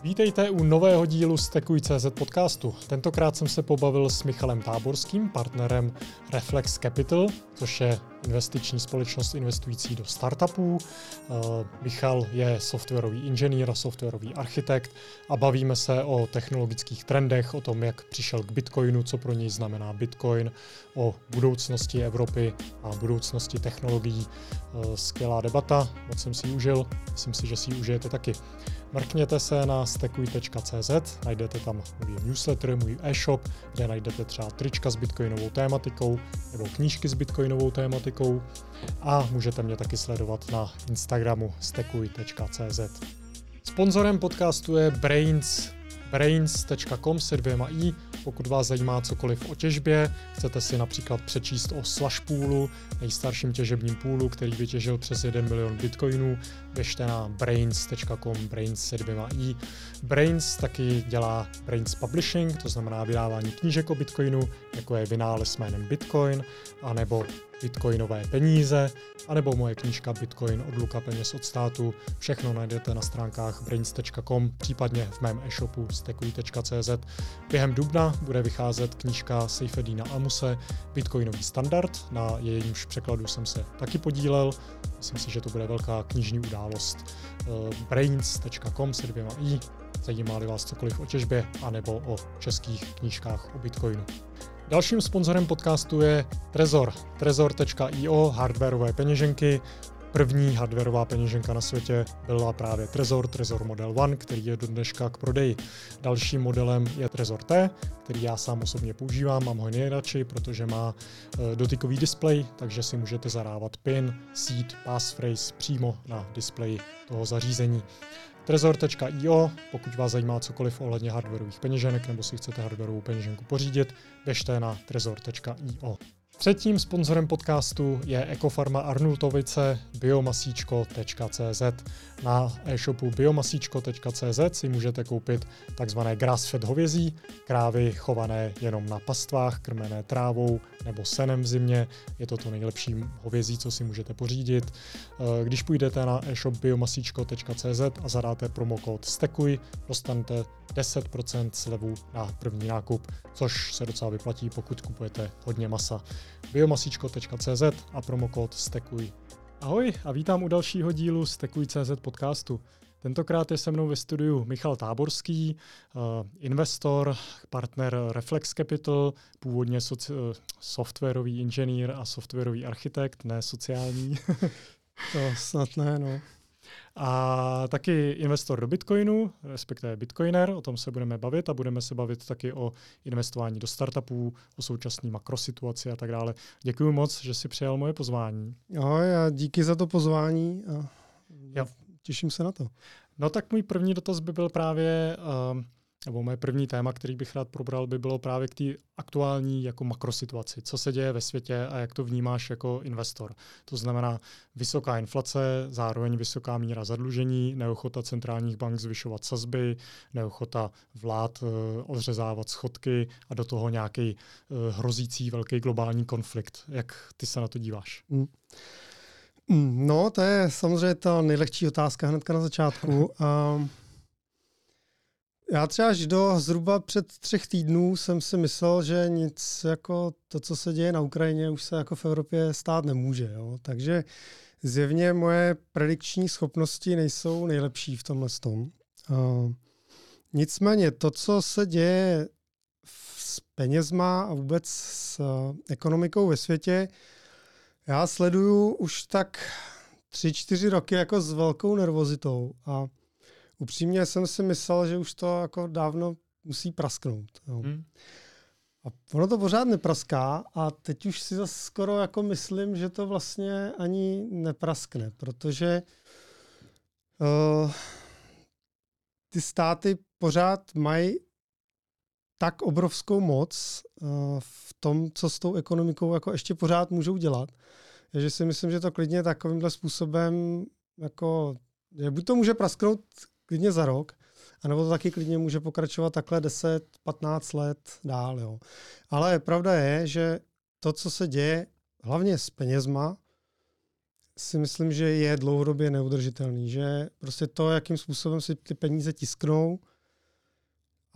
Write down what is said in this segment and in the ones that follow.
Vítejte u nového dílu Stekuj.cz podcastu. Tentokrát jsem se pobavil s Michalem Táborským, partnerem Reflex Capital, což je investiční společnost investující do startupů. Michal je softwarový inženýr a softwarový architekt a bavíme se o technologických trendech, o tom, jak přišel k Bitcoinu, co pro něj znamená Bitcoin, o budoucnosti Evropy a budoucnosti technologií. Skvělá debata, moc jsem si ji užil, myslím si, že si ji užijete taky. Mrkněte se na stekuj.cz, najdete tam můj newsletter, můj e-shop, kde najdete třeba trička s bitcoinovou tématikou nebo knížky s bitcoinovou tématikou a můžete mě taky sledovat na Instagramu stekuj.cz. Sponzorem podcastu je brains.com se 2 i. Pokud vás zajímá cokoliv o těžbě, chcete si například přečíst o Slashpoolu, nejstarším těžebním půlu, který vytěžil přes 1 milion bitcoinů, běžte na brains.com, brains se 2 i. Brains taky dělá Brains Publishing, to znamená vydávání knížek o bitcoinu, jako je Vynález jménem Bitcoin, anebo Bitcoinové peníze, anebo moje knížka Bitcoin odluka peněz od státu. Všechno najdete na stránkách brains.com, případně v mém e-shopu stekuj.cz. Během dubna bude vycházet knížka Sejfedína Amuse Bitcoinový standard, na jejímž překladu jsem se taky podílel. Myslím si, že to bude velká knižní událost. brains.com se 2 i, zajímá-li vás cokoliv o těžbě, anebo o českých knížkách o Bitcoinu. Dalším sponzorem podcastu je Trezor. Trezor.io, hardwareové peněženky. První hardwareová peněženka na světě byla právě Trezor Model 1, který je do dneška k prodeji. Dalším modelem je Trezor T, který já sám osobně používám, mám ho nejradši, protože má dotykový displej, takže si můžete zadávat PIN, seed, passphrase přímo na displeji toho zařízení. Trezor.io, pokud vás zajímá cokoliv ohledně hardwareových peněženek nebo si chcete hardwareovou peněženku pořídit, běžte na Trezor.io. Třetím sponzorem podcastu je Ekofarma Arnultovice biomasíčko.cz. Na e-shopu biomasíčko.cz si můžete koupit takzvané grass-fed hovězí, krávy chované jenom na pastvách, krmené trávou nebo senem v zimě. Je to to nejlepší hovězí, co si můžete pořídit. Když půjdete na e-shop biomasíčko.cz a zadáte promokód STEKUJ, dostanete 10% slevu na první nákup, což se docela vyplatí, pokud kupujete hodně masa. biomasíčko.cz a promokód STEKUJ. Ahoj a vítám u dalšího dílu Stekuj.cz podcastu. Tentokrát je se mnou ve studiu Michal Táborský, investor, partner Reflex Capital, původně softwarový inženýr a softwarový architekt, ne sociální. To snad ne, no. A taky investor do Bitcoinu, respektive Bitcoiner, o tom se budeme bavit a budeme se bavit taky o investování do startupů, o současné makrosituaci a tak dále. Děkuji moc, že jsi přijal moje pozvání. Ahoj a díky za to pozvání a těším se na to. No tak můj první dotaz by byl právě, nebo moje první téma, který bych rád probral, by bylo právě k té aktuální jako makrosituaci. Co se děje ve světě a jak to vnímáš jako investor. To znamená vysoká inflace, zároveň vysoká míra zadlužení, neochota centrálních bank zvyšovat sazby, neochota vlád odřezávat schodky a do toho nějaký hrozící velký globální konflikt. Jak ty se na to díváš? No, to je samozřejmě ta nejlehčí otázka hnedka na začátku. Já třeba až do zhruba před 3 týdnů jsem si myslel, že nic jako to, co se děje na Ukrajině, už se jako v Evropě stát nemůže. Jo? Takže zjevně moje predikční schopnosti nejsou nejlepší v tomhle tom. Nicméně to, co se děje s penězma a vůbec s ekonomikou ve světě, já sleduju už tak 3-4 roky jako s velkou nervozitou a upřímně jsem si myslel, že už to jako dávno musí prasknout. Jo. A ono to pořád nepraská a teď už si zase skoro jako myslím, že to vlastně ani nepraskne, protože ty státy pořád mají tak obrovskou moc v tom, co s tou ekonomikou jako ještě pořád můžou dělat, že si myslím, že to klidně takovýmhle způsobem jako, že buď to může prasknout klidně za rok, anebo to taky klidně může pokračovat takhle 10-15 let dál. Jo. Ale pravda je, že to, co se děje, hlavně s penězma, si myslím, že je dlouhodobě neudržitelný. Že prostě to, jakým způsobem si ty peníze tisknou,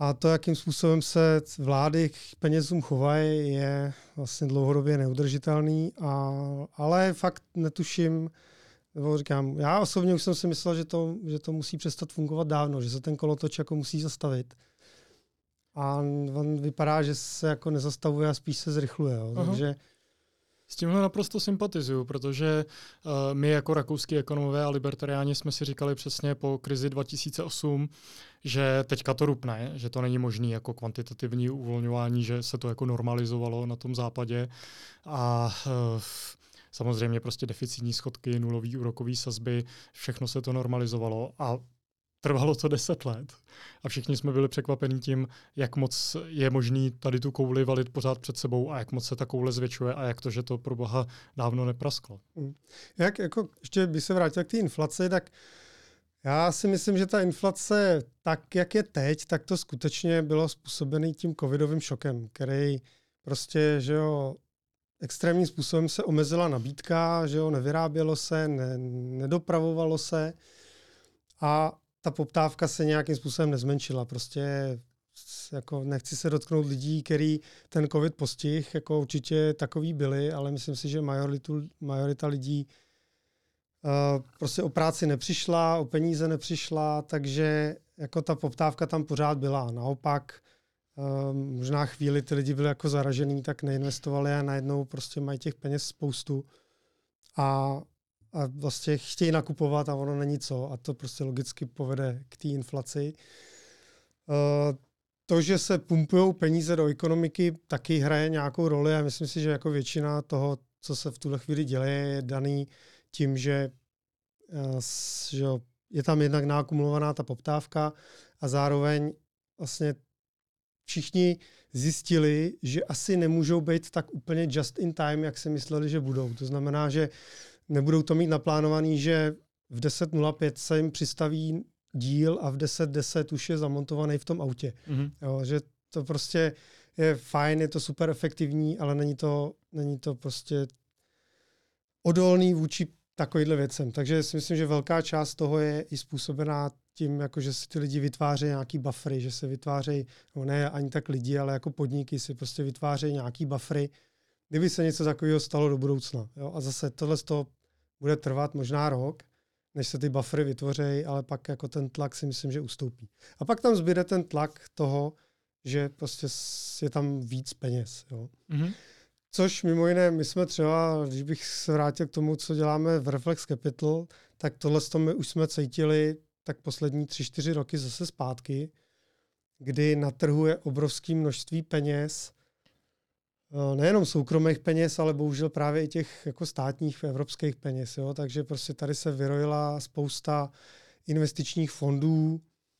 A to, jakým způsobem se vlády k penězům chovají, je vlastně dlouhodobě neudržitelný, ale fakt netuším, nebo říkám, já osobně už jsem si myslel, že to musí přestat fungovat dávno, že se ten kolotoč jako musí zastavit. A on vypadá, že se jako nezastavuje a spíš se zrychluje. Jo. Takže s tímhle naprosto sympatizuju, protože my jako rakouský ekonomové a libertariáni jsme si říkali přesně po krizi 2008, že teďka to rupne, že to není možné jako kvantitativní uvolňování, že se to jako normalizovalo na tom západě a samozřejmě prostě deficitní schodky, nulový úrokový sazby, všechno se to normalizovalo a trvalo to 10 let. A všichni jsme byli překvapení tím, jak moc je možný tady tu kouli valit pořád před sebou a jak moc se ta koule zvětšuje a jak to, že to pro boha dávno neprasklo. Jak jako, ještě by se vrátil k té inflaci, tak já si myslím, že ta inflace tak, jak je teď, tak to skutečně bylo způsobený tím covidovým šokem, který prostě, že jo, extrémním způsobem se omezila nabídka, že jo, nevyrábělo se, nedopravovalo se a ta poptávka se nějakým způsobem nezmenšila. Prostě jako nechci se dotknout lidí, který ten covid postihl, jako určitě takový byli, ale myslím si, že majorita lidí prostě o práci nepřišla, o peníze nepřišla, takže jako ta poptávka tam pořád byla. Naopak možná chvíli ty lidi byli jako zaražený, tak neinvestovali a najednou prostě mají těch peněz spoustu a vlastně chtějí nakupovat a ono není co a to prostě logicky povede k té inflaci. To, že se pumpujou peníze do ekonomiky, taky hraje nějakou roli a myslím si, že jako většina toho, co se v tuhle chvíli děje, je daný tím, že je tam jednak naakumulovaná ta poptávka a zároveň vlastně všichni zjistili, že asi nemůžou být tak úplně just in time, jak si mysleli, že budou. To znamená, že nebudou to mít naplánovaný, že v 10.05 se jim přistaví díl a v 10.10 už je zamontovaný v tom autě. Mm-hmm. Jo, že to prostě je fajn, je to super efektivní, ale není to prostě odolný vůči takovýhle věcem. Takže si myslím, že velká část toho je i způsobená tím, jako že si ty lidi vytvářejí nějaký buffery, že se vytvářejí, no ne ani tak lidi, ale jako podniky si prostě vytvářejí nějaký buffery, kdyby se něco takového stalo do budoucna. Jo? A zase tohle bude trvat možná rok, než se ty buffery vytvoří, ale pak jako ten tlak si myslím, že ustoupí. A pak tam zbyde ten tlak toho, že prostě je tam víc peněz. Jo? Mm-hmm. Což mimo jiné, my jsme třeba, když bych se vrátil k tomu, co děláme v Reflex Capital, tak tohle my už jsme cítili tak poslední 3-4 roky zase zpátky, kdy na trhu je obrovské množství peněz, nejenom soukromých peněz, ale bohužel právě i těch jako státních evropských peněz. Jo? Takže prostě tady se vyrojila spousta investičních fondů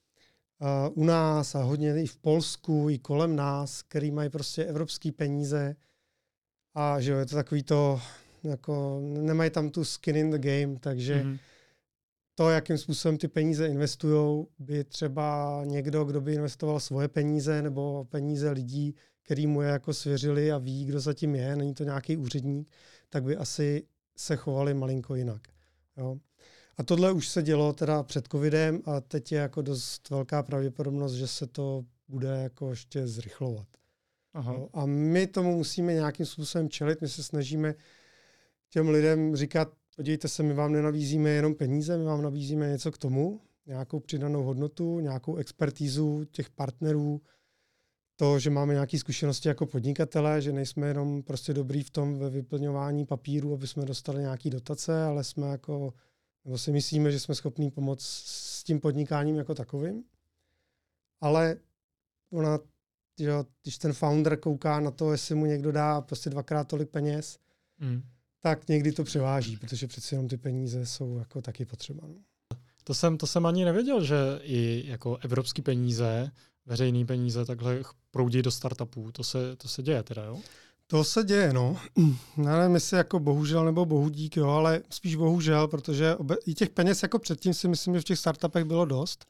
u nás a hodně i v Polsku, i kolem nás, který mají prostě evropské peníze. A že jo, je to takový to, jako nemají tam tu skin in the game, takže to, jakým způsobem ty peníze investujou, by třeba někdo, kdo by investoval svoje peníze nebo peníze lidí, který mu je jako svěřili a ví, kdo zatím je, není to nějaký úředník, tak by asi se chovali malinko jinak. Jo. A tohle už se dělo teda před covidem a teď je jako dost velká pravděpodobnost, že se to bude jako ještě zrychlovat. Aha. A my tomu musíme nějakým způsobem čelit, my se snažíme těm lidem říkat, podívejte se, my vám nenabízíme jenom peníze, my vám nabízíme něco k tomu, nějakou přidanou hodnotu, nějakou expertízu těch partnerů, to, že máme nějaké zkušenosti jako podnikatelé, že nejsme jenom prostě dobrý v tom ve vyplňování papíru, aby jsme dostali nějaké dotace, ale jsme jako, nebo si myslíme, že jsme schopní pomoct s tím podnikáním jako takovým. Ale když ten founder kouká na to, jestli mu někdo dá prostě 2x tolik peněz, tak někdy to převáží, protože přeci jenom ty peníze jsou jako taky potřeba. No. To jsem ani nevěděl, že i jako evropský peníze, veřejný peníze takhle proudí do startupů. To se děje teda, jo? To se děje, no. Nevím, jestli jako bohužel nebo bohudík, jo, ale spíš bohužel, protože i těch peněz jako předtím si myslím, že v těch startupech bylo dost.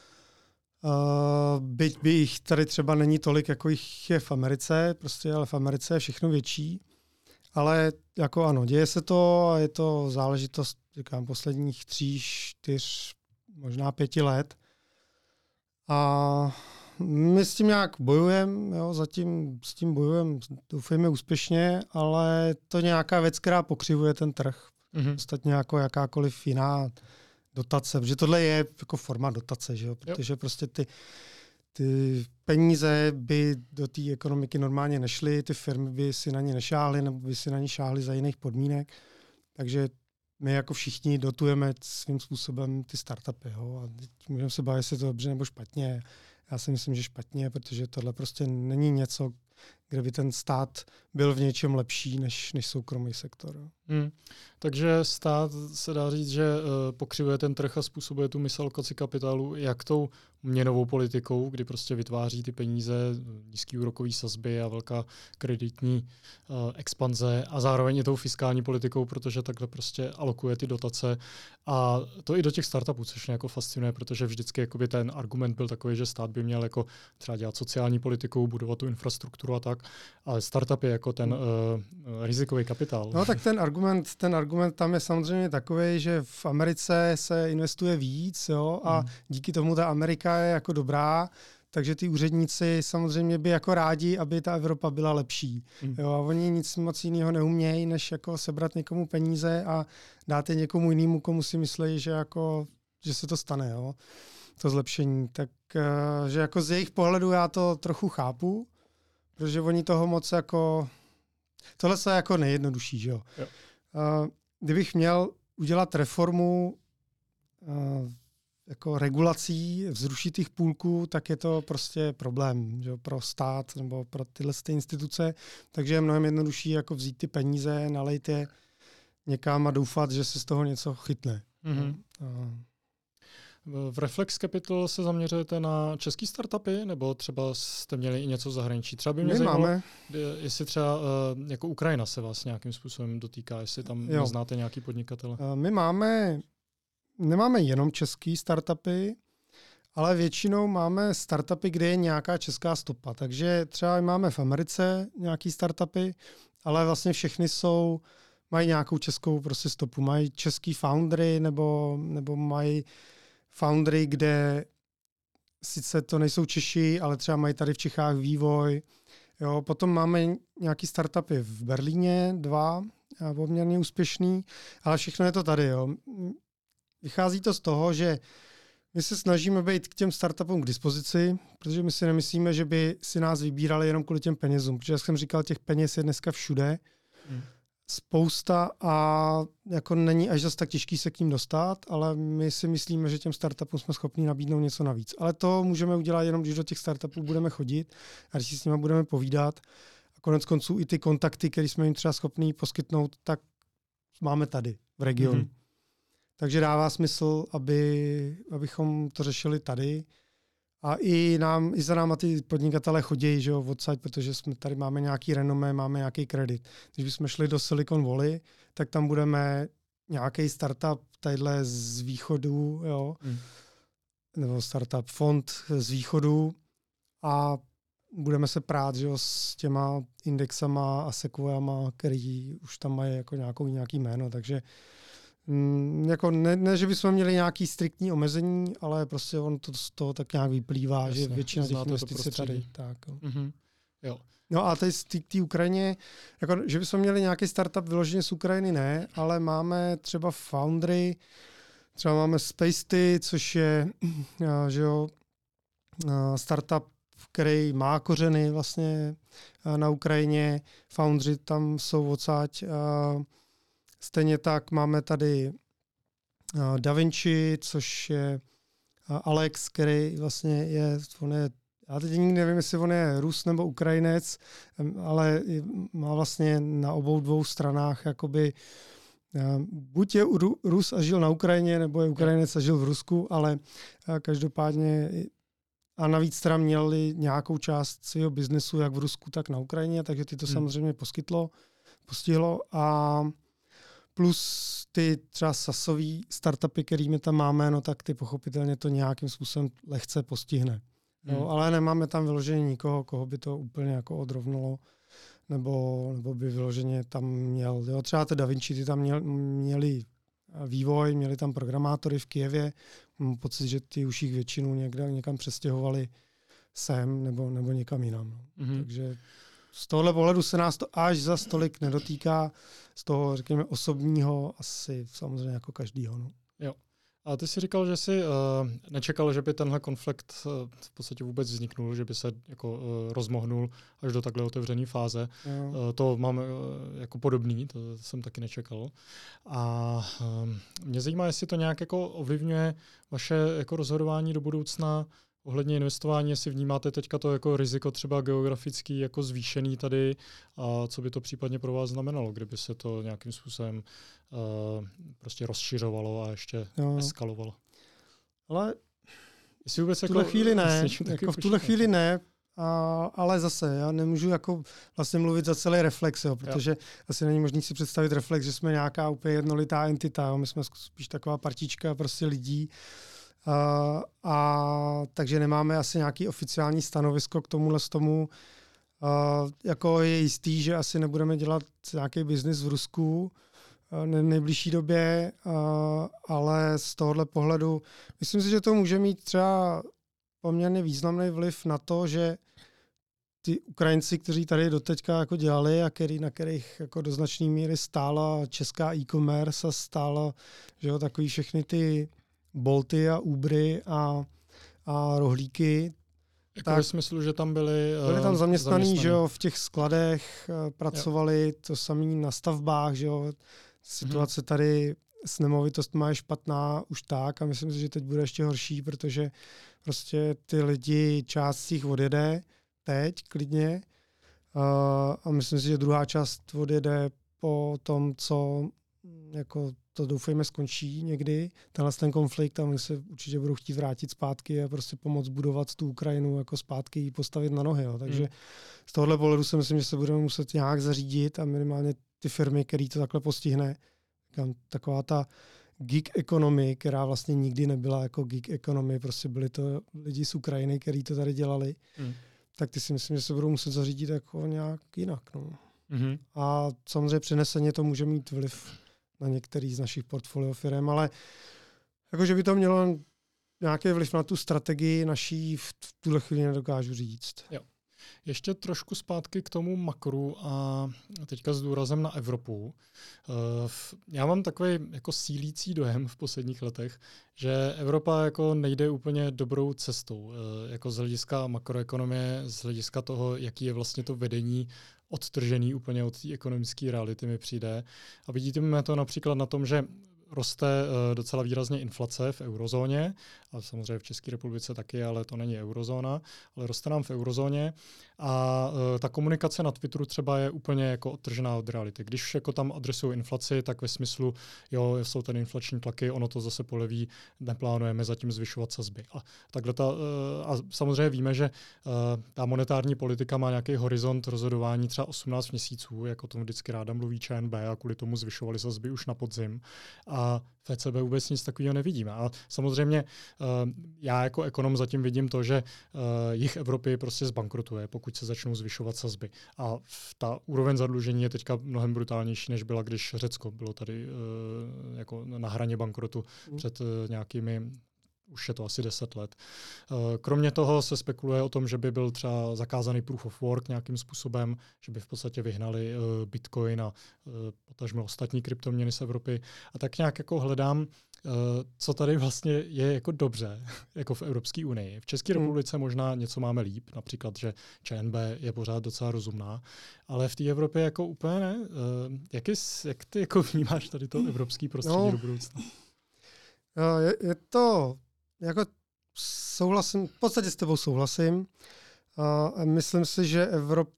Byť by jich tady třeba není tolik, jako jich je v Americe, prostě, ale v Americe je všechno větší. Ale jako ano, děje se to a je to záležitost, říkám, posledních 3, 4, možná 5 let. A My s tím nějak bojujeme, zatím s tím bojujeme, doufejme úspěšně, ale to nějaká věc, která pokřivuje ten trh. Ostatně jako jakákoliv jiná dotace, protože tohle je jako forma dotace, že jo? Protože prostě ty peníze by do té ekonomiky normálně nešly, ty firmy by si na ně nešáhly nebo by si na ně šáhly za jiných podmínek, takže my jako všichni dotujeme svým způsobem ty startupy. Jo? A můžeme se bavit, jestli je to dobře nebo špatně. Já si myslím, že špatně, protože tohle prostě není něco, kde by ten stát byl v něčem lepší než soukromý sektor. Takže stát se dá říct, že pokřivuje ten trh a způsobuje tu misalokaci kapitálu jak tou měnovou politikou, kdy prostě vytváří ty peníze, nízký úrokový sazby a velká kreditní expanze a zároveň i tou fiskální politikou, protože takhle prostě alokuje ty dotace a to i do těch startupů, což mě jako fascinuje, protože vždycky jakoby ten argument byl takový, že stát by měl jako třeba dělat sociální politiku, budovat tu infrastrukturu a tak, ale startupy jako ten rizikový kapitál. No tak ten argument tam je samozřejmě takový, že v Americe se investuje víc, jo, a díky tomu ta Amerika je jako dobrá, takže ty úředníci samozřejmě by jako rádi, aby ta Evropa byla lepší. Jo, a oni nic moc jiného neumějí, než jako sebrat někomu peníze a dát je někomu jinému, komu si myslí, že se to stane, jo, to zlepšení. Tak že jako z jejich pohledu já to trochu chápu, protože oni toho moc jako... Tohle se jako nejjednodušší, že jo. Kdybych měl udělat reformu jako regulací vzrušitých půlků, tak je to prostě problém, že jo, pro stát nebo pro tyhle instituce. Takže je mnohem jednodušší jako vzít ty peníze, nalejt je někam a doufat, že se z toho něco chytne. V Reflex Capital se zaměřujete na český startupy, nebo třeba jste měli i něco v zahraničí? Třeba by mě zajímalo, jestli třeba jako Ukrajina se vás nějakým způsobem dotýká, jestli tam neznáte nějaký podnikatele. My nemáme jenom český startupy, ale většinou máme startupy, kde je nějaká česká stopa. Takže třeba máme v Americe nějaký startupy, ale vlastně všechny mají nějakou českou prostě stopu. Mají český foundry nebo mají foundry, kde sice to nejsou Češi, ale třeba mají tady v Čechách vývoj. Jo, potom máme nějaký startupy v Berlíně, 2, poměrně úspěšný, ale všechno je to tady. Jo. Vychází to z toho, že my se snažíme být k těm startupům k dispozici, protože my si nemyslíme, že by si nás vybírali jenom kvůli těm penězům, protože jak jsem říkal, těch peněz je dneska všude. Spousta a jako není až zas tak těžký se k ním dostat, ale my si myslíme, že těm startupům jsme schopni nabídnout něco navíc. Ale to můžeme udělat jenom, když do těch startupů budeme chodit a když si s nimi budeme povídat. A konec konců i ty kontakty, které jsme jim třeba schopni poskytnout, tak máme tady v regionu. Takže dává smysl, abychom to řešili tady. A i za náma ty podnikatelé chodí, že jo, odsaď, protože jsme tady máme nějaký renomé, máme nějaký kredit. Když bychom šli do Silicon Valley, tak tam budeme nějaký startup tadyhle z východu, jo, nebo startup fond z východu a budeme se prát, že jo, s těma indexama a sequoiama, který už tam mají jako nějaký jméno, takže jako ne, že bychom měli nějaký striktní omezení, ale prostě on to z toho tak nějak vyplývá, jasně, že většina těch investic je tady. Tak, jo. No a tady z té Ukrajině, jako, že bychom měli nějaký startup vyloženě z Ukrajiny, ne, ale máme třeba Foundry, třeba máme Spacety, což je že jo, startup, který má kořeny vlastně na Ukrajině. Foundry tam jsou odsaď. Stejně tak máme tady DaVinci, což je Alex, který vlastně já teď nikdy nevím, jestli on je Rus nebo Ukrajinec, ale má vlastně na obou dvou stranách jakoby buď je Rus a žil na Ukrajině, nebo je Ukrajinec a žil v Rusku, ale každopádně a navíc teda měli nějakou část svého biznesu jak v Rusku, tak na Ukrajině, takže ty to samozřejmě postihlo a plus ty třeba sasový startupy, kterými tam máme, no tak ty pochopitelně to nějakým způsobem lehce postihne. No, ale nemáme tam vyloženě nikoho, koho by to úplně jako odrovnalo, nebo by vyloženě tam měl. Jo, třeba ty DaVinci, ty tam měli vývoj, měli tam programátory v Kyjevě. Mám pocit, že ty už jich většinu někam přestěhovali sem nebo někam jinam. No. Takže z tohohle pohledu se nás to až za stolik nedotýká, z toho, řekněme, osobního asi samozřejmě jako každýho. No. Jo. A ty jsi říkal, že jsi nečekal, že by tenhle konflikt v podstatě vůbec vzniknul, že by se jako rozmohnul až do takhle otevřené fáze. To mám jako podobný, to jsem taky nečekal. A mě zajímá, jestli to nějak jako ovlivňuje vaše jako rozhodování do budoucna ohledně investování, jestli vnímáte teďka to jako riziko třeba geografický jako zvýšený tady a co by to případně pro vás znamenalo, kdyby se to nějakým způsobem prostě rozšiřovalo a ještě eskalovalo. Ale jestli vůbec v tuhle chvíli ne, jako v tuhle chvíli ne, ale zase já nemůžu jako vlastně mluvit za celý Reflex, protože asi není možné si představit Reflex, že jsme nějaká úplně jednolitá entita, jo. My jsme spíš taková partička prostě lidí, a takže nemáme asi nějaký oficiální stanovisko k tomu. Jako je jistý, že asi nebudeme dělat nějaký biznis v Rusku v nejbližší době, ale z tohohle pohledu myslím si, že to může mít třeba poměrně významný vliv na to, že ty Ukrajinci, kteří tady doteďka jako dělali a na kterých jako do značné míry stála česká e-commerce a stála, že jo, takový všechny ty Bolty a Ubery a rohlíky. Jako tak, ve smyslu, že tam byli tam zaměstnaný, že jo, v těch skladech pracovali, to samý na stavbách, že jo. Situace tady s nemovitostmi je špatná už tak a myslím si, že teď bude ještě horší, protože prostě ty lidi, část z nich odjede teď klidně a myslím si, že druhá část odjede po tom, co jako to doufejme skončí někdy, ten konflikt a oni se určitě budou chtít vrátit zpátky a prostě pomoct budovat tu Ukrajinu jako zpátky ji postavit na nohy. Jo. Takže z tohohle pohledu si myslím, že se budeme muset nějak zařídit a minimálně ty firmy, který to takhle postihne, taková ta gig economy, která vlastně nikdy nebyla jako gig economy, prostě byli to lidi z Ukrajiny, kteří to tady dělali, tak ty si myslím, že se budou muset zařídit jako nějak jinak. No. A samozřejmě přeneseně to může mít vliv na některý z našich portfolio firm, ale jakože by to mělo nějaký vliv na tu strategii naší v tuhle chvíli nedokážu říct. Jo. Ještě trošku zpátky k tomu makru a teďka s důrazem na Evropu. Já mám takový jako sílící dojem v posledních letech, že Evropa jako nejde úplně dobrou cestou. Jako z hlediska makroekonomie, z hlediska toho, jaký je vlastně to vedení odtržený úplně od té ekonomické reality mi přijde. A vidíme to například na tom, že roste docela výrazně inflace v eurozóně, a samozřejmě v České republice taky, ale to není eurozóna, ale roste nám v eurozóně a ta komunikace na Twitteru třeba je úplně jako odtržená od reality. Když jako tam adresují inflaci, tak ve smyslu, jo, jsou tady inflační tlaky, ono to zase poleví, neplánujeme zatím zvyšovat sazby. A takhle a samozřejmě víme, že ta monetární politika má nějaký horizont rozhodování třeba 18 měsíců, jako tomu vždycky ráda mluví ČNB a kvůli tomu zvyšovali sazby už na podzim. A v ECB vůbec nic takového nevidíme. A samozřejmě já jako ekonom zatím vidím to, že jih Evropy prostě zbankrotuje, pokud se začnou zvyšovat sazby. A ta úroveň zadlužení je teďka mnohem brutálnější, než byla, když Řecko bylo tady jako na hraně bankrotu před nějakými, už je to asi 10 let. Kromě toho se spekuluje o tom, že by byl třeba zakázaný proof of work nějakým způsobem, že by v podstatě vyhnali Bitcoin a potažmo ostatní kryptoměny z Evropy. A tak nějak jako hledám, co tady vlastně je jako dobře, jako v Evropské unii. V České republice možná něco máme líp, například, že ČNB je pořád docela rozumná, ale v té Evropě jako úplně ne. Jak ty jako vnímáš tady to evropský prostředí do budoucna? Je to jako souhlasím, v podstatě s tebou souhlasím. Myslím si, že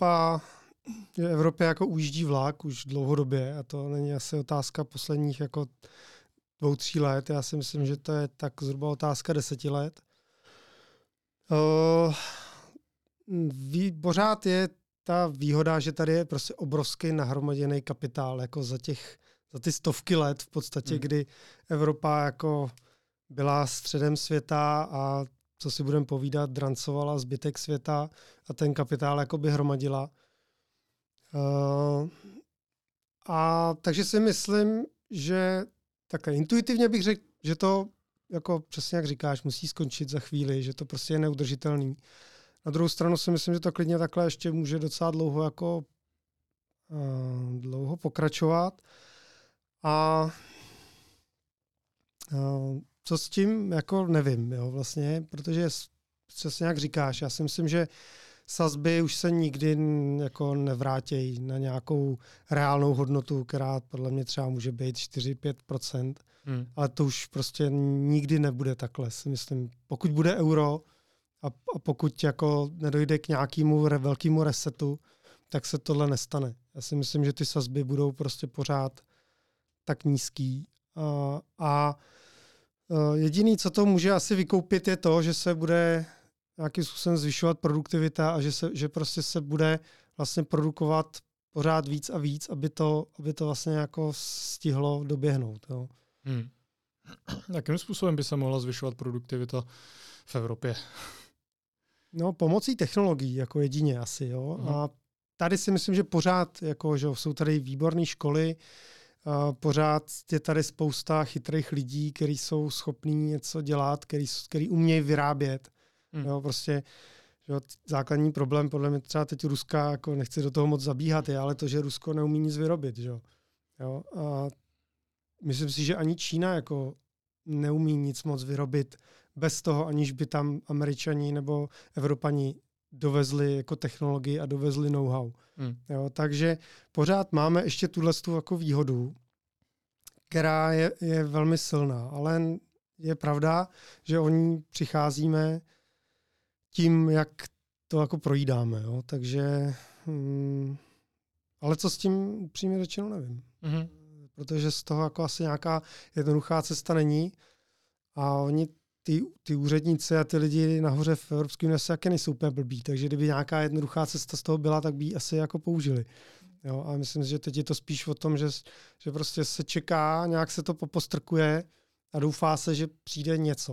Evropě jako ujíždí vlak už dlouhodobě a to není asi otázka posledních jako 2-3 let. Já si myslím, že to je tak zhruba otázka 10 let. Pořád je ta výhoda, že tady je prostě obrovský nahromaděný kapitál jako za ty stovky let v podstatě, kdy Evropa jako byla středem světa a co si budeme povídat, drancovala zbytek světa a ten kapitál jakoby hromadila. A takže si myslím, že takhle intuitivně bych řekl, že to, jako přesně jak říkáš, musí skončit za chvíli, že to prostě je neudržitelný. Na druhou stranu si myslím, že to klidně takhle ještě může docela dlouho jako dlouho pokračovat. A co s tím, jako nevím, jo, vlastně, protože přesně jak říkáš, já si myslím, že sazby už se nikdy jako nevrátějí na nějakou reálnou hodnotu, která podle mě třeba může být 4-5%, ale to už prostě nikdy nebude takhle, si myslím. Pokud bude euro a pokud jako nedojde k nějakému velkému resetu, tak se tohle nestane. Já si myslím, že ty sazby budou prostě pořád tak nízký. A jediný, co to může asi vykoupit, je to, že se bude nějakým způsobem zvyšovat produktivita a že prostě se bude vlastně produkovat pořád víc a víc, aby to vlastně jako stihlo doběhnout. Jo. Jakým způsobem by se mohla zvyšovat produktivita v Evropě? No, pomocí technologií, jako jedině asi. Jo. A tady si myslím, že pořád jako, že jsou tady výborné školy, pořád je tady spousta chytrých lidí, kteří jsou schopní něco dělat, kteří umějí vyrábět. Jo, prostě že základní problém, podle mě třeba teď Ruska, jako nechci do toho moc zabíhat, je ale to, že Rusko neumí nic vyrobit. Že? Jo, a myslím si, že ani Čína jako neumí nic moc vyrobit bez toho, aniž by tam Američani nebo Evropani dovezli jako technologii a dovezli know-how. Jo, takže pořád máme ještě tuhle jako výhodu, která je velmi silná, ale je pravda, že o ní přicházíme tím, jak to jako projídáme. Jo? Takže, ale co s tím upřímně řečeno nevím. Protože z toho jako asi nějaká jednoduchá cesta není a oni ty úředníci a ty lidi nahoře v Evropské unii také nejsou úplně blbí, takže kdyby nějaká jednoduchá cesta z toho byla, tak by ji asi jako použili. Jo, a myslím si, že teď je to spíš o tom, že prostě se čeká, nějak se to popostrkuje a doufá se, že přijde něco.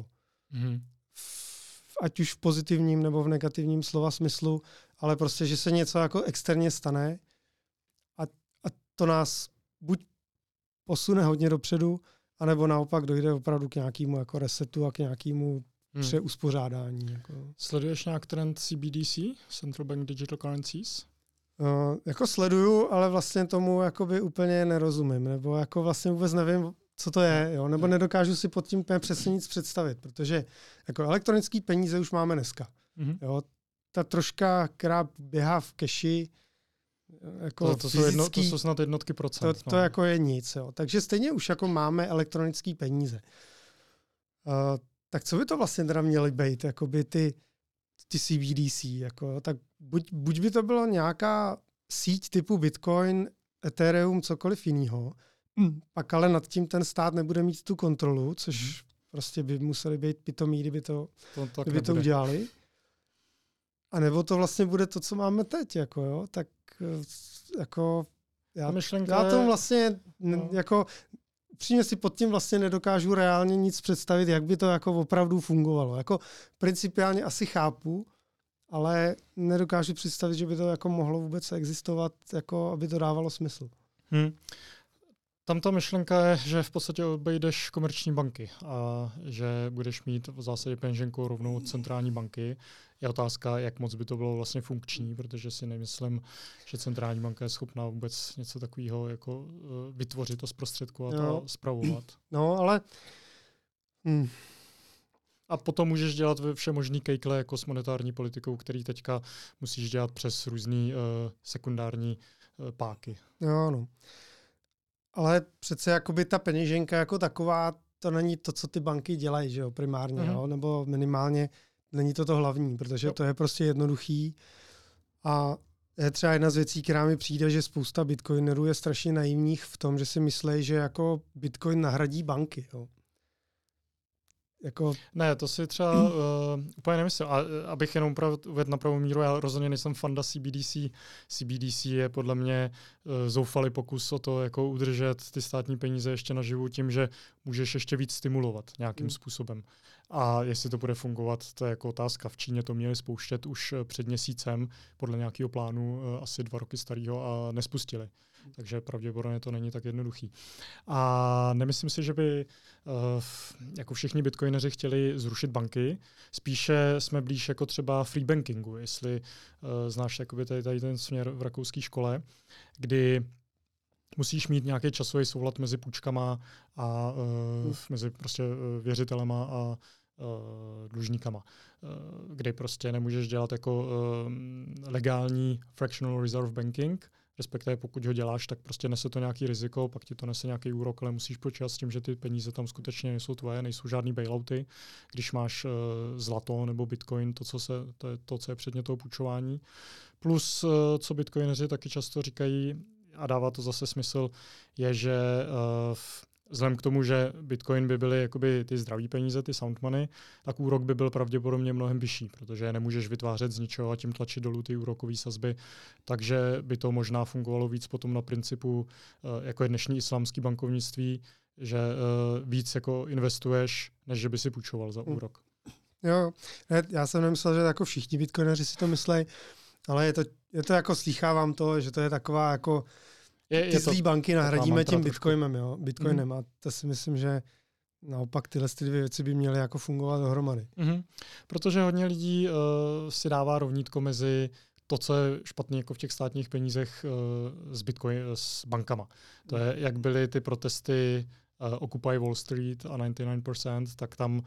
Ať už v pozitivním nebo v negativním slova smyslu, ale prostě, že se něco jako externě stane a to nás buď posune hodně dopředu, anebo naopak dojde opravdu k nějakému jako resetu a k nějakému přeuspořádání. Jako. Sleduješ nějak trend CBDC, Central Bank Digital Currencies? Jako sleduju, ale vlastně tomu jakoby úplně nerozumím, nebo jako vlastně vůbec nevím, co to je, jo? Nebo nedokážu si pod tím přesně nic představit, protože jako elektronické peníze už máme dneska. Jo? Ta troška, která běhá v keši, jako to jsou snad jednotky procent. To jako je nic. Jo? Takže stejně už jako máme elektronické peníze. Tak co by to vlastně teda měly být, jakoby ty CBDC? Jako, tak buď by to bylo nějaká síť typu Bitcoin, Ethereum, cokoliv jiného, pak ale nad tím ten stát nebude mít tu kontrolu, což prostě by museli být pitomí, kdyby to udělali. A nebo to vlastně bude to, co máme teď, jako jo, tak jako já to vlastně jako přímě si pod tím vlastně nedokážu reálně nic představit, jak by to jako opravdu fungovalo. Jako principiálně asi chápu, ale nedokážu představit, že by to jako mohlo vůbec existovat, jako aby to dávalo smysl. Tam ta myšlenka je, že v podstatě obejdeš komerční banky a že budeš mít v zásadě peněženku rovnou od centrální banky. Je otázka, jak moc by to bylo vlastně funkční, protože si nemyslím, že centrální banka je schopná vůbec něco takového jako vytvořit a zprostředkovat a spravovat. No, ale... A potom můžeš dělat vše možný kejkle jako s monetární politikou, který teďka musíš dělat přes různý sekundární páky. Jo, no. Ale přece jakoby ta peněženka jako taková, to není to, co ty banky dělají, že jo, primárně, jo? Nebo minimálně není to hlavní, protože to je prostě jednoduchý. A je třeba jedna z věcí, která mi přijde, že spousta bitcoinerů je strašně naivních v tom, že si myslí, že jako bitcoin nahradí banky. Jo? Jako... Ne, to si třeba úplně nemyslím. A abych jenom uvedl na pravou míru, já rozhodně nejsem fanda CBDC. CBDC je podle mě zoufalý pokus o to, jako udržet ty státní peníze ještě naživu tím, že můžeš ještě víc stimulovat nějakým způsobem. A jestli to bude fungovat, to je jako otázka. V Číně to měli spouštět už před měsícem podle nějakého plánu asi 2 roky starého a nespustili. Takže pravděpodobně to není tak jednoduchý. A nemyslím si, že by jako všichni bitcoineři chtěli zrušit banky. Spíše jsme blíž jako třeba free bankingu, jestli znáš jakoby tady ten směr v rakouské škole, kdy musíš mít nějaký časový soulad mezi půjčkama a mezi prostě věřitelema a dlužníkama, kde prostě nemůžeš dělat jako legální fractional reserve banking, respektive pokud ho děláš, tak prostě nese to nějaký riziko, pak ti to nese nějaký úrok, ale musíš počítat s tím, že ty peníze tam skutečně nejsou tvoje, nejsou žádný bailouty, když máš zlato nebo bitcoin, to je to, co je předmět toho půjčování. Plus, co bitcoineři taky často říkají, a dává to zase smysl, je, že vzhledem k tomu, že bitcoin by byly jakoby ty zdravý peníze, ty sound money, tak úrok by byl pravděpodobně mnohem vyšší, protože nemůžeš vytvářet z ničeho a tím tlačit dolů ty úrokové sazby. Takže by to možná fungovalo víc potom na principu, jako je dnešní islámský bankovnictví, že víc jako investuješ, než že by si půjčoval za úrok. Jo, já jsem nemyslel, že jako všichni bitcoineři si to myslejí, ale je to jako slýchávám to, že to je taková jako ty zlý banky nahradíme tím bitcoinem a to si myslím, že naopak tyhle dvě věci by měly jako fungovat dohromady. Protože hodně lidí si dává rovnítko mezi to, co je špatný jako v těch státních penízech s bankama. To je, jak byly ty protesty Occupy Wall Street a 99%, tak tam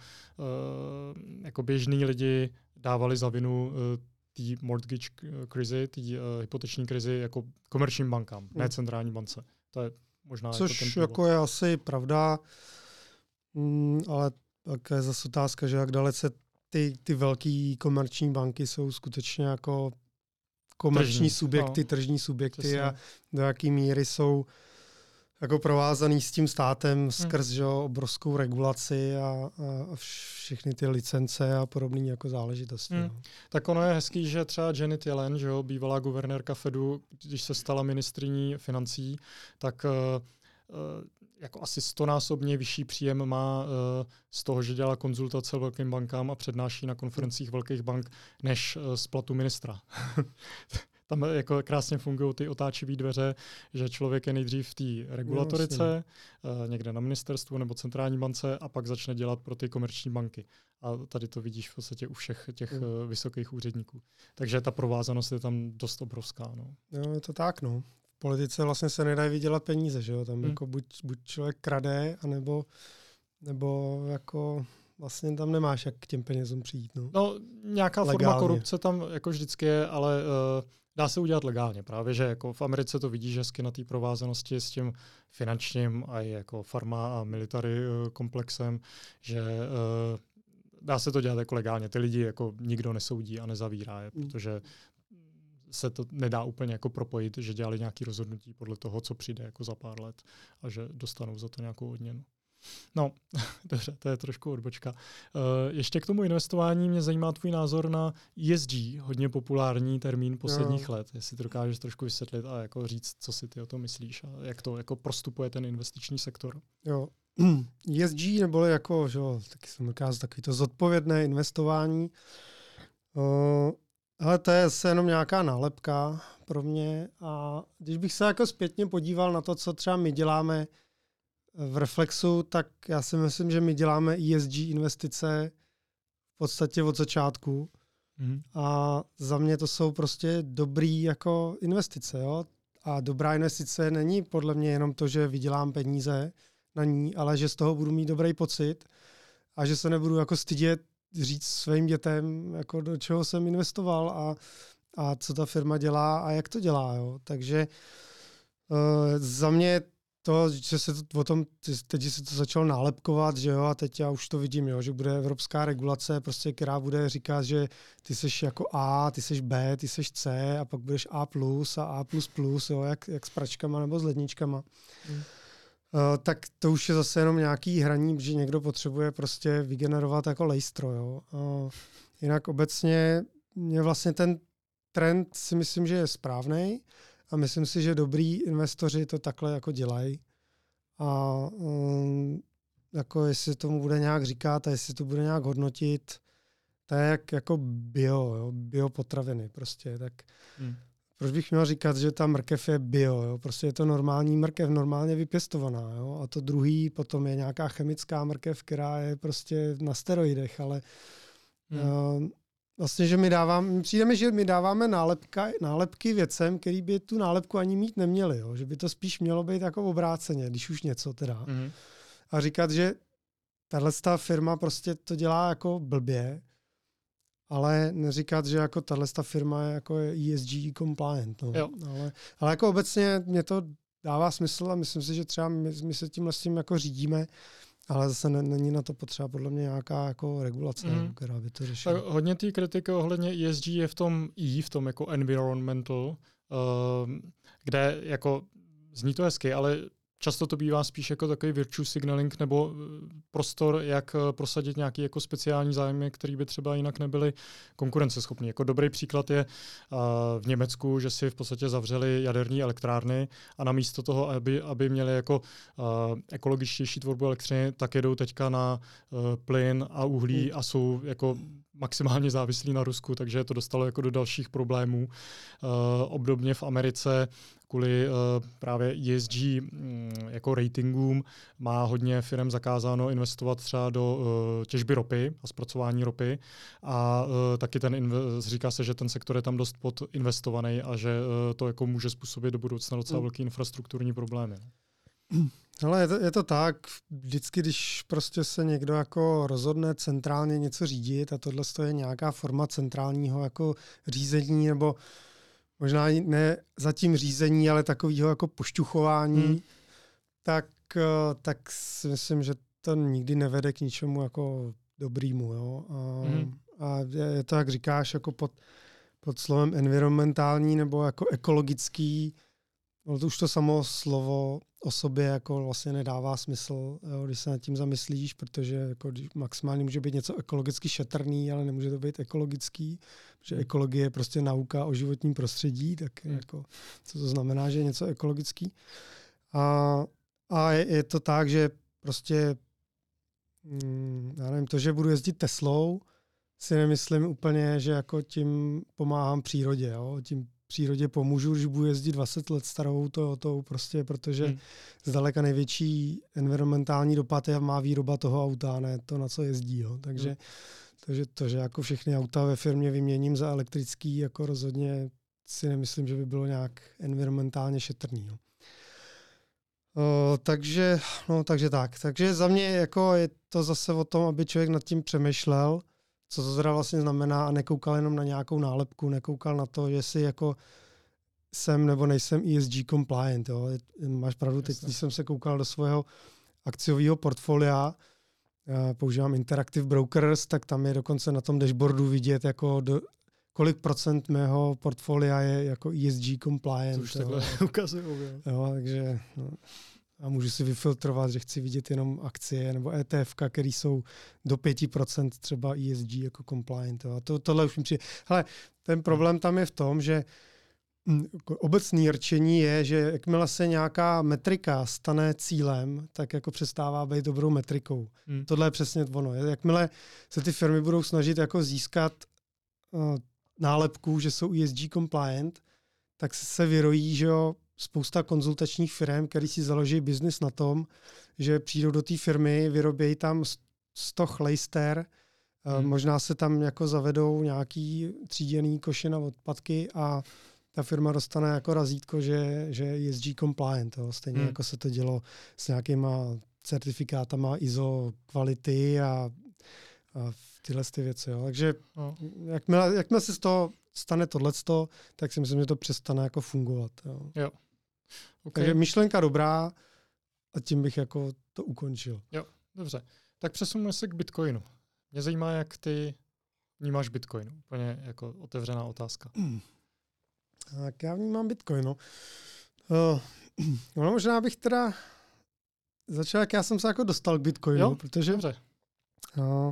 jako běžní lidi dávali za vinu té mortgage krizi, té hypoteční krizi jako komerčním bankám, ne centrální bance. To je možná což jako je asi pravda, ale tak je zase otázka, že jak dalece ty velké komerční banky jsou skutečně jako komerční subjekty, tržní subjekty přesně. A do jaké míry jsou jako provázaný s tím státem skrz že, obrovskou regulaci a všechny ty licence a podobné jako záležitosti. Tak ono je hezký, že třeba Janet Yellen, že jo, bývalá guvernérka Fedu, když se stala ministryní financí, tak jako asi 100násobně vyšší příjem má z toho, že dělá konzultace velkým bankám a přednáší na konferencích velkých bank, než z platu ministra. Tam jako krásně fungují ty otáčivé dveře, že člověk je nejdřív v té regulatorice, někde na ministerstvu nebo centrální bance a pak začne dělat pro ty komerční banky. A tady to vidíš v podstatě u všech těch vysokých úředníků. Takže ta provázanost je tam dost obrovská. No. Jo, je to tak, no. V politice vlastně se nedají vydělat peníze, že jo? Tam jako buď člověk krade, nebo jako vlastně tam nemáš jak k těm penězům přijít. No nějaká legálně. Forma korupce tam jako vždycky je, ale dá se udělat legálně. Právě, že jako v Americe to vidíš hezky na té provázanosti s tím finančním a jako farma a military komplexem, že dá se to dělat jako legálně. Ty lidi jako nikdo nesoudí a nezavírá je, protože se to nedá úplně jako propojit, že dělali nějaké rozhodnutí podle toho, co přijde jako za pár let a že dostanou za to nějakou odměnu. No, dobře, to je trošku odbočka. Ještě k tomu investování mě zajímá tvůj názor na ESG, hodně populární termín posledních let. Jestli to dokážeš trošku vysvětlit a jako říct, co si ty o tom myslíš a jak to jako prostupuje ten investiční sektor. Jo, ESG neboli jako, že, taky jsem ukázal takový to zodpovědné investování. Ale to je se jenom nějaká nálepka pro mě a když bych se jako zpětně podíval na to, co třeba my děláme v Reflexu, tak já si myslím, že my děláme ESG investice v podstatě od začátku a za mě to jsou prostě dobrý jako investice. Jo? A dobrá investice není podle mě jenom to, že vydělám peníze na ní, ale že z toho budu mít dobrý pocit a že se nebudu jako stydět říct svým dětem, jako do čeho jsem investoval a co ta firma dělá a jak to dělá. Jo? Takže za mě to, že se to o tom, teď se to začalo nálepkovat, že jo, a teď já už to vidím, jo, že bude evropská regulace, prostě, která bude říkat, že ty seš jako A, ty seš B, ty seš C a pak budeš A+, a A++, jo, jak s pračkama nebo s ledničkama. Tak to už je zase jenom nějaký hraní, že někdo potřebuje prostě vygenerovat jako lejstro, jo. Jinak obecně mě vlastně ten trend si myslím, že je správnej. A myslím si, že dobrý investoři to takhle jako dělají. A jako jestli tomu bude nějak říkat a jestli to bude nějak hodnotit, to je jako biopotraviny prostě, tak proč bych měl říkat, že ta mrkev je bio, jo? Prostě je to normální mrkev, normálně vypěstovaná, jo? A to druhý potom je nějaká chemická mrkev, která je prostě na steroidech, ale vlastně, že přijde mi, že my dáváme nálepky věcem, který by tu nálepku ani mít neměli, jo? Že by to spíš mělo být jako obráceně, když už něco teda. A říkat, že tahle firma prostě to dělá jako blbě, ale neříkat, že jako tahle firma je jako ESG compliant. No. Ale jako obecně mě to dává smysl a myslím si, že třeba my se tímhle s tím jako řídíme, ale zase není na to potřeba podle mě nějaká jako regulace, která by to řešila. Tak hodně té kritiky ohledně ESG je v tom v tom jako environmental, kde jako zní to hezky, ale často to bývá spíš jako takový virtue signaling nebo prostor, jak prosadit nějaký jako speciální zájmy, které by třeba jinak nebyly konkurenceschopný. Jako dobrý příklad je v Německu, že si v podstatě zavřeli jaderní elektrárny a namísto toho, aby měli jako ekologičtější tvorbu elektřiny, tak jedou teďka na plyn a uhlí a jsou jako maximálně závislí na Rusku, takže to dostalo jako do dalších problémů. Obdobně v Americe kvůli právě ESG jako ratingům má hodně firm zakázáno investovat třeba do těžby ropy a zpracování ropy a taky říká se, že ten sektor je tam dost podinvestovaný a že to jako může způsobit do budoucna docela velký infrastrukturní problémy. Ale je to tak, vždycky, když prostě se někdo jako rozhodne centrálně něco řídit a tohle je nějaká forma centrálního jako řízení nebo možná ne zatím řízení, ale takového jako pošťuchování, tak si myslím, že to nikdy nevede k ničemu jako dobrýmu. Jo? A je to, jak říkáš, jako pod slovem environmentální nebo jako ekologický, to už to samo slovo o sobě jako vlastně nedává smysl, jo, když se nad tím zamyslíš, protože jako maximálně může být něco ekologicky šetrný, ale nemůže to být ekologický, protože ekologie je prostě nauka o životním prostředí, tak jako, co to znamená, že je něco ekologický. A je to tak, že prostě já nevím, to, že budu jezdit Teslou, si nemyslím úplně, že jako tím pomáhám přírodě, jo, tím přírodě pomůžu, když budu jezdit 20 let starou Toyotou, prostě, protože zdaleka největší environmentální dopad má výroba toho auta, ne to, na co jezdí. Jo. Takže to, že jako všechny auta ve firmě vyměním za elektrický, jako rozhodně si nemyslím, že by bylo nějak environmentálně šetrný. Jo. Takže tak. Takže za mě jako je to zase o tom, aby člověk nad tím přemýšlel, co to teda vlastně znamená a nekoukal jenom na nějakou nálepku, nekoukal na to, jestli jako jsem nebo nejsem ESG compliant. Jo. Máš pravdu, teď když jsem se koukal do svého akciového portfolia, používám Interactive Brokers, tak tam je dokonce na tom dashboardu vidět, jako kolik procent mého portfolia je jako ESG compliant. To už takhle ukazují. Jo, takže a můžu si vyfiltrovat, že chci vidět jenom akcie nebo ETF, které jsou do 5% třeba ESG jako compliant. Jo. A tohle už mi přijde. Hele, ten problém tam je v tom, že obecný rčení je, že jakmile se nějaká metrika stane cílem, tak jako přestává být dobrou metrikou. Tohle je přesně ono. Jakmile se ty firmy budou snažit jako získat nálepku, že jsou ESG compliant, tak se vyrojí, že jo, spousta konzultačních firm, který si založí biznis na tom, že přijdou do té firmy, vyrobějí tam 100 chlejster, možná se tam jako zavedou nějaký tříděný koše na odpadky a ta firma dostane jako razítko, že je ESG compliant. Jo. Stejně jako se to dělo s nějakýma certifikátama ISO kvality a tyhle ty věci. Jo. Takže jakmile se z toho stane tohleto, tak si myslím, že to přestane jako fungovat. Jo. Okay. Takže myšlenka dobrá a tím bych jako to ukončil. Jo, dobře. Tak přesuneme se k Bitcoinu. Mě zajímá, jak ty vnímáš Bitcoin. Úplně jako otevřená otázka. Tak já vnímám Bitcoin. No možná bych teda začal, jak já jsem se jako dostal k Bitcoinu, jo? Protože dobře.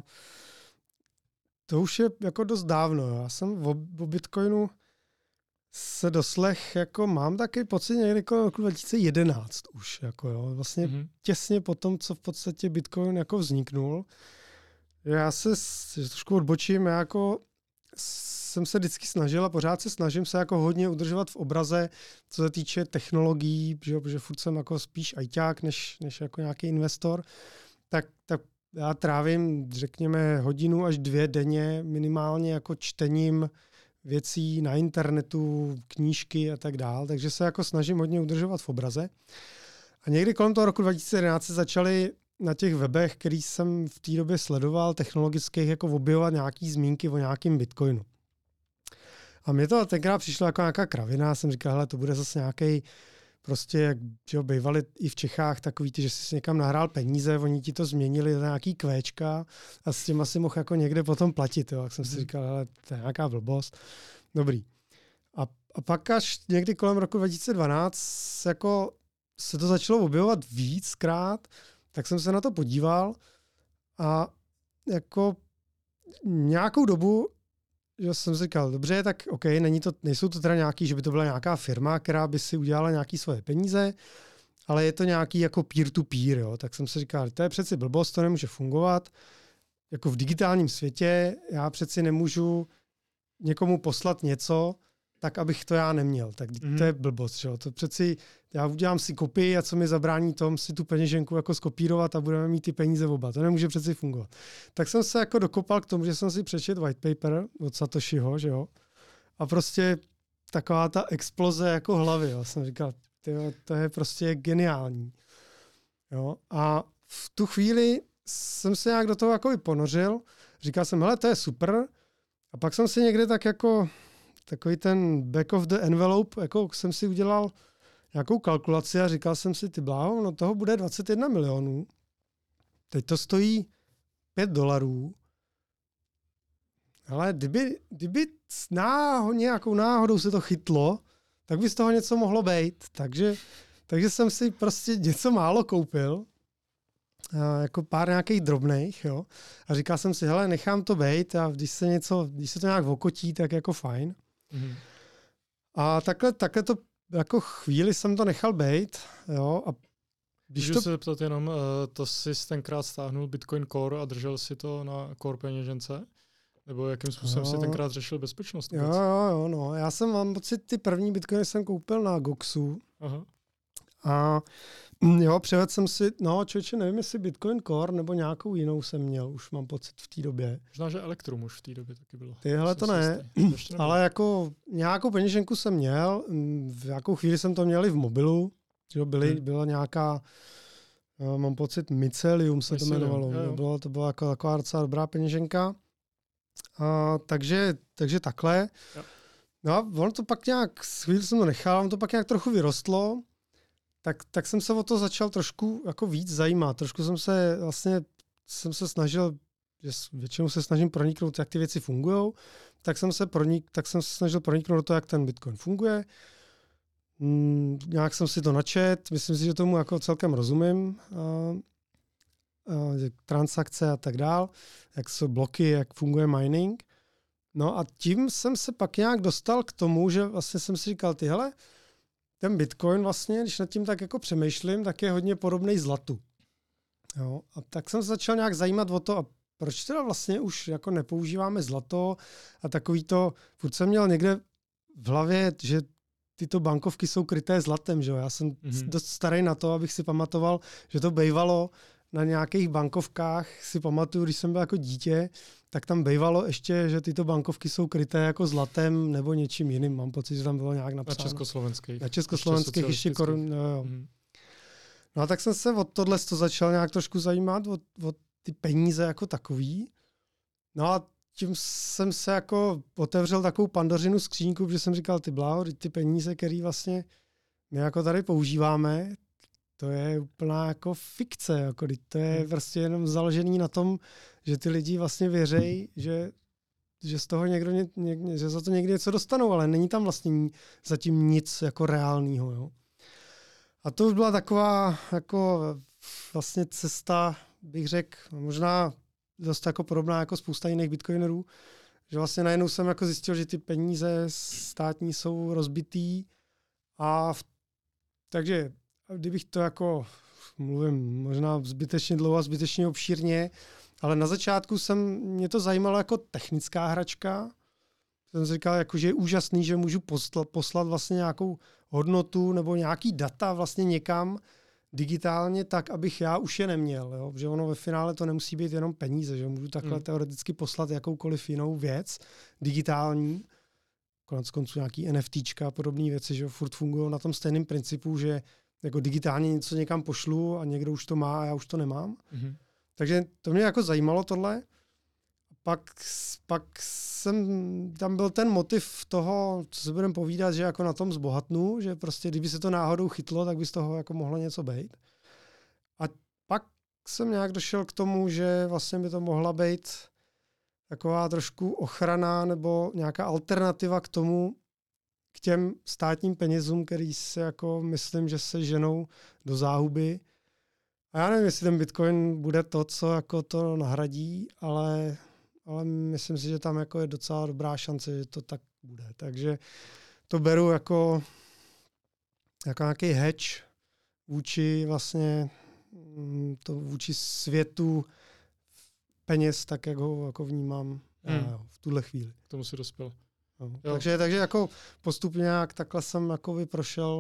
To už je jako dost dávno. Já jsem o Bitcoinu se doslech, jako mám taky pocit někdy jako roku 2011 už, jako jo, vlastně těsně po tom, co v podstatě Bitcoin jako vzniknul. Já se trošku odbočím, já jako jsem se vždycky snažil a pořád se snažím se jako hodně udržovat v obraze, co se týče technologií, že furt jsem jako spíš ajťák, než jako nějaký investor, tak já trávím, řekněme, 1 až 2 hodiny denně minimálně jako čtením věcí na internetu, knížky a tak dál, takže se jako snažím hodně udržovat v obraze. A někdy kolem toho roku 2011 se začaly na těch webech, který jsem v té době sledoval, technologických, jako objevovat nějaký zmínky o nějakým Bitcoinu. A mně to tenkrát přišlo jako nějaká kravina, jsem říkal, hele, to bude zase nějaký prostě, jak že bývali i v Čechách takový ty, že jsi někam nahrál peníze, oni ti to změnili za nějaký kvéčka a s tím asi mohl jako někde potom platit. Jo. Tak jsem si říkal, hele, to je nějaká blbost. Dobrý. A pak až někdy kolem roku 2012 jako se to začalo objevovat víckrát, tak jsem se na to podíval a jako nějakou dobu že jsem si říkal, dobře, tak OK, nejsou to teda nějaký, že by to byla nějaká firma, která by si udělala nějaký svoje peníze, ale je to nějaký jako peer-to-peer, jo. Tak jsem si říkal, to je přeci blbost, to nemůže fungovat. Jako v digitálním světě já přeci nemůžu někomu poslat něco, tak abych to já neměl. Tak to je blbost, jo. To přeci já udělám si kopii a co mi zabrání tom si tu peněženku jako skopírovat a budeme mít ty peníze oba. To nemůže přeci fungovat. Tak jsem se jako dokopal k tomu, že jsem si přečetl white paper od Satoshiho, že jo. A prostě taková ta exploze jako hlavy, jo. Jsem říkal, to je prostě geniální. Jo. A v tu chvíli jsem se nějak do toho jako ponořil. Říkal jsem, hele, to je super. A pak jsem si někde tak jako takový ten back of the envelope, jako jsem si udělal nějakou kalkulaci a říkal jsem si, ty bláho, no toho bude 21 milionů. Teď to stojí $5. Ale kdyby nějakou náhodou se to chytlo, tak by z toho něco mohlo být. Takže jsem si prostě něco málo koupil, jako pár nějakých drobných, jo. A říkal jsem si, hele, nechám to být a když se to nějak okotí, tak jako fajn. A takhle to jako chvíli jsem to nechal být, jo. A Můžu se zeptat jenom, to jsi tenkrát stáhnul Bitcoin Core a držel si to na Core peněžence? Nebo jakým způsobem jsi tenkrát řešil bezpečnost? Jo, no. Já mám pocit, ty první Bitcoiny jsem koupil na Goxu. Aha. A jo, převedl jsem si, člověče, nevím, jestli Bitcoin Core nebo nějakou jinou jsem měl, už mám pocit v té době. Možná, že Electrum už v té době taky bylo. Tyhle to ne, ale jako nějakou peněženku jsem měl, v nějakou chvíli jsem to měl i v mobilu, že byla nějaká, mám pocit, Mycelium se to jmenovalo. To byla jako taková docela dobrá peněženka. Takže takhle. Jo. No a ono to pak nějak, chvíli jsem to nechal, ono to pak nějak trochu vyrostlo, tak jsem se o to začal trošku jako víc zajímat. Trošku jsem se snažil, že většinou se snažím proniknout, jak ty věci fungujou, tak jsem se snažil proniknout do toho, jak ten Bitcoin funguje. Nějak jsem si to načet, myslím si, že tomu jako celkem rozumím. Transakce a tak dál, jak jsou bloky, jak funguje mining. No a tím jsem se pak nějak dostal k tomu, že vlastně jsem si říkal, hele, ten Bitcoin vlastně, když nad tím tak jako přemýšlím, tak je hodně podobný zlatu. Jo? A tak jsem se začal nějak zajímat o to, a proč teda vlastně už jako nepoužíváme zlato a takový to, furt jsem měl někde v hlavě, že tyto bankovky jsou kryté zlatem, že jo? Já jsem dost starý na to, abych si pamatoval, že to bejvalo na nějakých bankovkách, si pamatuju, když jsem byl jako dítě, tak tam bývalo ještě, že tyto bankovky jsou kryté jako zlatem nebo něčím jiným. Mám pocit, že tam bylo nějak napsáno. Na československých ještě korun. No a tak jsem se od tohle začal nějak trošku zajímat, od ty peníze jako takový. No a tím jsem se jako otevřel takovou pandořinu skříňku, protože jsem říkal, ty bláho, ty peníze, které vlastně my jako tady používáme, to je úplná jako fikce, jako to je prostě jenom založený na tom, že ty lidi vlastně věří, že z toho že za to někdy něco dostanou, ale není tam vlastně zatím nic jako reálného. Jo. A to už byla taková jako vlastně cesta, bych řekl, možná dost jako podobná jako spousta jiných bitcoinerů, Že vlastně najednou jsem jako zjistil, že ty peníze státní jsou rozbitý takže kdybych to jako mluvím možná zbytečně dlouho a zbytečně obšírně, ale na začátku mě to zajímalo jako technická hračka. Jsem si říkal, jako, že je úžasný, že můžu poslat vlastně nějakou hodnotu nebo nějaký data vlastně někam digitálně tak, abych já už je neměl. Jo? Že ono ve finále to nemusí být jenom peníze, že můžu takhle teoreticky poslat jakoukoliv jinou věc digitální. Konec konců nějaký NFTčka a podobné věci, že furt fungují na tom stejném principu, že jako digitálně něco někam pošlu a někdo už to má a já už to nemám. Mm-hmm. Takže to mě jako zajímalo tohle. Pak tam byl ten motiv toho, co se budeme povídat, že jako na tom zbohatnu, že prostě kdyby se to náhodou chytlo, tak by z toho jako mohlo něco být. A pak jsem nějak došel k tomu, že vlastně by to mohla být taková trošku ochrana nebo nějaká alternativa k těm státním penězům, který se jako myslím, že se ženou do záhuby. A já nevím, jestli ten Bitcoin bude to, co jako to nahradí, ale myslím si, že tam jako je docela dobrá šance, že to tak bude. Takže to beru jako nějaký hedge vůči vlastně vůči světu peněz, tak jak ho jako vnímám v tuhle chvíli. K tomu si dospěl. No. Takže jako postupně nějak takhle jsem jako prošel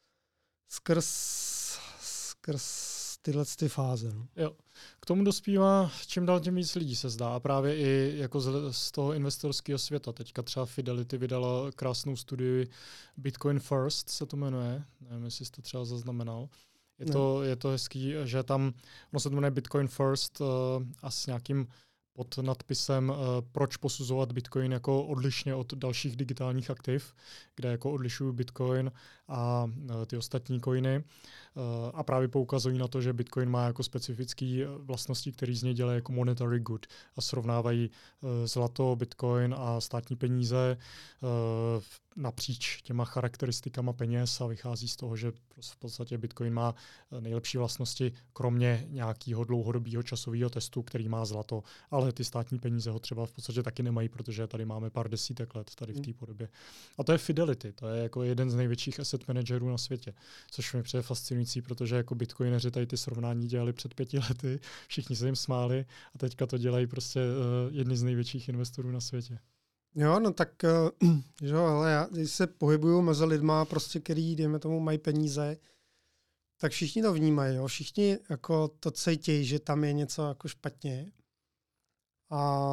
skrz tyhle fáze. No. Jo. K tomu dospívá čím dál tím víc lidí se zdá. A právě i jako z toho investorského světa. Teďka třeba Fidelity vydala krásnou studii Bitcoin First, se to jmenuje. Nevím, jestli jsi to třeba zaznamenal. Je to hezký, že tam, ono se to jmenuje Bitcoin First a s nějakým pod nadpisem proč posuzovat Bitcoin jako odlišně od dalších digitálních aktiv, kde jako odlišují Bitcoin a ty ostatní coiny. A právě poukazují na to, že Bitcoin má jako specifické vlastnosti, které z něj dělají jako monetary good a srovnávají zlato, Bitcoin a státní peníze napříč těma charakteristikama peněz a vychází z toho, že v podstatě Bitcoin má nejlepší vlastnosti, kromě nějakého dlouhodobého časového testu, který má zlato, ale ty státní peníze ho třeba v podstatě taky nemají, protože tady máme pár desítek let tady v té podobě. A to je Fidelity, to je jako jeden z největších asset managerů na světě, což mi přijde fascinující, protože jako bitcoineři tady ty srovnání dělali před 5 lety, všichni se jim smáli a teďka to dělají prostě jedni z největších investorů na světě. Jo, no tak, jo, ale já, když se pohybuju mezi lidma, prostě, který, dejme tomu, mají peníze, tak všichni to vnímají, jo, všichni jako to cítí, že tam je něco jako špatně. A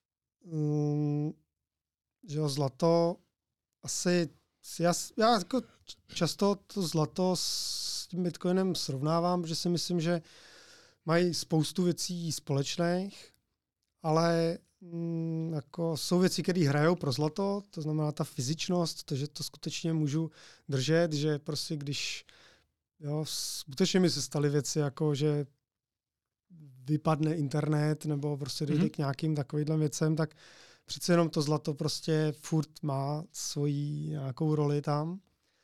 že jo, zlato, asi, já jako často to zlato s tím Bitcoinem srovnávám, že si myslím, že mají spoustu věcí společných, ale jako jsou věci, které hrajou pro zlato, to znamená ta fyzičnost, to, že to skutečně můžu držet, že prostě když skutečně mi se staly věci, jako že vypadne internet nebo prostě dojde k nějakým takovým věcem, tak přece jenom to zlato prostě furt má svoji nějakou roli tam.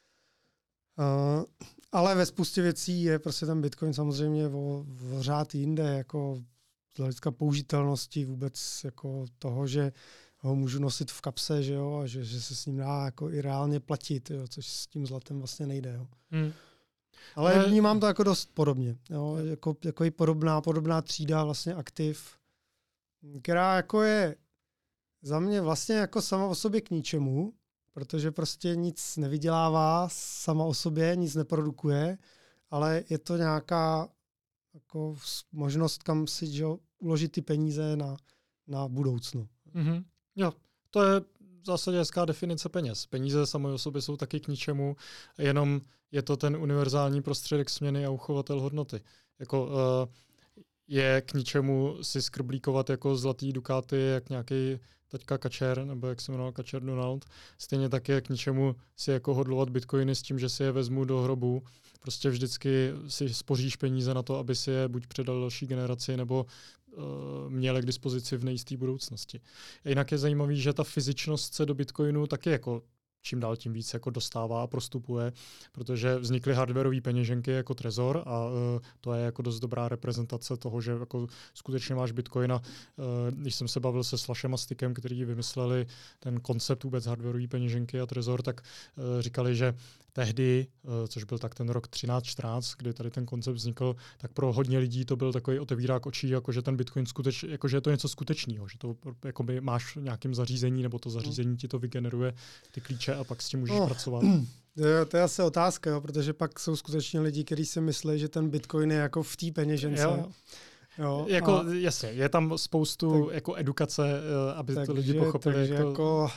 Ale ve spoustě věcí je prostě ten Bitcoin samozřejmě o řád jinde, jako z hlediska použitelnosti vůbec jako toho, že ho můžu nosit v kapse, že jo, a že se s ním dá jako i reálně platit, jo, což s tím zlatem vlastně nejde. Jo. Ale vnímám to jako dost podobně. Jo, jako i podobná třída vlastně aktiv, která jako je za mě vlastně jako sama o sobě k ničemu, protože prostě nic nevydělává sama o sobě, nic neprodukuje, ale je to nějaká jako možnost, kam si uložit ty peníze na budoucnu. Mm-hmm. Jo, to je v zásadě hezká definice peněz. Peníze samé o sobě jsou taky k ničemu, jenom je to ten univerzální prostředek směny a uchovatel hodnoty. Jako je k ničemu si skrblíkovat jako zlatý dukáty, jak nějaký teďka Kačer, nebo jak se jmenoval Kačer Donald. Stejně tak je k ničemu si jako hodlovat bitcoiny s tím, že si je vezmu do hrobu. Prostě vždycky si spoříš peníze na to, aby si je buď předal další generaci, nebo měli k dispozici v nejisté budoucnosti. A jinak je zajímavý, že ta fyzičnost se do bitcoinu taky jako čím dál tím víc jako dostává a prostupuje, protože vznikly hardwareové peněženky jako Trezor a to je jako dost dobrá reprezentace toho, že jako skutečně máš Bitcoin a když jsem se bavil se Slashem a Stickem, kteří vymysleli ten koncept vůbec hardwareové peněženky a Trezor, tak říkali, že tehdy, což byl tak ten rok 13-14, kdy tady ten koncept vznikl, tak pro hodně lidí to byl takový otevírák očí, jako že ten Bitcoin jako že je to něco skutečného, že to jakoby máš nějakým zařízení, nebo to zařízení ti to vygeneruje ty klíče a pak s tím můžeš pracovat. To je asi otázka, jo, protože pak jsou skutečně lidi, kteří si myslí, že ten Bitcoin je jako v té peněžence. Jo, jako, jasně, je tam spoustu tak, jako edukace, aby to lidi pochopili. Takže jako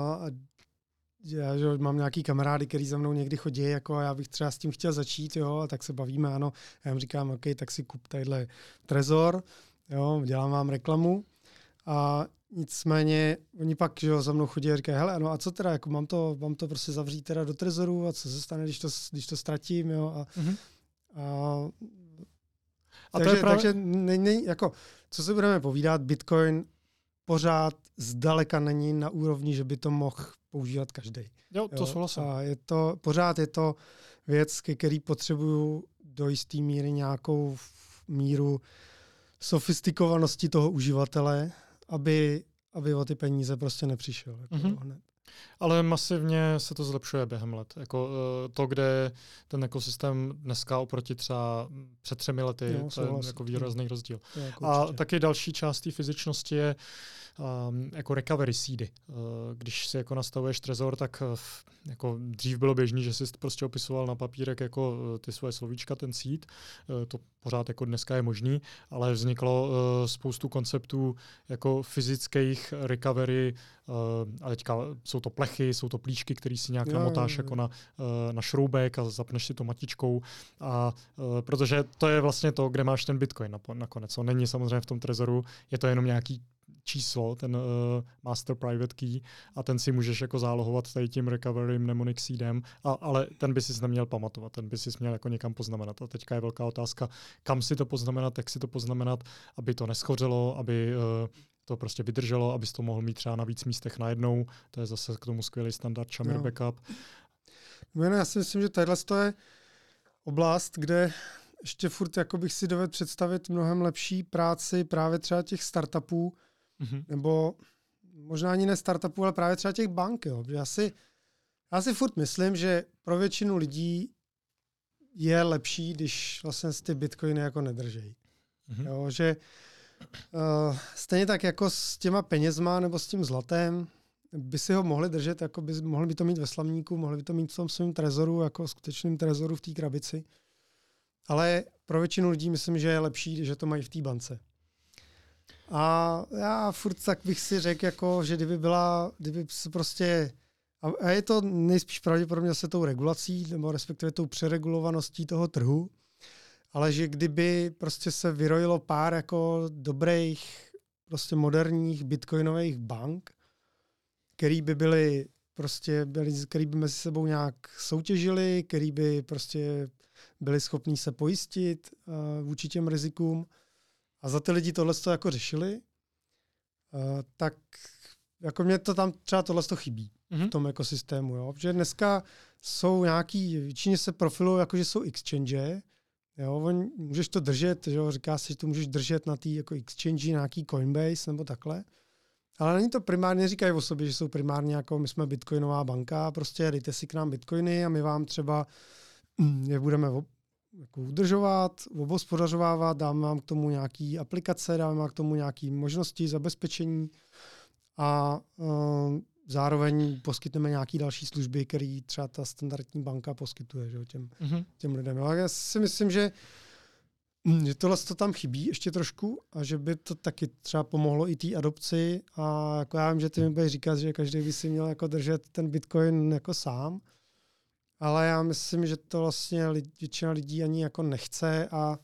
já že mám nějaký kamarády, který za mnou někdy chodí, jako a já bych třeba s tím chtěl začít, jo, a tak se bavíme, ano. Já jim říkám, OK, tak si kup tadyhle Trezor, jo, dělám vám reklamu. A nicméně oni pak, že jo, za mnou chodí a říkají, hele, no a co teda, jako mám to prostě zavřít teda do Trezoru a co se stane, když to ztratím, jo. Takže jako, co si budeme povídat, Bitcoin pořád zdaleka není na úrovni, že by to mohl používat každý. Jo, to souhlasím. A pořád je to věc, ke který potřebuju do jisté míry nějakou míru sofistikovanosti toho uživatele, aby o ty peníze prostě nepřišel. Jako hned. Ale masivně se to zlepšuje během let. Jako to, kde ten ekosystém dneska oproti třeba před 3 lety, to je jako výrazný rozdíl. A taky další část té fyzičnosti je jako recovery seedy. Když si jako nastavuješ Trezor, tak jako dřív bylo běžný, že jsi prostě opisoval na papírek jako ty svoje slovíčka, ten seed. To pořád jako dneska je možný, ale vzniklo spoustu konceptů jako fyzických recovery, a teďka jsou to plechy, jsou to plíšky, které si nějak namotáš jako na šroubek a zapneš si to matičkou. A protože to je vlastně to, kde máš ten Bitcoin nakonec. On není samozřejmě v tom Trezoru, je to jenom nějaký číslo, ten master private key a ten si můžeš jako zálohovat tady tím recovery mnemonic seedem, ale ten by si neměl pamatovat, ten by si měl jako někam poznamenat. A teďka je velká otázka, kam si to poznamenat, jak si to poznamenat, aby to neschořelo, aby to prostě vydrželo, abys to mohl mít třeba na víc místech najednou. To je zase k tomu skvělý standard Shamir backup. Já si myslím, že tahle je oblast, kde ještě furt jako bych si dovedl představit mnohem lepší práci právě třeba těch startupů, nebo možná ani ne startupů, ale právě třeba těch bank. Jo. Já si furt myslím, že pro většinu lidí je lepší, když vlastně ty bitcoiny jako nedržejí. Jo, že stejně tak jako s těma penězma nebo s tím zlatem by si ho mohli držet, jako mohli by to mít ve slamníku, mohli by to mít v tom svém trezoru, jako skutečným trezoru v té krabici. Ale pro většinu lidí myslím, že je lepší, že to mají v té bance. A já furt tak bych si řekl, jako, že kdyby se prostě, a je to nejspíš pravděpodobně se tou regulací, nebo respektive tou přeregulovaností toho trhu, ale že kdyby prostě se vyrojilo pár jako dobrých, prostě moderních bitcoinových bank, který by mezi sebou nějak soutěžili, který by prostě byli schopní se pojistit vůči těm rizikům a za ty lidi tohle jako řešili, tak jako mě to tam třeba tohle chybí v tom ekosystému. Jo? Protože dneska jsou většině se profilují jako, že jsou exchange, jo? Můžeš to držet, jo? Říká se, že to můžeš držet na té jako exchange, nějaký Coinbase nebo takhle. Ale není to primárně, říkají o sobě, že jsou primárně jako my jsme bitcoinová banka, prostě dejte si k nám bitcoiny a my vám třeba je budeme jako udržovat, obhospodařovávat, dáme vám k tomu nějaký aplikace, dáme vám k tomu nějaké možnosti, zabezpečení a zároveň poskytneme nějaké další služby, které třeba ta standardní banka poskytuje, že, těm lidem. Ale já si myslím, že tohle to tam chybí ještě trošku a že by to taky třeba pomohlo i té adopci a jako já vím, že ty mi budeš říkat, že každý by si měl jako držet ten Bitcoin jako sám, ale já myslím, že to vlastně většina lidí ani jako nechce a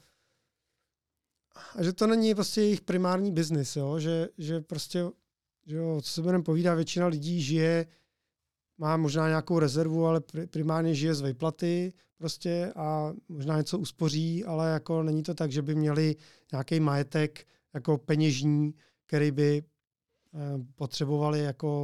že to není prostě jejich primární biznis, jo? Že prostě, že jo, co se budeme povídat, většina lidí má možná nějakou rezervu, ale primárně žije z výplaty prostě a možná něco uspoří, ale jako není to tak, že by měli nějaký majetek jako peněžní, který by potřebovali jako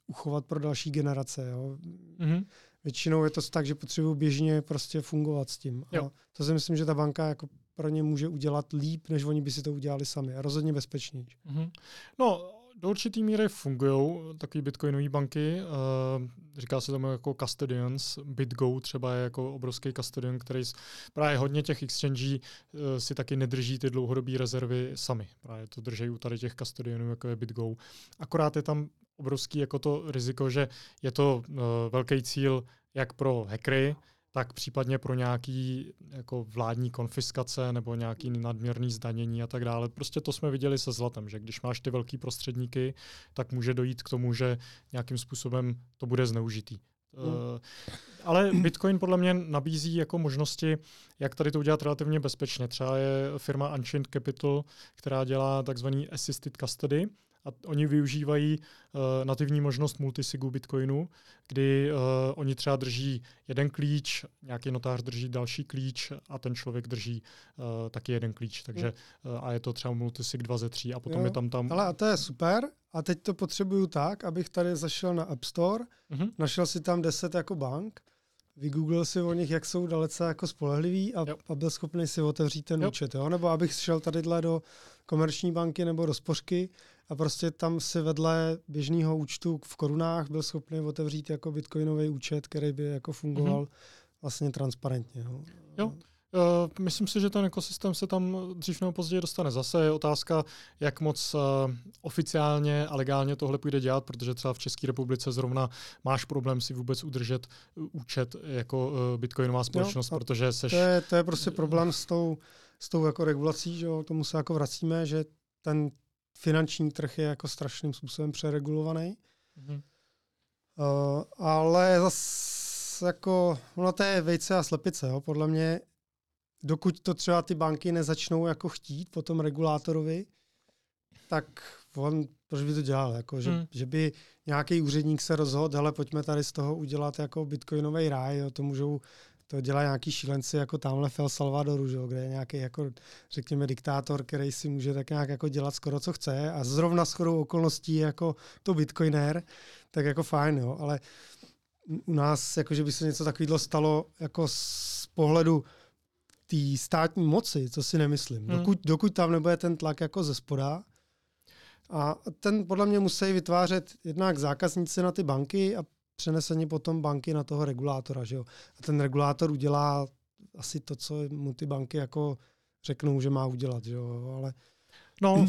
uchovat pro další generace. Jo. Mm-hmm. Většinou je to tak, že potřebují běžně prostě fungovat s tím. Jo. A to si myslím, že ta banka jako pro ně může udělat líp, než oni by si to udělali sami. A rozhodně bezpečněji. Mm-hmm. No, do určitý míry fungují takové bitcoinové banky. Říká se tomu jako custodians. BitGo třeba je jako obrovský custodian, který právě hodně těch exchangí si taky nedrží ty dlouhodobé rezervy sami. Právě to drží u tady těch custodianů, jako je BitGo. Akorát je tam obrovský jako to riziko, že je to velký cíl jak pro hackery, tak případně pro nějaký jako vládní konfiskace nebo nějaký nadměrný zdanění a tak dále. Prostě to jsme viděli se zlatem, že když máš ty velký prostředníky, tak může dojít k tomu, že nějakým způsobem to bude zneužitý. Ale Bitcoin podle mě nabízí jako možnosti, jak tady to udělat relativně bezpečně. Třeba je firma Ancient Capital, která dělá takzvaný assisted custody, a oni využívají nativní možnost multisigu Bitcoinu, kdy oni třeba drží jeden klíč, nějaký notář drží další klíč a ten člověk drží taky jeden klíč. Takže a je to třeba multisig 2 ze 3 a potom je tam... Ale a to je super. A teď to potřebuju tak, abych tady zašel na App Store, našel si tam 10 jako bank, vygooglil si o nich, jak jsou dalece jako spolehliví a byl schopný si otevřít ten účet. Jo? Nebo abych šel tadyhle do komerční banky nebo do spořky a prostě tam si vedle běžného účtu v korunách byl schopný otevřít jako bitcoinový účet, který by jako fungoval vlastně transparentně. Jo. Myslím si, že ten ekosystém se tam dřív nebo později dostane. Zase je otázka, jak moc oficiálně a legálně tohle půjde dělat, protože třeba v České republice zrovna máš problém si vůbec udržet účet jako bitcoinová společnost, protože seš... To je prostě problém s tou jako regulací, že jo, tomu se jako vracíme, že ten finanční trh je jako strašným způsobem přeregulovaný. Ale zase jako, ono to je vejce a slepice, jo, podle mě. Dokud to třeba ty banky nezačnou jako chtít po tom regulátorovi, tak proč by to dělal? Jako, že by nějaký úředník se rozhodl, hele, pojďme tady z toho udělat jako bitcoinový ráj, jo, to dělají nějaký šílenci jako tamhle v El Salvadoru, že, kde je nějaký jako, řekněme, diktátor, který si může tak nějak jako dělat skoro co chce a zrovna shodou okolností jako to bitcoiner, tak jako fajn, jo, ale u nás, jako, že by se něco takového stalo jako z pohledu té státní moci, co si nemyslím. Dokud tam nebude ten tlak jako ze spoda. A ten podle mě musí vytvářet jednak zákazníci na ty banky a přenesení potom banky na toho regulátora. Že jo? A ten regulátor udělá asi to, co mu ty banky jako řeknou, že má udělat. Že jo? Ale no,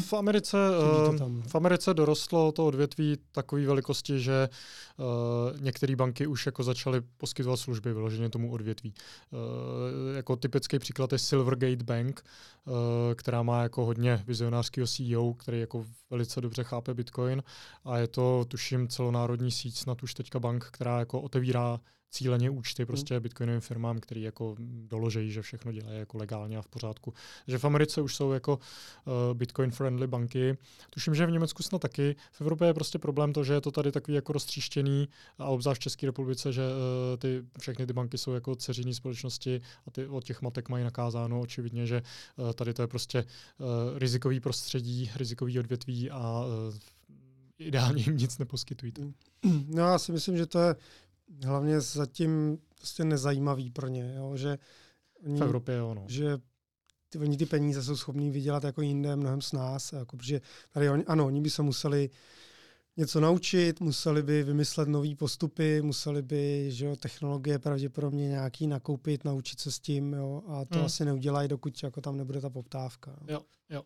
v Americe dorostlo to odvětví takové velikosti, že některé banky už jako začaly poskytovat služby vyloženě tomu odvětví. Jako typický příklad je Silvergate Bank, která má jako hodně vizionářského CEO, který jako velice dobře chápe Bitcoin a je to, tuším, celonárodní síť, snad už teďka bank, která jako otevírá cíleně účty prostě bitcoinovým firmám, který jako doložejí, že všechno dělají jako legálně a v pořádku. Že v Americe už jsou jako bitcoin-friendly banky. Tuším, že v Německu snad taky. V Evropě je prostě problém to, že je to tady takový jako roztříštěný a obzvlášť v České republice, že všechny ty banky jsou jako dceřiné společnosti a ty od těch matek mají nakázáno očividně, že tady to je prostě rizikový prostředí, rizikový odvětví a ideálně jim nic neposkytují. No já si myslím, že to je hlavně zatím prostě nezajímavý pro ně, jo? Že v Evropě jo, no. Že oni ty peníze jsou schopní vydělat jako jinde mnohem s nás, jako, protože tady oni by se museli něco naučit, museli by vymyslet nový postupy, museli by, že jo, technologie pravděpodobně nějaký nakoupit, naučit se s tím, jo, a to asi neudělají, dokud jako tam nebude ta poptávka. Jo.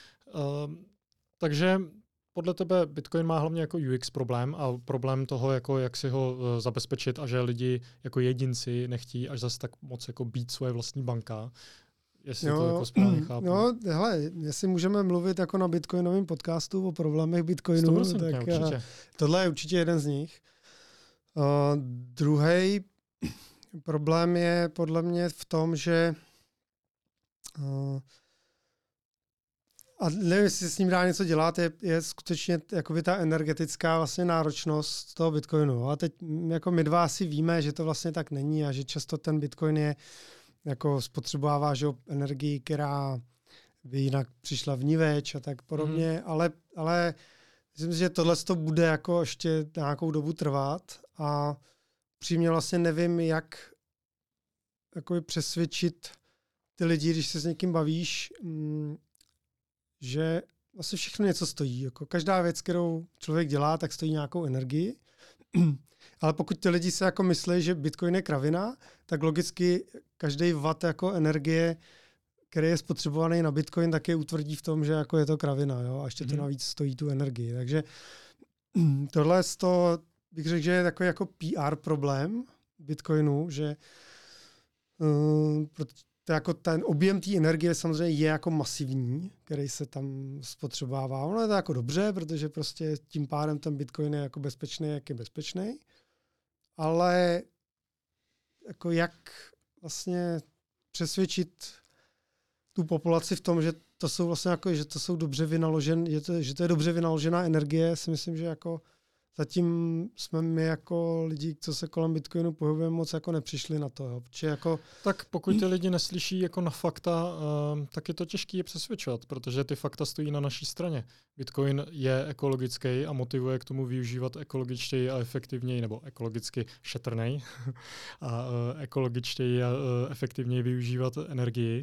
Takže podle tebe Bitcoin má hlavně jako UX problém a problém toho, jako jak si ho zabezpečit a že lidi jako jedinci nechtí až zase tak moc jako být svoje vlastní banka. Jestli to jako správně chápu. No, hele, jestli můžeme mluvit jako na bitcoinovém podcastu o problémech Bitcoinu, tak určitě. Tohle je určitě jeden z nich. Druhý problém je podle mě v tom, že a nevím, jestli s ním dá něco dělat, je skutečně jakoby ta energetická vlastně náročnost toho Bitcoinu. A teď jako my dva asi víme, že to vlastně tak není a že často ten Bitcoin je jako spotřebovává, že energii, která by jinak přišla vniveč a tak podobně, ale myslím si, že tohle to bude jako ještě nějakou dobu trvat a přímě vlastně nevím, jak jako přesvědčit ty lidi, když se s někým bavíš, že vlastně všechno něco stojí. Jako každá věc, kterou člověk dělá, tak stojí nějakou energii. Ale pokud ty lidi se jako myslí, že Bitcoin je kravina, tak logicky každý watt jako energie, který je spotřebovaný na Bitcoin, tak je utvrdí v tom, že jako je to kravina. Jo? A ještě to navíc stojí tu energii. Takže tohle z toho bych řekl, že je takový jako PR problém Bitcoinu, že to jako ten objem té energie samozřejmě je jako masivní, který se tam spotřebává. Ono je to jako dobře, protože prostě tím pádem ten Bitcoin je jako bezpečný, jak je bezpečný. Ale jako jak vlastně přesvědčit tu populaci v tom, že to jsou vlastně jako, že to jsou dobře že to je dobře vynaložená energie, si myslím, že jako zatím jsme my jako lidi, co se kolem Bitcoinu pohybujeme, moc jako nepřišli na to. Jo. Jako tak pokud ty lidi neslyší jako na fakta, tak je to těžké je přesvědčovat, protože ty fakta stojí na naší straně. Bitcoin je ekologický a motivuje k tomu využívat ekologičtěji a efektivněji, nebo ekologicky šetrnej a ekologičtěji a efektivněji využívat energii.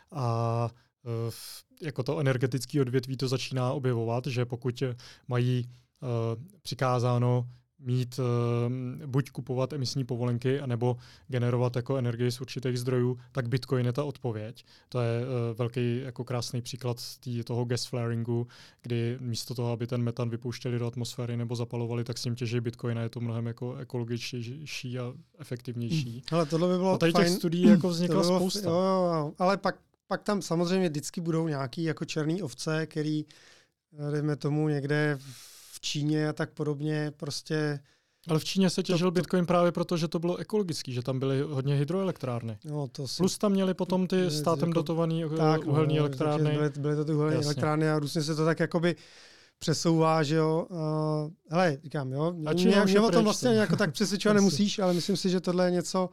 A jako to energetické odvětví to začíná objevovat, že pokud mají přikázáno mít buď kupovat emisní povolenky, anebo generovat jako energii z určitých zdrojů, tak Bitcoin je ta odpověď. To je velký jako krásný příklad toho gas flaringu, kdy místo toho, aby ten metan vypouštěli do atmosféry nebo zapalovali, tak s ním těží Bitcoin a je to mnohem jako ekologičtější a efektivnější. Ale tohle by bylo a tady těch studií jako vznikla spousta. Jo, ale pak tam samozřejmě vždycky budou nějaký jako černý ovce, který dejme tomu někde v Číně a tak podobně prostě. Ale v Číně se těžil Bitcoin právě proto, že to bylo ekologický, že tam byly hodně hydroelektrárny. No, plus tam měli potom ty státem dotované uhelné elektrárny. Byly to ty uhelné elektrárny a různě se to tak jakoby přesouvá, že jo. Hele, říkám, jo. Mě o tom vlastně jako tak přesvědčovat nemusíš, ale myslím si, že tohle je něco,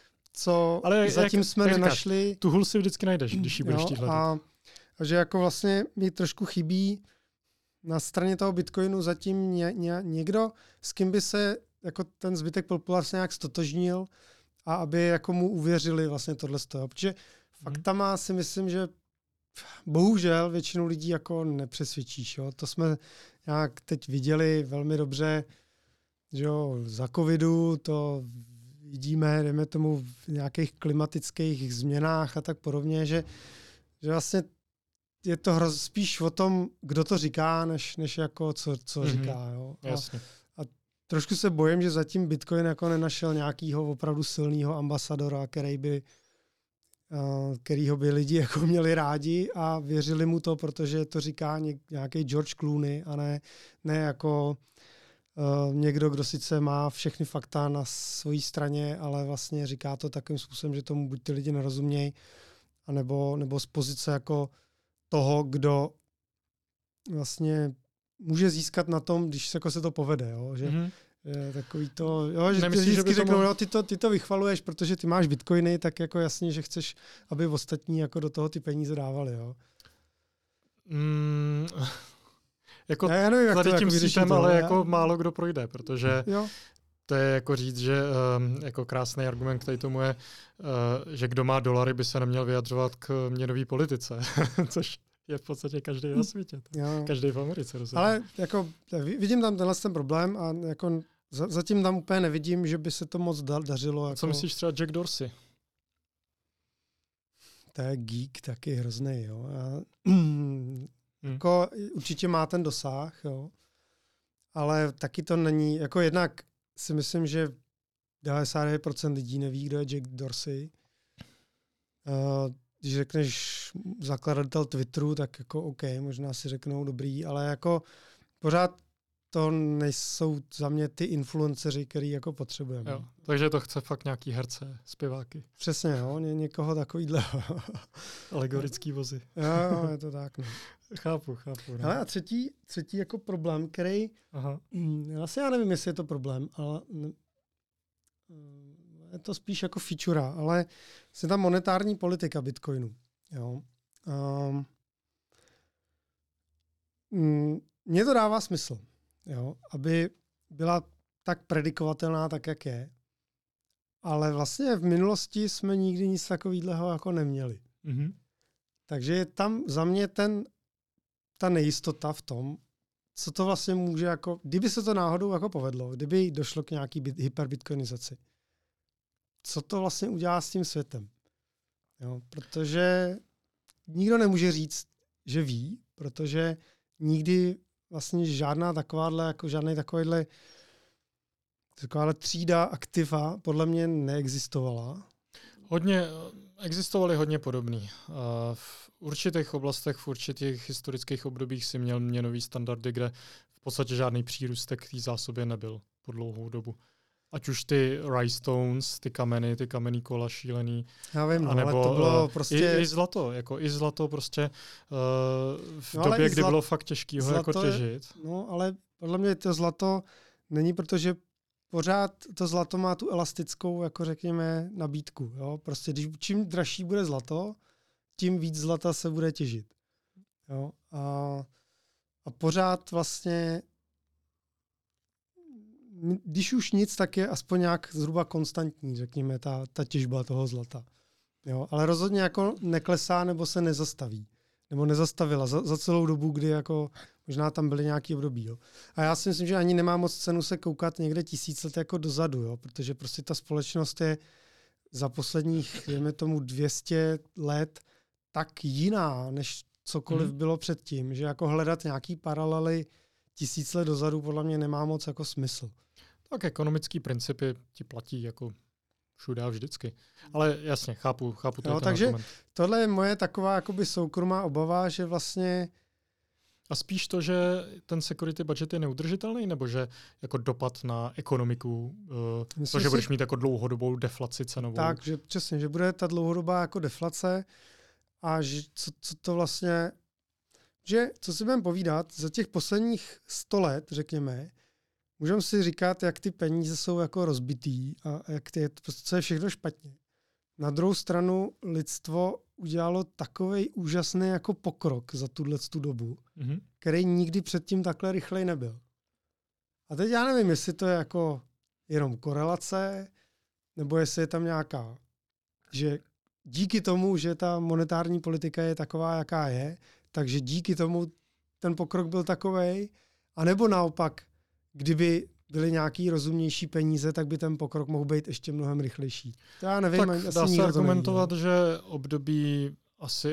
co ale zatím jsme nenašli. Tu hůl si vždycky najdeš, když ji budeš chtít hledat. A že jako vlastně mi trošku chybí na straně toho Bitcoinu zatím někdo, s kým by se jako ten zbytek populace nějak stotožnil a aby jako mu uvěřili vlastně tohle z toho. Protože faktama si myslím, že bohužel většinu lidí jako nepřesvědčíš. Jo? To jsme nějak teď viděli velmi dobře, že jo, za covidu to vidíme, dejme tomu v nějakých klimatických změnách a tak podobně, že vlastně je to spíš o tom, kdo to říká, než jako co říká. Jo. A trošku se bojím, že zatím Bitcoin jako nenašel nějakého opravdu silného ambasadora, kterýho by lidi jako měli rádi a věřili mu to, protože to říká nějaký George Clooney a ne jako někdo, kdo sice má všechny fakta na své straně, ale vlastně říká to takovým způsobem, že tomu buď ty lidi nerozumějí, nebo z pozice jako toho, kdo vlastně může získat na tom, když se to povede. Jo? Že takový to, jo, že ty vždycky řeknou, jo, ty to vychvaluješ, protože ty máš bitcoiny, tak jako jasně, že chceš, aby ostatní jako do toho ty peníze dávali. Jo? Jako já nevím, tady tím sítem, ale jako málo kdo projde, protože to je jako říct, že jako krásný argument k tady tomu je, že kdo má dolary, by se neměl vyjadřovat k měnové politice, což je v podstatě každý na světě. Každý v Americe. Rozumím. Ale jako vidím tam ten problém a jako zatím tam úplně nevidím, že by se to moc dařilo. Jako... Co myslíš třeba Jack Dorsey? To je geek taky hrozný. Jo. Jako, určitě má ten dosah, jo. Ale taky to není, jako jednak si myslím, že 99% lidí neví, kdo je Jack Dorsey. Když řekneš zakladatel Twitteru, tak jako OK, možná si řeknou dobrý, ale jako pořád to nejsou za mě ty influenceři, který jako potřebujeme. Jo, takže to chce fakt nějaký herce, zpěváky. Přesně, jo, někoho takovýhle. Alegorický vozy. Jo, je to tak. No. Chápu. No. Ale a třetí jako problém, který, vlastně já nevím, jestli je to problém, ale je to spíš jako feature, ale je ta monetární politika Bitcoinu. Jo. mně to dává smysl, jo, aby byla tak predikovatelná, tak jak je. Ale vlastně v minulosti jsme nikdy nic takového jako neměli. Mm-hmm. Takže je tam za mě ta nejistota v tom, co to vlastně může jako, kdyby se to náhodou jako povedlo, kdyby došlo k nějaký hyperbitcoinizaci, co to vlastně udělá s tím světem. Jo, protože nikdo nemůže říct, že ví, protože nikdy vlastně žádná takováhle třída aktiva podle mě neexistovala. Existovaly hodně podobný. V určitých oblastech, v určitých historických obdobích si měl měnový standardy, kde v podstatě žádný přírůstek k té zásobě nebyl po dlouhou dobu. Ať už ty rhinestones, ty kamenný kola šílený. Já vím, anebo, ale to bylo prostě... I zlato prostě v době, kdy bylo fakt těžký ho jako těžit. No, ale podle mě to zlato není, protože pořád to zlato má tu elastickou, jako řekněme, nabídku. Jo? Prostě čím dražší bude zlato, tím víc zlata se bude těžit. Jo? A pořád vlastně, když už nic, tak je aspoň nějak zhruba konstantní, řekněme, ta těžba toho zlata. Jo? Ale rozhodně jako neklesá nebo se nezastaví. Nebo nezastavila za celou dobu, kdy jako možná tam byly nějaký období. Jo. A já si myslím, že ani nemá moc cenu se koukat někde 1000 let jako dozadu, jo, protože prostě ta společnost je za posledních, dejme tomu 200 let tak jiná, než cokoliv bylo předtím, že jako hledat nějaký paralely 1000 let dozadu podle mě nemá moc jako smysl. Tak ekonomický principy ti platí jako všude a vždycky. Ale jasně, chápu to. Takže argument. Tohle je moje taková jakoby soukromá obava, že vlastně... A spíš to, že ten security budget je neudržitelný, nebo že jako dopad na ekonomiku, to, že budeš mít jako dlouhodobou deflaci cenovou. Tak, že přesně, že bude ta dlouhodobá jako deflace a že co to vlastně... Že, co si budeme povídat, za těch posledních 100 let, řekněme, můžeme si říkat, jak ty peníze jsou jako rozbitý a jak co je všechno špatně. Na druhou stranu lidstvo udělalo takovej úžasný jako pokrok za tu dobu, který nikdy předtím takhle rychlej nebyl. A teď já nevím, jestli to je jako jenom korelace, nebo jestli je tam nějaká, že díky tomu, že ta monetární politika je taková, jaká je, takže díky tomu ten pokrok byl takovej, anebo naopak, kdyby byly nějaký rozumnější peníze, tak by ten pokrok mohl být ještě mnohem rychlejší. To já nevím. Tak dá se argumentovat, že období asi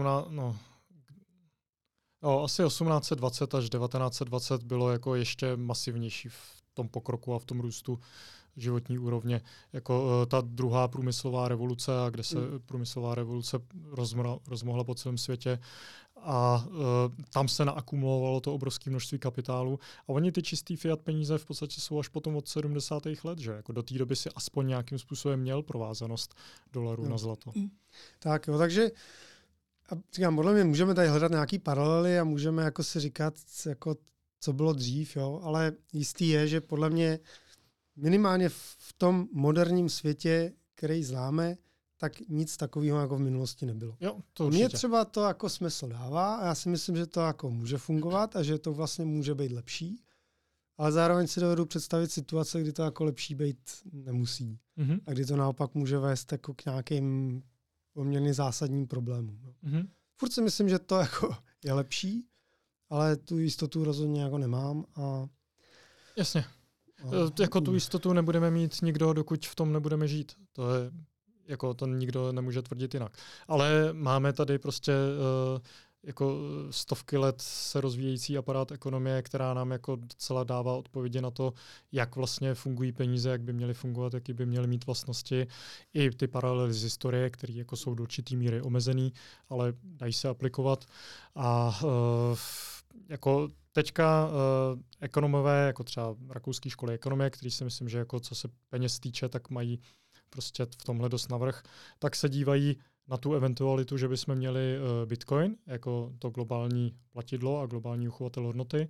1820 až 1920 bylo jako ještě masivnější v tom pokroku a v tom růstu životní úrovně. Jako ta druhá průmyslová revoluce, kde se průmyslová revoluce rozmohla po celém světě a tam se naakumulovalo to obrovské množství kapitálu a oni ty čistý fiat peníze v podstatě jsou až potom od 70. let, že jako do té doby si aspoň nějakým způsobem měl provázanost dolarů na zlato. Tak jo, takže a říkám, podle mě můžeme tady hledat nějaký paralely a můžeme jako si říkat, jako, co bylo dřív, jo, ale jistý je, že podle mě minimálně v tom moderním světě, který známe, tak nic takového jako v minulosti nebylo. Jo, to určitě. Mně třeba to jako smysl dává a já si myslím, že to jako může fungovat a že to vlastně může být lepší, ale zároveň si dovedu představit situace, kdy to jako lepší být nemusí. A kdy to naopak může vést jako k nějakým poměrně zásadním problémům. Furt si myslím, že to jako je lepší, ale tu jistotu rozhodně jako nemám. Jasně. Jako tu jistotu nebudeme mít nikdo, dokud v tom nebudeme žít. To je jako to nikdo nemůže tvrdit jinak. Ale máme tady prostě jako stovky let se rozvíjející aparát ekonomie, která nám jako docela dává odpovědi na to, jak vlastně fungují peníze, jak by měly fungovat, jaký by měly mít vlastnosti. I ty paralely z historie, které jako jsou do určitý míry omezený, ale dají se aplikovat. A jako teďka ekonomové, jako třeba rakouské školy ekonomie, který si myslím, že jako co se peněz týče, tak mají prostě v tomhle dost navrch, tak se dívají na tu eventualitu, že bychom měli Bitcoin jako to globální platidlo a globální uchovatel hodnoty.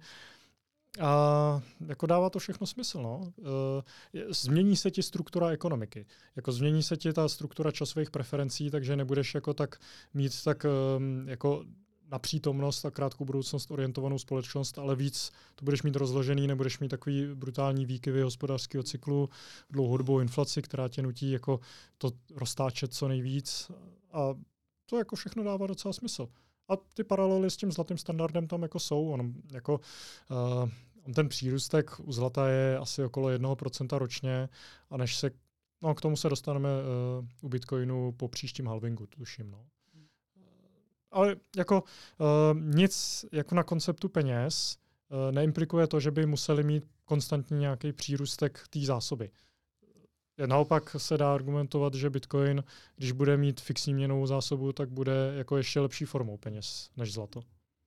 A jako dává to všechno smysl. No. Změní se ti struktura ekonomiky. Jako změní se ti ta struktura časových preferencí, takže nebudeš jako tak mít tak jako na přítomnost a krátkou budoucnost orientovanou společnost, ale víc to budeš mít rozložený, nebudeš mít takový brutální výkyvy hospodářského cyklu, dlouhodobou inflaci, která tě nutí jako to roztáčet co nejvíc. A to jako všechno dává docela smysl. A ty paralely s tím zlatým standardem tam jako jsou. On ten přírůstek u zlata je asi okolo 1% ročně a než se, k tomu se dostaneme u Bitcoinu po příštím halvingu, tuším. No. Ale jako nic jako na konceptu peněz neimplikuje to, že by museli mít konstantní nějaký přírůstek té zásoby. Naopak se dá argumentovat, že Bitcoin, když bude mít fixní měnovou zásobu, tak bude jako ještě lepší formou peněz než zlato.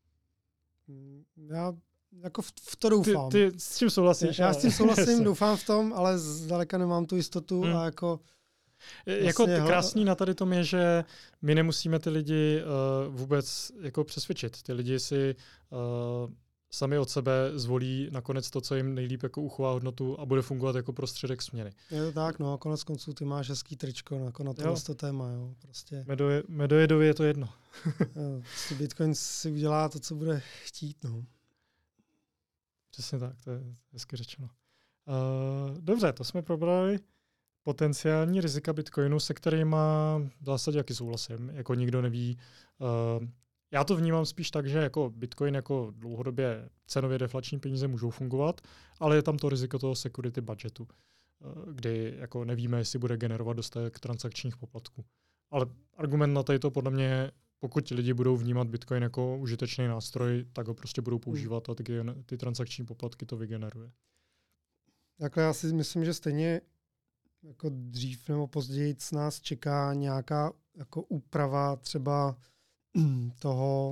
Já jako v to doufám. Ty s tím souhlasíš? Já s tím souhlasím, doufám v tom, ale zdaleka nemám tu jistotu a jako... Jako krásný na tady tom je, že my nemusíme ty lidi vůbec jako přesvědčit. Ty lidi si sami od sebe zvolí nakonec to, co jim nejlíp jako uchová hodnotu a bude fungovat jako prostředek směny. Je to tak, no a konec konců ty máš hezký tričko jako na to téma, jo, prostě. Medojedovi je to jedno. Prostě Bitcoin si udělá to, co bude chtít, no. Přesně tak, to je hezky řečeno. Dobře, to jsme probrali. Potenciální rizika Bitcoinu, se kterými v zásadě jaký souhlasím, jako nikdo neví. Já to vnímám spíš tak, že jako Bitcoin jako dlouhodobě cenově deflační peníze můžou fungovat, ale je tam to riziko toho security budgetu, kdy jako nevíme, jestli bude generovat dostatek transakčních poplatků. Ale argument na to podle mě, pokud lidi budou vnímat Bitcoin jako užitečný nástroj, tak ho prostě budou používat a ty transakční poplatky to vygeneruje. Takhle já si myslím, že stejně jako dřív nebo později nás čeká nějaká jako úprava třeba toho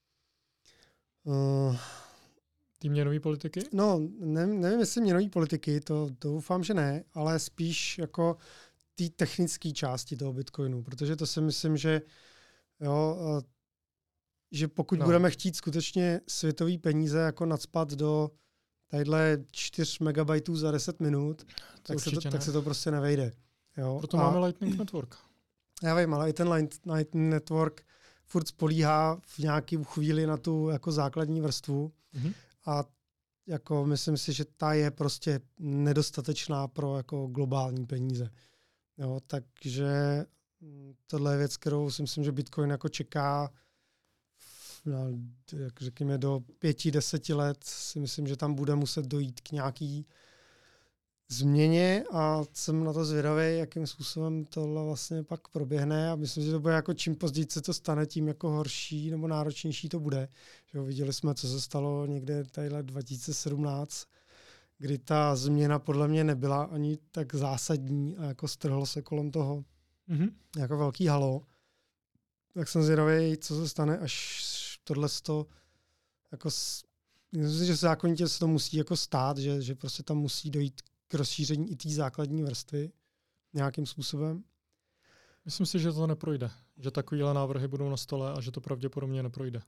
té měnové politiky? No, nevím, jestli měnové politiky, to doufám, že ne, ale spíš jako té technické části toho Bitcoinu, protože to si myslím, že že pokud budeme chtít skutečně světový peníze jako nacpat do tadyhle 4 megabajtů za 10 minut, tak se to prostě nevejde. Jo? Proto máme Lightning Network. Já vím, ale i ten Lightning Network furt spolíhá v nějaký chvíli na tu jako základní vrstvu a jako myslím si, že ta je prostě nedostatečná pro jako globální peníze. Jo, takže tohle je věc, kterou si myslím, že Bitcoin jako čeká jak řekněme do 5-10 let, si myslím, že tam bude muset dojít k nějaký změně a jsem na to zvědavý, jakým způsobem tohle vlastně pak proběhne a myslím, že to bude jako čím později se to stane, tím jako horší nebo náročnější to bude. Že viděli jsme, co se stalo někde tadyhle 2017, kdy ta změna podle mě nebyla ani tak zásadní a jako strhlo se kolem toho jako velký halo. Tak jsem zvědavý, co se stane, až tohleto jako myslím si, že zákonitě se to musí jako stát, že prostě tam musí dojít k rozšíření i té základní vrstvy nějakým způsobem. Myslím si, že to neprojde. Že takovéhle návrhy budou na stole a že to pravděpodobně neprojde.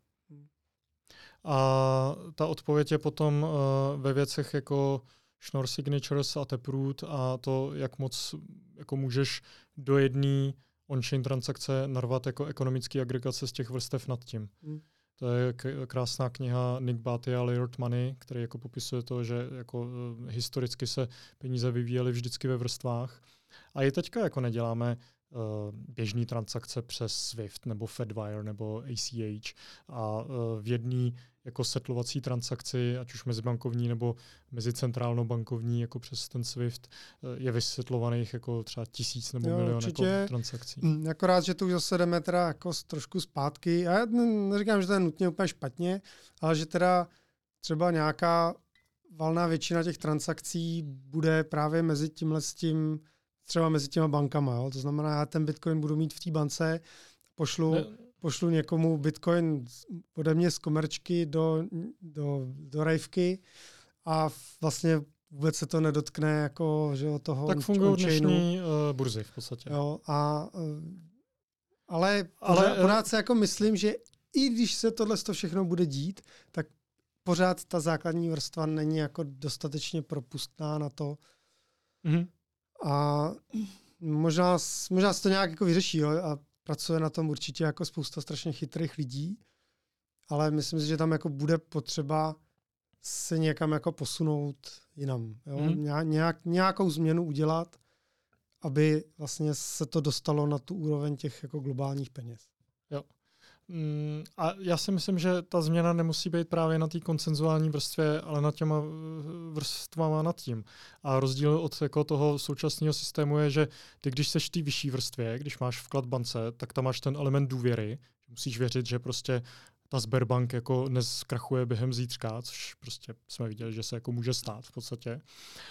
A ta odpověď je potom ve věcech jako Schnorr Signatures a Taproot a to, jak moc jako můžeš do jedné on-chain transakce narvat jako ekonomický agregace z těch vrstev nad tím. To je krásná kniha Nick Bhatia Layered Money, který jako popisuje to, že jako historicky se peníze vyvíjely vždycky ve vrstvách. A i teďka jako neděláme běžné transakce přes SWIFT nebo Fedwire nebo ACH a v jedné jako settlovací transakci, ať už mezibankovní nebo mezicentrálno-bankovní, jako přes ten SWIFT, je vysvětlovaných jako třeba 1000 nebo milion jako transakcí. Akorát, že to už zase jdeme teda jako trošku zpátky. A já neříkám, že to je nutně úplně špatně, ale že teda třeba nějaká valná většina těch transakcí bude právě mezi tímhle s tím třeba mezi těma bankama. Jo? To znamená, já ten Bitcoin budu mít v té bance, pošlu někomu Bitcoin ode mě z komerčky do rajvky a vlastně vůbec se to nedotkne jako, že toho tak fungují dnešní burzy v podstatě. Jo, ale pořád se jako myslím, že i když se tohle všechno bude dít, tak pořád ta základní vrstva není jako dostatečně propustná na to. A možná se to nějak jako vyřeší, jo? A pracuje na tom určitě jako spousta strašně chytrých lidí, ale myslím si, že tam jako bude potřeba se někam jako posunout jinam. Jo? Nějakou změnu udělat, aby vlastně se to dostalo na tu úroveň těch jako globálních peněz. Jo. A já si myslím, že ta změna nemusí být právě na té konsenzuální vrstvě, ale nad těma vrstvama nad tím. A rozdíl od jako toho současného systému je, že ty, když seš v té vyšší vrstvě, když máš vklad v bance, tak tam máš ten element důvěry. Musíš věřit, že prostě ta Sberbank jako nezkrachuje během zítřka, což prostě jsme viděli, že se jako může stát v podstatě.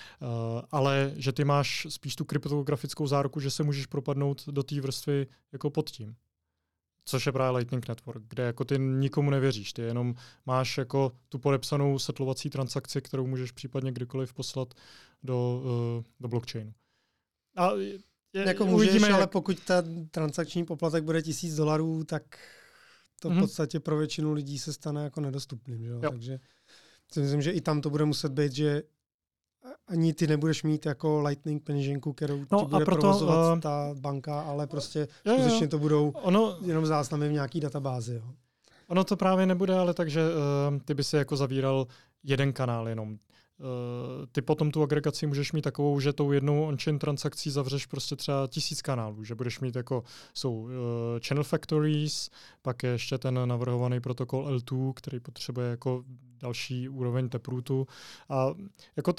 Ale že ty máš spíš tu kryptografickou záruku, že se můžeš propadnout do té vrstvy jako pod tím. Což je právě Lightning Network, kde jako ty nikomu nevěříš, ty jenom máš jako tu podepsanou settlovací transakci, kterou můžeš případně kdykoliv poslat do blockchainu. A jako můžeš, ale pokud ten transakční poplatek bude $1000, tak to v podstatě pro většinu lidí se stane jako nedostupným. Že? Takže si myslím, že i tam to bude muset být, že ani ty nebudeš mít jako Lightning peněženku, kterou ti bude provozovat ta banka, ale prostě skutečně to budou jenom záznamy v nějaký databázi. Jo. Ono to právě nebude, ale takže ty by si jako zavíral jeden kanál jenom. Ty potom tu agregaci můžeš mít takovou, že tou jednou on-chain transakcí zavřeš prostě třeba 1000 kanálů, že budeš mít jako jsou channel factories, pak je ještě ten navrhovaný protokol L2, který potřebuje jako další úroveň taprootu a jako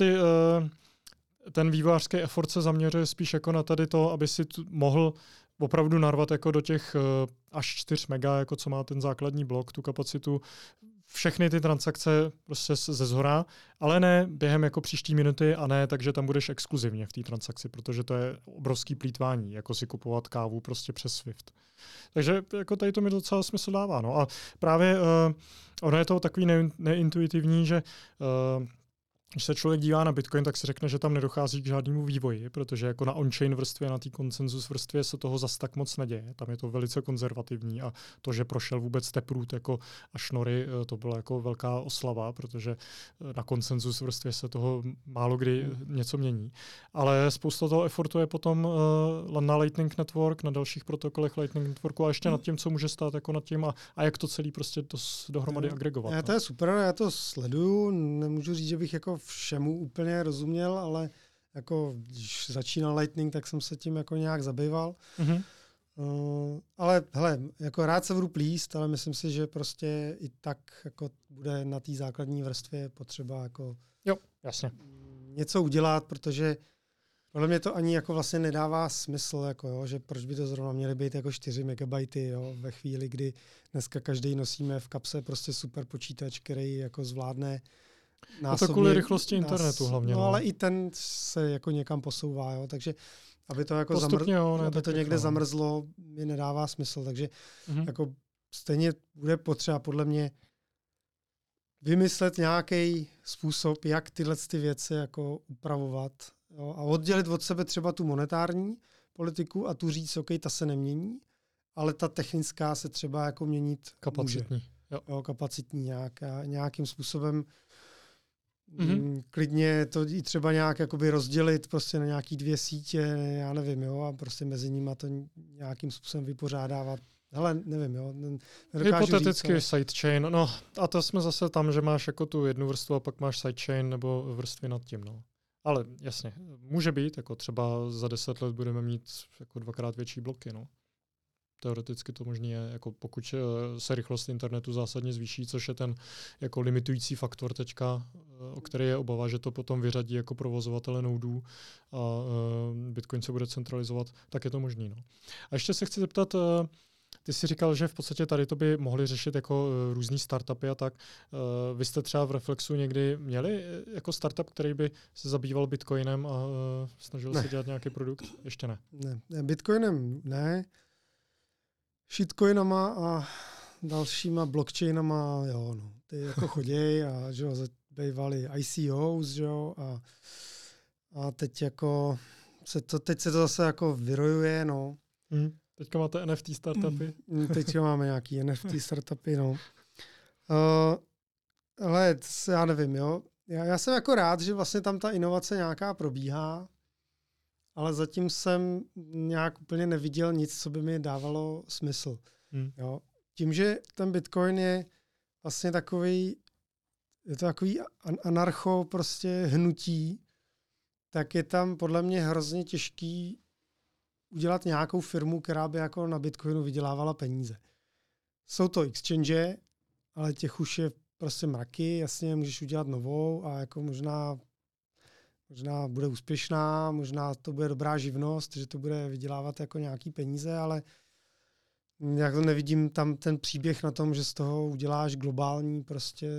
ten vývojářský effort se zaměřuje spíš jako na tady to, aby si mohl opravdu narvat jako do těch až 4 mega, jako co má ten základní blok, tu kapacitu, všechny ty transakce prostě ze zhora, ale ne během jako příští minuty a ne takže tam budeš exkluzivně v té transakci, protože to je obrovský plýtvání, jako si kupovat kávu prostě přes Swift. Takže jako tady to mi docela smysl dává. No a právě ono je to takový neintuitivní, že když se člověk dívá na Bitcoin, tak si řekne, že tam nedochází k žádnému vývoji, protože jako na on-chain vrstvě, na té konsenzus vrstvě se toho zas tak moc neděje. Tam je to velice konzervativní a to, že prošel vůbec Taproot jako a šnory, to byla jako velká oslava, protože na konsenzus vrstvě se toho málo kdy něco mění. Ale spousta toho effortu je potom na Lightning Network, na dalších protokolech Lightning Networku a ještě nad tím, co může stát jako nad tím a jak to celý prostě dohromady agregovat. To je super, já to sleduju, nemůžu říct, že bych jako všemu úplně rozuměl, ale jako když začínal Lightning, tak jsem se tím jako nějak zabýval. Ale hele, jako rád se budu plíst, ale myslím si, že prostě i tak jako bude na té základní vrstvě potřeba jako něco udělat, protože podle mě to ani jako vlastně nedává smysl, jako jo, že proč by to zrovna měly být jako 4 megabajty, jo, ve chvíli, kdy dneska každý nosíme v kapse prostě super počítač, který jako zvládne násobně, to kvůli rychlosti internetu hlavně. No, ale i ten se jako někam posouvá, jo, takže aby to jako aby to někde zamrzlo, mi nedává smysl, takže jako stejně bude potřeba podle mě vymyslet nějaký způsob, jak tyhle ty věci jako upravovat, jo, a oddělit od sebe třeba tu monetární politiku a tu říct, OK, ta se nemění, ale ta technická se třeba jako měnit kapacitní. Může. Jo, kapacitní nějakým způsobem. Klidně to i třeba nějak jakoby rozdělit prostě na nějaký 2 sítě, já nevím, jo, a prostě mezi nimi to nějakým způsobem vypořádávat. Hele, nevím, jo. Hypoteticky sidechain, no a to jsme zase tam, že máš jako tu jednu vrstvu a pak máš sidechain nebo vrstvy nad tím, no. Ale jasně, může být, jako třeba za 10 let budeme mít jako 2x větší bloky, no. Teoreticky to možný je, jako pokud se rychlost internetu zásadně zvýší, což je ten jako limitující faktor teďka, o který je obava, že to potom vyřadí jako provozovatele nodů a Bitcoin se bude centralizovat, tak je to možný. No. A ještě se chci zeptat, ty jsi říkal, že v podstatě tady to by mohli řešit jako různý startupy a tak. Vy jste třeba v Reflexu někdy měli jako startup, který by se zabýval Bitcoinem a snažil se dělat nějaký produkt? Ještě ne. Ne, Bitcoinem ne. Shitcoinama a dalšíma blockchainama, jo, no. Ty jako choděj a že jo, bývali ICOs, že jo, a teď jako teď se to zase jako vyrojuje, no. Teďka máte NFT startupy? Teďka máme nějaký NFT startupy, no. Ale já nevím, jo. Já jsem jako rád, že vlastně tam ta inovace nějaká probíhá, ale zatím jsem nějak úplně neviděl nic, co by mi dávalo smysl. Jo. Tím, že ten Bitcoin je vlastně je to takový anarcho prostě hnutí, tak je tam podle mě hrozně těžký udělat nějakou firmu, která by jako na Bitcoinu vydělávala peníze. Jsou to exchange, ale těch už je prostě mraky, jasně můžeš udělat novou a jako možná bude úspěšná, možná to bude dobrá živnost, že to bude vydělávat jako nějaký peníze, ale já to nevidím tam ten příběh na tom, že z toho uděláš globální prostě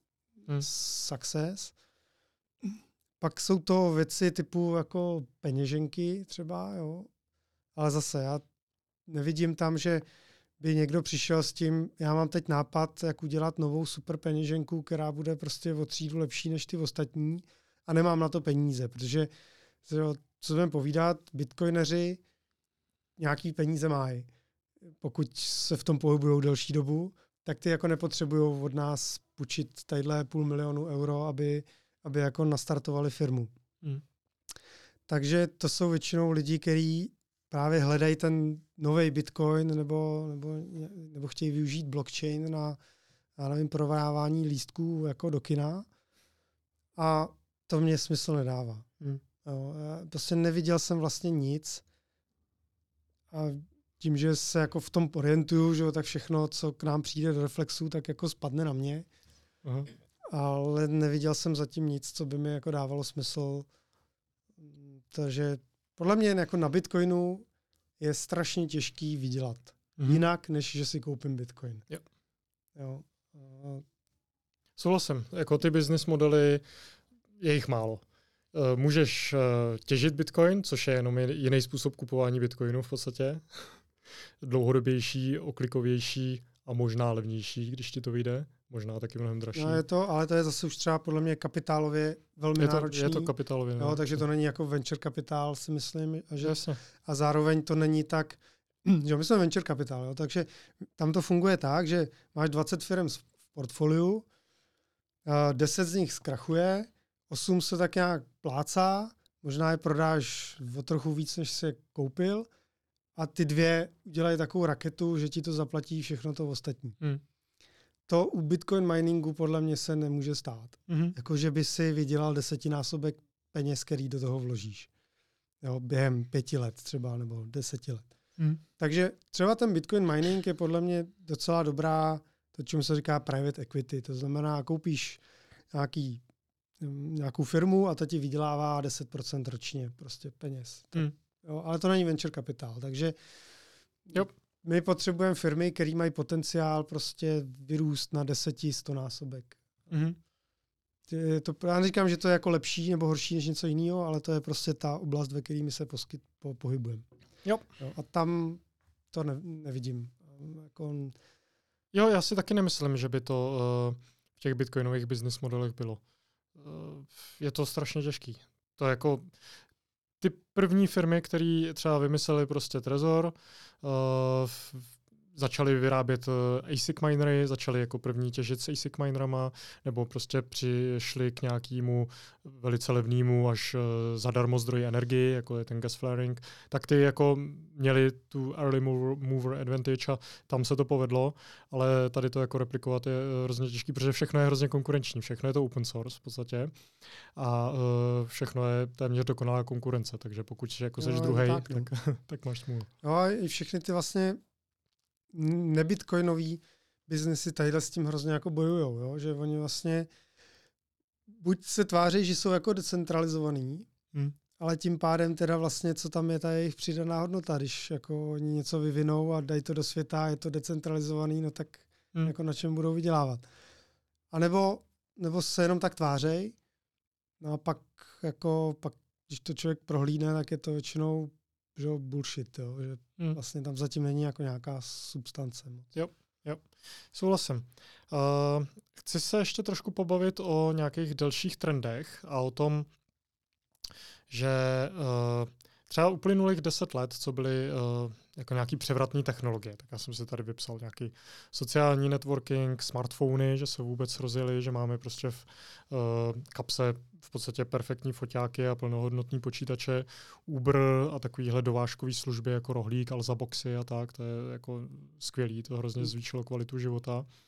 success. Pak jsou to věci typu jako peněženky třeba, jo. Ale zase já nevidím tam, že by někdo přišel s tím, já mám teď nápad, jak udělat novou super peněženku, která bude prostě o třídu lepší než ty ostatní a nemám na to peníze, protože co budeme povídat, bitcoineři nějaký peníze mají. Pokud se v tom pohybují delší dobu, tak ty jako nepotřebují od nás půjčit tadyhle 500 000 euro, aby jako nastartovali firmu. Takže to jsou většinou lidi, kteří právě hledají ten nový Bitcoin nebo chtějí využít blockchain na prodávání lístků jako do kina. A to mě smysl nedává. Jo, prostě neviděl jsem vlastně nic. A tím, že se jako v tom orientuju, že tak všechno, co k nám přijde do Reflexu, tak jako spadne na mě. Aha. Ale neviděl jsem zatím nic, co by mi jako dávalo smysl. Takže podle mě jako na Bitcoinu je strašně těžký vydělat. Jinak, než že si koupím Bitcoin. Jo. Souhlasím. Jako ty business modely, je jich málo. Můžeš těžit Bitcoin, což je jenom jiný způsob kupování Bitcoinu v podstatě. Dlouhodobější, oklikovější a možná levnější, když ti to vyjde. Možná taky mnohem dražší. No ale to je zase už třeba podle mě kapitálově velmi náročný. Je to kapitálově náročný. Takže to není jako venture kapitál, si myslím. A zároveň to není tak, že my jsme venture kapitál, takže tam to funguje tak, že máš 20 firm v portfoliu, 10 z nich zkrachuje, 8 se tak nějak plácá, možná je prodáš o trochu víc, než jsi je koupil, a ty 2 udělají takovou raketu, že ti to zaplatí všechno to ostatní. To u Bitcoin miningu podle mě se nemůže stát. Jako, že by si vydělal 10násobek peněz, který do toho vložíš. Jo, během 5 let třeba, nebo 10 let. Takže třeba ten Bitcoin mining je podle mě docela dobrá, to, čemu se říká private equity. To znamená, koupíš nějakou firmu a ta ti vydělává 10% ročně prostě peněz. Jo, ale to není venture kapitál, takže my potřebujeme firmy, které mají potenciál prostě vyrůst na 10-100 násobek. Já neříkám, že to je jako lepší nebo horší než něco jiného, ale to je prostě ta oblast, ve které my se pohybujeme. Jo, a tam to nevidím. Já si taky nemyslím, že by to v těch bitcoinových business modelech bylo. Je to strašně těžký. To jako ty první firmy, které třeba vymysleli prostě Trezor, začali vyrábět ASIC minery, začali jako první těžit s ASIC minerama, nebo prostě přišli k nějakému velice levnému až zadarmo zdroji energie, jako je ten gas flaring, tak ty jako měli tu early mover advantage a tam se to povedlo, ale tady to jako replikovat je hrozně těžký, protože všechno je hrozně konkurenční, všechno je to open source v podstatě a všechno je téměř dokonalá konkurence, takže pokud jako seš druhej, tak máš smůlu. No a i všechny ty vlastně nebitcoinový biznesy tadyhle s tím hrozně jako bojujou, jo? Že oni vlastně buď se tváří, že jsou jako decentralizovaný, ale tím pádem teda vlastně, co tam je ta jejich přidaná hodnota, když jako oni něco vyvinou a dají to do světa, je to decentralizovaný, no tak jako na čem budou vydělávat. A nebo se jenom tak tvářej, no a pak, když to člověk prohlídne, tak je to většinou bullshit, jo? Že vlastně tam zatím není jako nějaká substance. Jo, souhlasím. Chci se ještě trošku pobavit o nějakých dalších trendech a o tom, že třeba uplynulých 10 let, co byly jako nějaký převratné technologie, tak já jsem si tady vypsal nějaký sociální networking, smartfony, že se vůbec rozjeli, že máme prostě v kapse v podstatě perfektní foťáky a plnohodnotný počítače, Uber a takovýhle dovážkový služby jako Rohlík, Alza Boxy a tak, to je jako skvělý, to hrozně zvýšilo kvalitu života.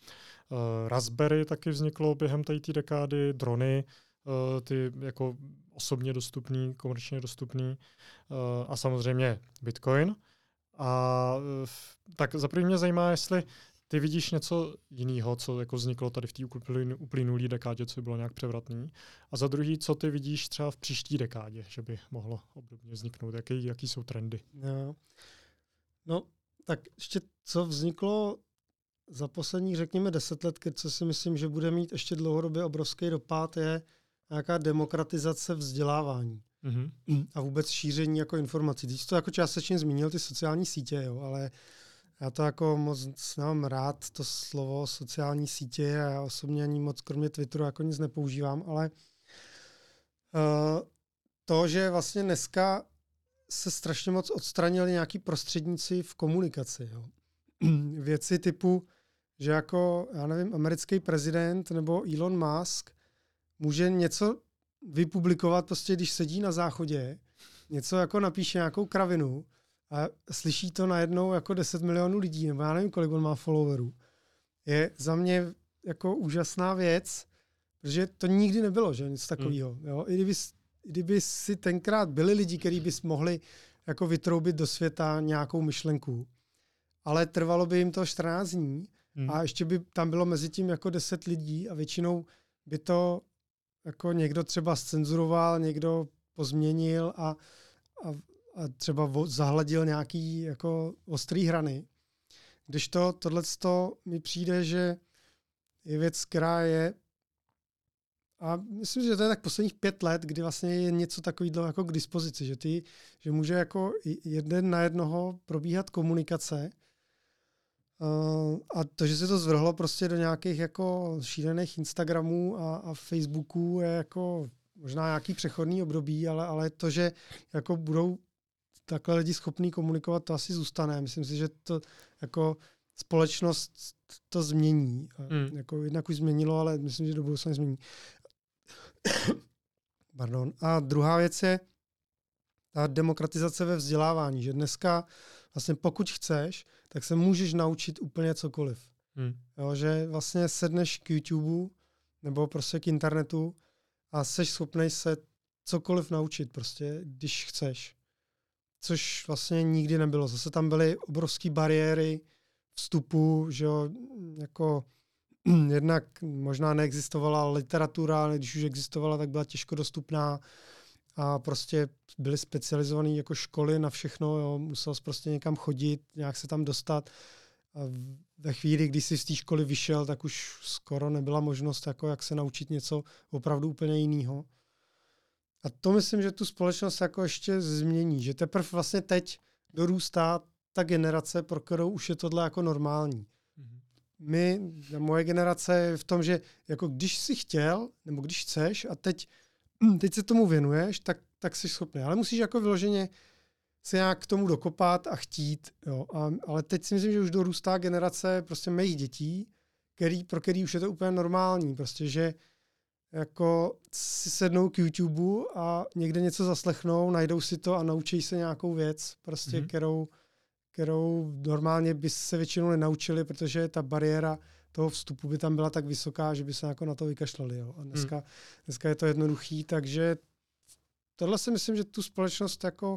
Raspberry taky vzniklo během té dekády, drony, ty jako osobně dostupný, komerčně dostupný a samozřejmě Bitcoin. A tak za první mě zajímá, jestli ty vidíš něco jiného, co jako vzniklo tady v té uplynulé dekádě, co by bylo nějak převratný. A za druhý, co ty vidíš třeba v příští dekádě, že by mohlo obdobně vzniknout? Jaký jsou trendy? No, tak ještě co vzniklo za posledních, řekněme, 10 let, co si myslím, že bude mít ještě dlouhodobě obrovský dopad, je nějaká demokratizace vzdělávání. A vůbec šíření jako informací. Teď jsi to jako částečně zmínil, ty sociální sítě, jo, ale já to jako moc nemám rád, to slovo sociální sítě, a já osobně ani moc kromě Twitteru jako nic nepoužívám, ale to, že vlastně dneska se strašně moc odstranili nějaký prostředníci v komunikaci. Jo. Věci typu, že jako, já nevím, americký prezident nebo Elon Musk může něco vypublikovat, prostě když sedí na záchodě, něco jako napíše nějakou kravinu a slyší to najednou jako 10 milionů lidí, nebo já nevím, kolik on má followerů. Je za mě jako úžasná věc, protože to nikdy nebylo, že nic takového. Jo? I kdyby si tenkrát byli lidi, kteří bys mohli jako vytroubit do světa nějakou myšlenku, ale trvalo by jim to 14 dní a ještě by tam bylo mezi tím jako 10 lidí a většinou by to jako někdo třeba zcenzuroval, někdo pozměnil a třeba zahladil nějaký jako ostrý hrany. Když tohleto mi přijde, že je věc, která je, a myslím, že to je tak posledních 5 let, kdy vlastně je něco takového jako k dispozici, že může jako jeden na jednoho probíhat komunikace a to, že se to zvrhlo prostě do nějakých jako šílených Instagramů a Facebooků je jako možná nějaký přechodný období, ale to, že jako budou takhle lidi schopní komunikovat, to asi zůstane. Myslím si, že to jako společnost to změní. Jako jednak už změnilo, ale myslím, že do budoucna změní. Pardon. A druhá věc je ta demokratizace ve vzdělávání, že dneska vlastně pokud chceš, tak se můžeš naučit úplně cokoliv. Jo, že vlastně sedneš k YouTube nebo prostě k internetu a jsi schopný se cokoliv naučit prostě, když chceš. Což vlastně nikdy nebylo. Zase tam byly obrovské bariéry vstupu, že jo, jako jednak možná neexistovala literatura, ale když už existovala, tak byla těžko dostupná a prostě byly specializované jako školy na všechno, jo, musel jsi prostě někam chodit, nějak se tam dostat. A ve chvíli, kdy jsi z té školy vyšel, tak už skoro nebyla možnost, jako jak se naučit něco opravdu úplně jiného. A to myslím, že tu společnost jako ještě změní, že teprve vlastně teď dorůstá ta generace, pro kterou už je tohle jako normální. Moje generace je v tom, že jako když jsi chtěl, nebo když chceš a teď se tomu věnuješ, tak jsi schopný. Ale musíš jako vyloženě se nějak k tomu dokopat a chtít. Jo. Ale teď si myslím, že už dorůstá generace prostě mých dětí, pro který už je to úplně normální. Prostě, že jako si sednou k YouTube a někde něco zaslechnou, najdou si to a naučí se nějakou věc, prostě, kterou normálně by se většinou nenaučili, protože ta bariéra toho vstupu by tam byla tak vysoká, že by se jako na to vykašlali. Jo. A dneska je to jednoduchý, takže tohle si myslím, že tu společnost jako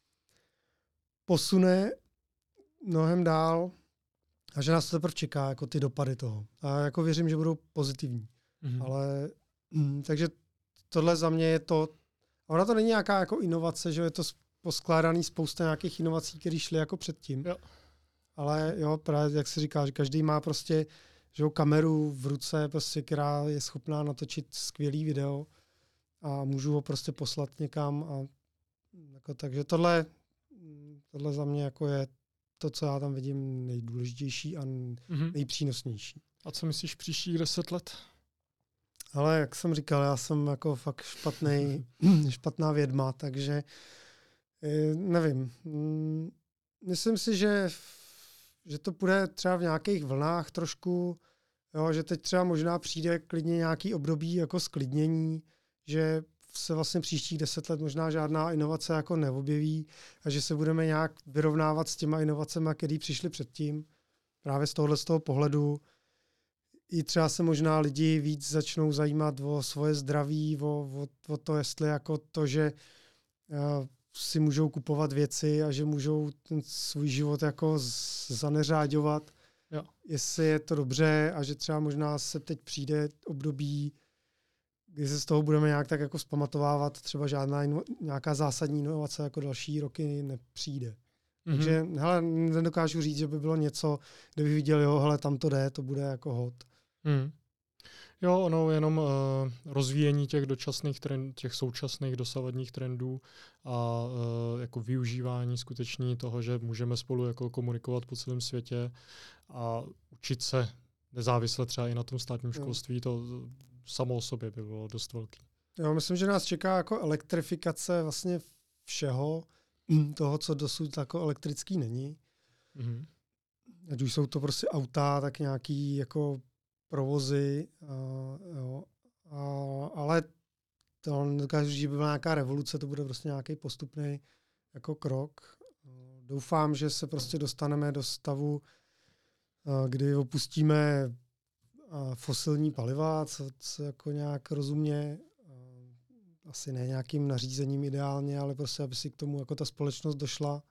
posune mnohem dál a že nás to teprve čeká, jako ty dopady toho. A jako věřím, že budou pozitivní. Ale takže tohle za mě je to, a ona to není nějaká jako inovace, že je to poskládaný spousta nějakých inovací, které šly jako předtím. Jo. Ale jo, právě jak se říká, že každý má prostě že kameru v ruce, prostě, která je schopná natočit skvělý video a můžu ho prostě poslat někam. A jako, takže tohle za mě jako je to, co já tam vidím nejdůležitější a nejpřínosnější. A co myslíš příštích 10 let? Ale jak jsem říkal, já jsem jako fakt špatná vědma, takže nevím. Myslím si, že to půjde třeba v nějakých vlnách trošku, jo, že teď třeba možná přijde klidně nějaký období jako sklidnění, že se vlastně příštích 10 let možná žádná inovace jako neobjeví a že se budeme nějak vyrovnávat s těma inovacemi, které přišly předtím. Právě z toho pohledu i třeba se možná lidi víc začnou zajímat o svoje zdraví, o to, jestli jako to, že si můžou kupovat věci a že můžou ten svůj život jako zaneřáďovat, Jo. jestli je to dobře a že třeba možná se teď přijde období, kdy se z toho budeme nějak tak jako vzpamatovávat, třeba nějaká zásadní inovace jako další roky nepřijde. Mm-hmm. Takže hele, nedokážu říct, že by bylo něco, kde bych viděl, jo, hele, tam to jde, to bude jako hot. Jo, ono jenom rozvíjení těch dočasných těch současných dosavadních trendů a jako využívání skutečně toho, že můžeme spolu jako komunikovat po celém světě a učit se nezávisle třeba i na tom státním školství, to samo o sobě by bylo dost velký. Jo, myslím, že nás čeká jako elektrifikace vlastně všeho, toho, co dosud jako elektrický není. Mm-hmm. Ať už jsou to prostě auta, tak nějaký jako provozy, jo. Ale to nedokážu říct, že by byla nějaká revoluce, to bude prostě nějaký postupný jako krok. Doufám, že se prostě dostaneme do stavu, kdy opustíme fosilní paliva, co jako nějak rozumně, asi ne nějakým nařízením ideálně, ale prostě, aby si k tomu jako ta společnost došla.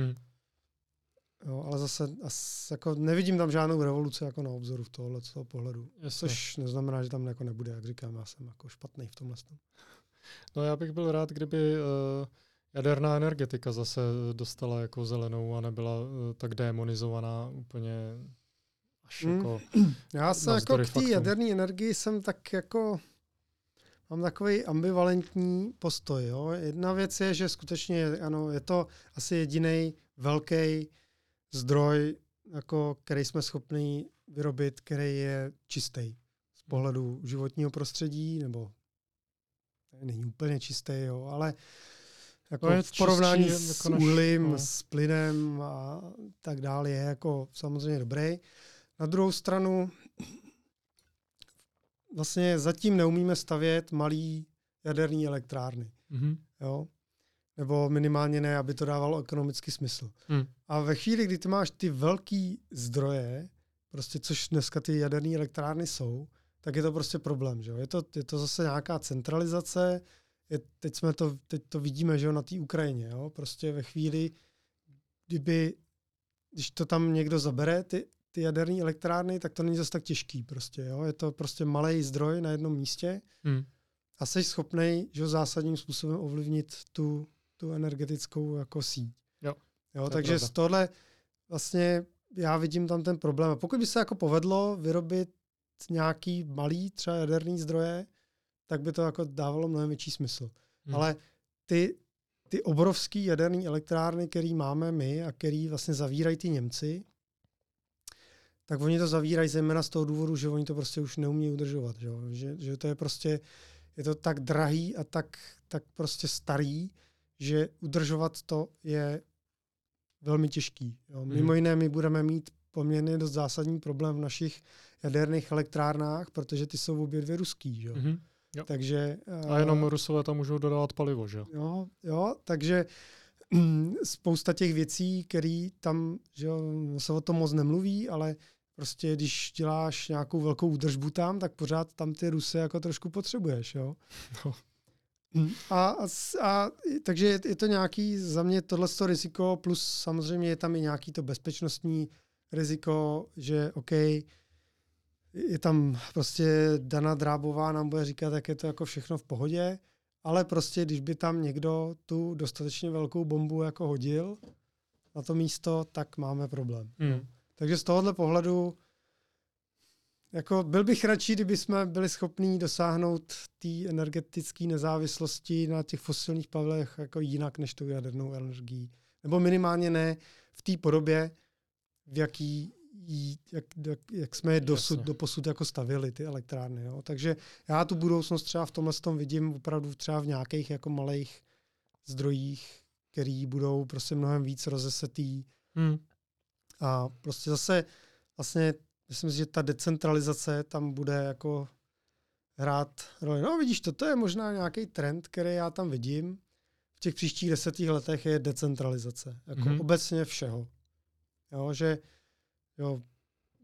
Jo, ale zase jako nevidím tam žádnou revoluci jako na obzoru v tohohle z toho pohledu. Jasně. Což neznamená, že tam jako nebude, jak říkám, já jsem jako špatný v tomhle. No já bych byl rád, kdyby jaderná energetika zase dostala jako zelenou a nebyla tak démonizovaná úplně až jako já se jako k té jaderné energii jsem tak jako mám takový ambivalentní postoj. Jo. Jedna věc je, že skutečně ano, je to asi jediný velký zdroj, jako, který jsme schopni vyrobit, který je čistý z pohledu životního prostředí, nebo není úplně čistý, jo, ale jako v porovnání s uhlím, s plynem a tak dále je jako samozřejmě dobrý. Na druhou stranu vlastně zatím neumíme stavět malý jaderní elektrárny. Mm-hmm. Jo? Nebo minimálně ne, aby to dávalo ekonomický smysl. A ve chvíli, kdy ty máš ty velký zdroje, prostě což dneska ty jaderné elektrárny jsou, tak je to prostě problém. Že jo? Je to zase nějaká centralizace. Teď to vidíme, že jo, na té Ukrajině. Jo? Prostě ve chvíli, když to tam někdo zabere, ty jaderné elektrárny, tak to není zase tak těžký. Prostě, jo? Je to prostě malej zdroj na jednom místě a jsi schopnej, že zásadním způsobem ovlivnit tu energetickou jako síť. Jo, takže z tohle vlastně já vidím tam ten problém. A pokud by se jako povedlo vyrobit nějaký malý třeba jaderný zdroje, tak by to jako dávalo mnohem větší smysl. Ale ty obrovský jaderné elektrárny, který máme my a který vlastně zavírají ty Němci, tak oni to zavírají zejména z toho důvodu, že oni to prostě už neumí udržovat. Že to je prostě, je to tak drahý a tak prostě starý, že udržovat to je velmi těžký. Jo. Mimo jiné my budeme mít poměrně dost zásadní problém v našich jaderných elektrárnách, protože ty jsou obě dvě ruský. Jo. Jo. Takže, a jenom Rusové tam můžou dodávat palivo, že? Jo, takže spousta těch věcí, které tam, že se o tom moc nemluví, ale prostě když děláš nějakou velkou údržbu tam, tak pořád tam ty Rusy jako trošku potřebuješ. Jo. No. Takže je to nějaký za mě tohleto riziko, plus samozřejmě je tam i nějaký to bezpečnostní riziko, že OK, je tam prostě Dana Drábová nám bude říkat, jak je to jako všechno v pohodě, ale prostě když by tam někdo tu dostatečně velkou bombu jako hodil na to místo, tak máme problém. Takže z tohohle pohledu jako byl bych radši, kdyby jsme byli schopní dosáhnout té energetické nezávislosti na těch fosilních palivech jako jinak než tou jadernou energií. Nebo minimálně ne v té podobě, v jak jsme je doposud jako stavili ty elektrárny. Jo. Takže já tu budoucnost třeba v tomhle tom vidím opravdu třeba v nějakých jako malých zdrojích, který budou prostě mnohem víc rozesetý. A prostě zase vlastně myslím si, že ta decentralizace tam bude jako hrát roli. No vidíš, to je možná nějaký trend, který já tam vidím. V těch příštích 10 letech je decentralizace. Jako obecně všeho. Jo, že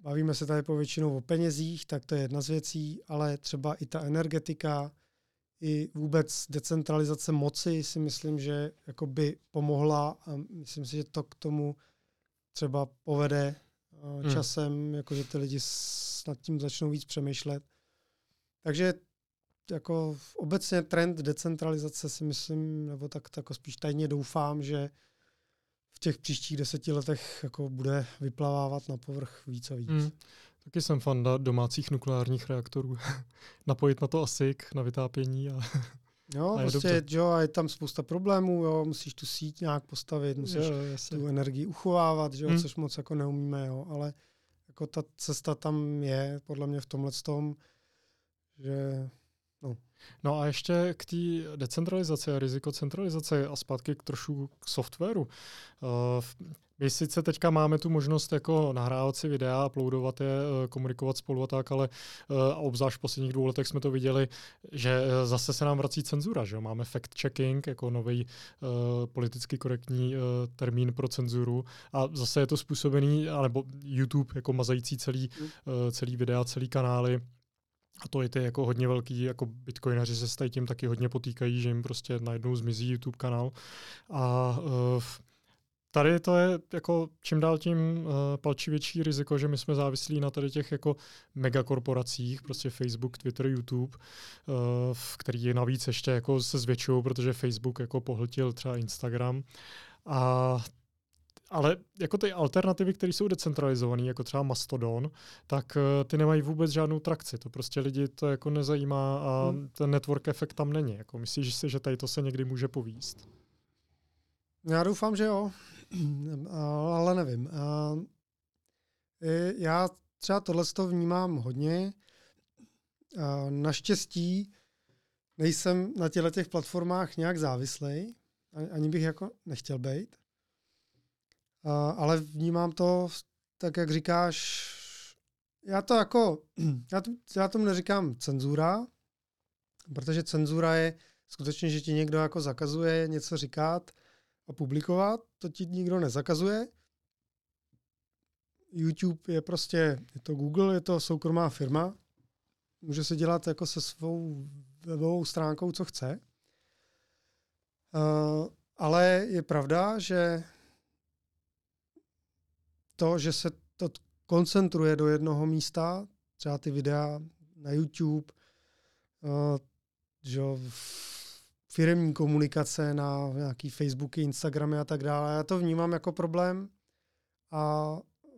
bavíme se tady povětšinou o penězích, tak to je jedna z věcí, ale třeba i ta energetika, i vůbec decentralizace moci si myslím, že jako by pomohla a myslím si, že to k tomu třeba povede časem, jakože ty lidi nad tím začnou víc přemýšlet. Takže jako obecně trend decentralizace si myslím, nebo tak jako spíš tajně doufám, že v těch příštích 10 letech jako bude vyplavávat na povrch víc a víc. Taky jsem fanda domácích nukleárních reaktorů. Napojit na to ASIC, na vytápění. Jo, a prostě jo, a je tam spousta problémů, jo, musíš tu síť nějak postavit, musíš tu energii uchovávat, že jo, což moc jako neumíme, jo, ale jako ta cesta tam je, podle mě v tomhletom, že No a ještě k té decentralizaci a riziko centralizace a zpátky trošku k softwaru. My sice teďka máme tu možnost jako nahrávat si videa, uploadovat je, komunikovat spolu a tak, ale obzvlášť v posledních 2 letech jsme to viděli, že zase se nám vrací cenzura. Že? Máme fact-checking jako nový politicky korektní termín pro cenzuru a zase je to způsobený, alebo YouTube jako mazající celý videa, celý kanály. A to i ty jako hodně velký jako bitcoinaři se s tím taky hodně potýkají, že jim prostě najednou zmizí YouTube kanál. A tady to je jako čím dál tím palčivější riziko, že my jsme závislí na tady těch jako megakorporacích, prostě Facebook, Twitter, YouTube, který navíc ještě jako se zvětšují, protože Facebook jako pohltil třeba Instagram. Ale jako ty alternativy, které jsou decentralizované, jako třeba Mastodon, tak ty nemají vůbec žádnou trakci. To prostě lidi to jako nezajímá a ten network efekt tam není. Jako myslíš si, že tady to se někdy může povíst? Já doufám, že jo, ale nevím. Já třeba tohleto vnímám hodně. Naštěstí nejsem na těch platformách nějak závislej, ani bych jako nechtěl být. Ale vnímám to tak, jak říkáš, já tomu neříkám cenzura, protože cenzura je skutečně, že ti někdo jako zakazuje něco říkat a publikovat, to ti nikdo nezakazuje. YouTube je to Google, je to soukromá firma, může se dělat jako se svou webovou stránkou, co chce. Ale je pravda, že to, že se to koncentruje do jednoho místa, třeba ty videa na YouTube, že firemní komunikace na nějaký Facebooky, Instagramy a tak dále. Já to vnímám jako problém a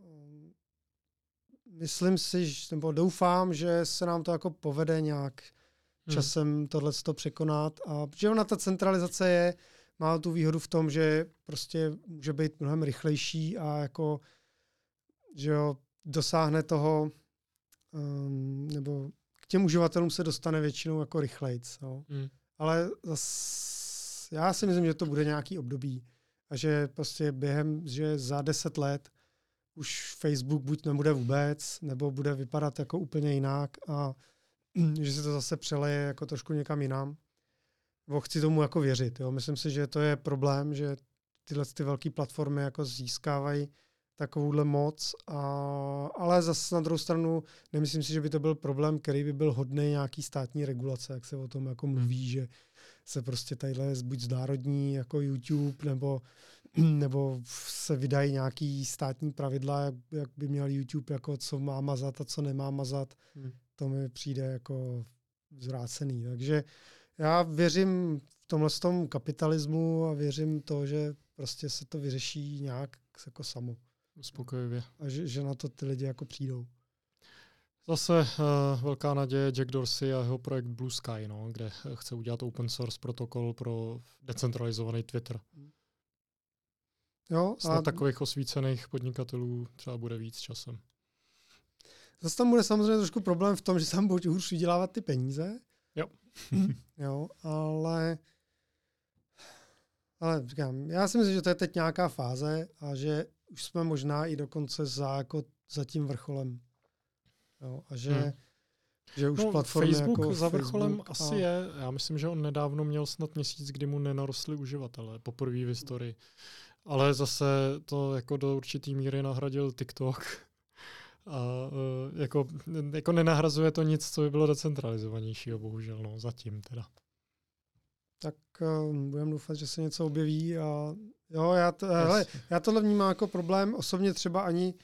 myslím si, nebo doufám, že se nám to jako povede nějak časem tohleto překonat. A protože ona ta centralizace má tu výhodu v tom, že prostě může být mnohem rychlejší a jako že jo, dosáhne toho, nebo k těm uživatelům se dostane většinou jako rychlejc. No. Ale já si myslím, že to bude nějaký období a že prostě že za 10 let už Facebook buď nebude vůbec, nebo bude vypadat jako úplně jinak a že se to zase přeleje jako trošku někam jinam. Nebo chci tomu jako věřit. Jo. Myslím si, že to je problém, že ty velké platformy jako získávají takovouhle moc, ale zase na druhou stranu nemyslím si, že by to byl problém, který by byl hodný nějaký státní regulace, jak se o tom jako mluví, že se prostě tadyhle buď znárodní jako YouTube, nebo se vydají nějaký státní pravidla, jak by měl YouTube, jako co má mazat a co nemá mazat. To mi přijde jako zvrácený. Takže já věřím v tomhle tom kapitalismu a věřím to, že prostě se to vyřeší nějak jako samo. Uspokojivě. A že na to ty lidi jako přijdou. Zase velká naděje Jack Dorsey a jeho projekt Blue Sky, kde chce udělat open source protokol pro decentralizovaný Twitter. Jo, snad takových osvícených podnikatelů třeba bude víc časem. Zase tam bude samozřejmě trošku problém v tom, že tam budou hůř vydělávat ty peníze. Jo. Jo, ale říkám, já si myslím, že to je teď nějaká fáze a že už jsme možná i dokonce za tím vrcholem. Jo, a že už platformy Facebook jako za vrcholem Facebook asi je. Já myslím, že on nedávno měl snad měsíc, kdy mu nenarostli uživatelé poprvé v historii. Ale zase to jako do určitý míry nahradil TikTok. A jako nenahrazuje to nic, co by bylo decentralizovanějšího, bohužel, no, zatím teda. Tak budeme doufat, že se něco objeví a jo, já tohle vnímám jako problém. Osobně třeba ani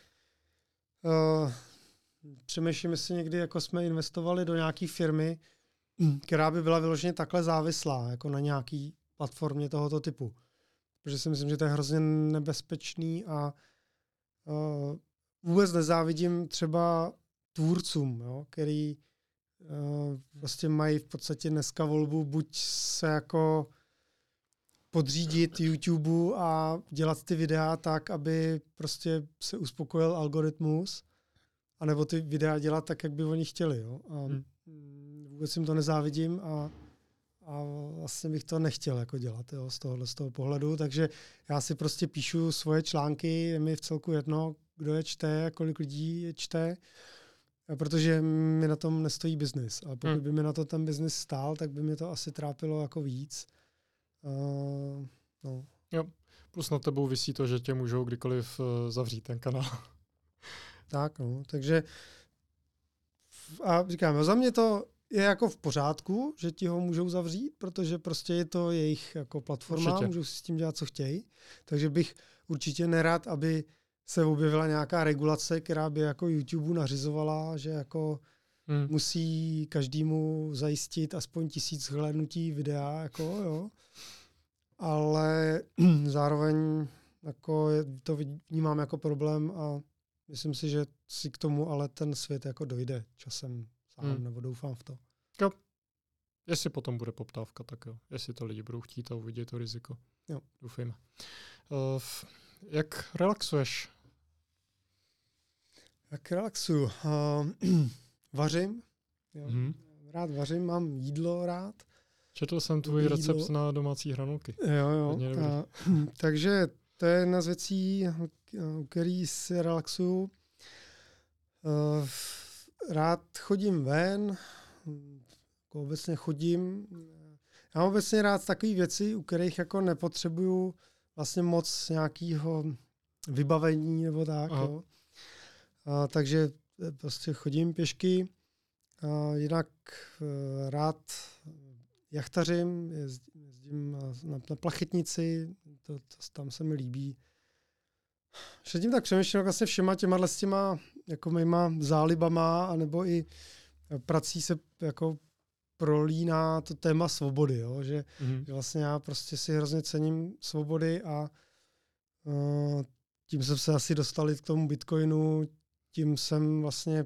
přemýšlím, jestli někdy jako jsme investovali do nějaké firmy, která by byla vyloženě takhle závislá, jako na nějaký platformě tohoto typu. Protože si myslím, že to je hrozně nebezpečný a vůbec nezávidím třeba tvůrcům, jo, který prostě mají v podstatě dneska volbu buď se jako podřídit YouTube a dělat ty videa tak, aby prostě se uspokojil algoritmus, anebo ty videa dělat tak, jak by oni chtěli. Jo. A vůbec jim to nezávidím a vlastně bych to nechtěl jako dělat, jo, z toho pohledu. Takže já si prostě píšu svoje články, je mi v celku jedno, kdo je čte, kolik lidí je čte, protože mi na tom nestojí biznis. A pokud by mi na to ten biznis stál, tak by mě to asi trápilo jako víc. No. Jo, plus na tebou visí to, že tě můžou kdykoliv zavřít ten kanál. Tak, no, takže a říkám, za mě to je jako v pořádku, že ti ho můžou zavřít, protože prostě je to jejich jako platforma, určitě. Můžou si s tím dělat, co chtějí. Takže bych určitě nerad, aby se objevila nějaká regulace, která by jako YouTube nařizovala, že jako musí každému zajistit aspoň 1000 hlédnutí videa, jako, jo. Ale zároveň jako to vnímám jako problém a myslím si, že si k tomu ale ten svět jako dojde časem sám, nebo doufám v to. Jo. Jestli potom bude poptávka, tak jo. Jestli to lidi budou chtít a uvidí to riziko. Jo. Doufejme. Jak relaxuješ? Jak relaxuju? Vařím. Jo. Rád vařím, mám jídlo rád. Četl jsem tvůj recept na domácí hranolky. Jo. Takže to je jedna z věcí, u který si relaxuju. Rád chodím ven, jako obecně chodím. Já mám obecně rád takové věci, u kterých jako nepotřebuju vlastně moc nějakého vybavení nebo tak. Jo. Takže prostě chodím pěšky. Jinak rád jachtařím, jezdím na plachetnici, tam se mi líbí. Předtím tak přemýšlím vlastně všema těma jako mýma zálibama, anebo i prací se jako prolíná to téma svobody, jo? Že vlastně já prostě si hrozně cením svobody a tím jsem se asi dostal k tomu Bitcoinu, tím jsem vlastně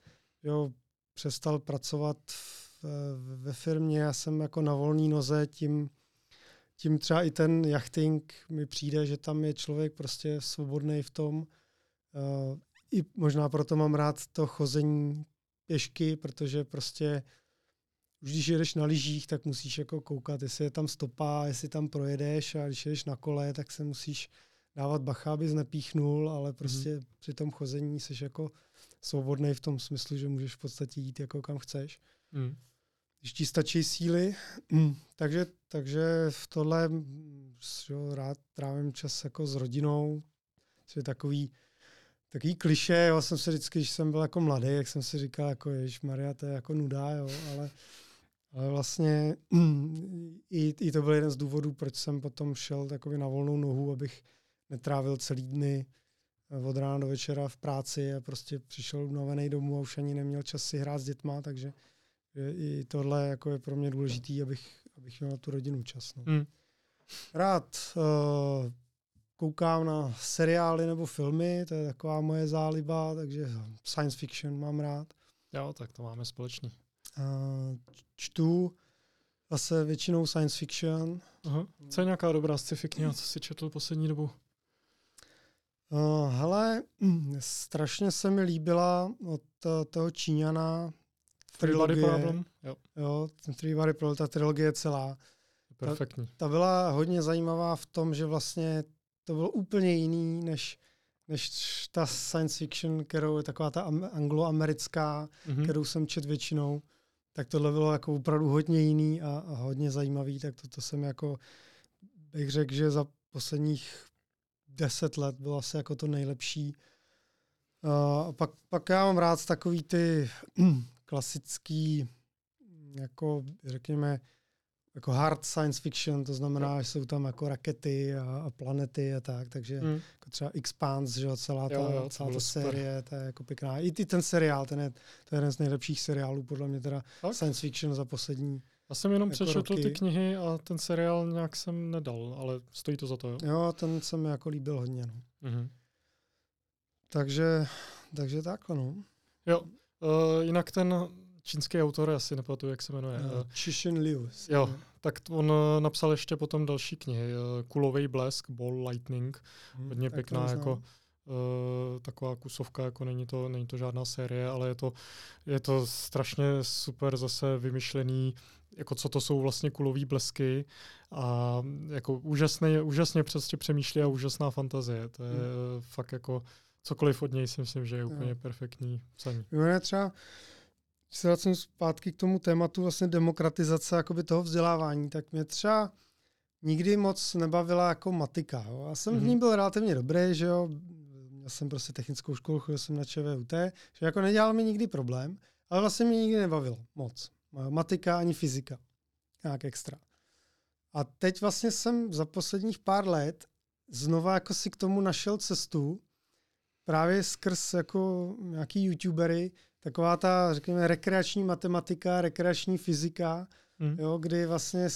přestal pracovat ve firmě, já jsem jako na volné noze, tím třeba i ten jachting mi přijde, že tam je člověk prostě svobodný v tom. I možná proto mám rád to chození pěšky, protože prostě už když jedeš na lyžích, tak musíš jako koukat, jestli je tam stopa, jestli tam projedeš, a když jedeš na kole, tak se musíš dávat bacha, abys nepíchnul, ale prostě při tom chození jsi jako svobodný v tom smyslu, že můžeš v podstatě jít jako kam chceš. Když ti stačí síly. Takže v tohle rád trávím čas jako s rodinou. To je takový klišé. Já jsem si vždycky, když jsem byl jako mladý, jak jsem si říkal, jako ježišmarja, to je jako nuda, jo, ale vlastně i to byl jeden z důvodů, proč jsem potom šel takový na volnou nohu, abych netrávil celý dny od rána do večera v práci a prostě přišel unavený domů a už ani neměl čas si hrát s dětma, takže i tohle jako je pro mě důležitý, abych měl na tu rodinu čas. No. Rád koukám na seriály nebo filmy, to je taková moje záliba, takže science fiction mám rád. Jo, tak to máme společný. Čtu zase většinou science fiction. Aha. Co je nějaká dobrá sci-fi kniha, co jsi četl poslední dobu? Hele, strašně se mi líbila od toho Číňana trilogie. Jo, ten Three Body Problem, ta trilogie celá. Perfektní. Ta byla hodně zajímavá v tom, že vlastně to bylo úplně jiný, než ta science fiction, kterou je taková ta angloamerická, kterou jsem čet většinou. Tak tohle bylo jako opravdu hodně jiný a hodně zajímavý, tak to jsem jako, bych řekl, že za posledních 10 let bylo asi jako to nejlepší. Pak já mám rád takový ty klasický, jako řekněme, jako hard science fiction, to znamená, že jsou tam jako rakety a planety a tak, takže jako třeba Expanse, že jo, celá ta série, to je jako pěkná. I ten seriál, to je jeden z nejlepších seriálů, podle mě teda science fiction za poslední. Já jsem jenom jako přečetl ty knihy a ten seriál nějak jsem nedal, ale stojí to za to, jo? Jo, ten se mi jako líbil hodně, no. Takže takhle, no. Jo, jinak ten čínský autor, já si nepamatuju, jak se jmenuje. Cixin Liu. Jo, tak on napsal ještě potom další knihy. Kulovej blesk, Ball Lightning, hodně pěkná, jako taková kusovka, jako není to žádná série, ale je to strašně super zase vymyšlený, jako co to jsou vlastně kulový blesky a jako úžasně prostě přemýšlí a úžasná fantazie. To je fakt jako cokoliv od něj si myslím, že je úplně perfektní psaní. Třeba když se vracím zpátky k tomu tématu vlastně demokratizace jakoby toho vzdělávání, tak mě třeba nikdy moc nebavila jako matika. Jo. Já jsem v ní byl relativně dobrý, že jo. Měl jsem prostě technickou školu, chodil jsem na ČVUT, že jako nedělal mi nikdy problém, ale vlastně mě nikdy nebavilo moc. Matika ani fyzika. Nějak extra. A teď vlastně jsem za posledních pár let znova jako si k tomu našel cestu, právě skrz jako nějaký youtubery, taková ta, řekněme, rekreační matematika, rekreační fyzika, jo, kdy vlastně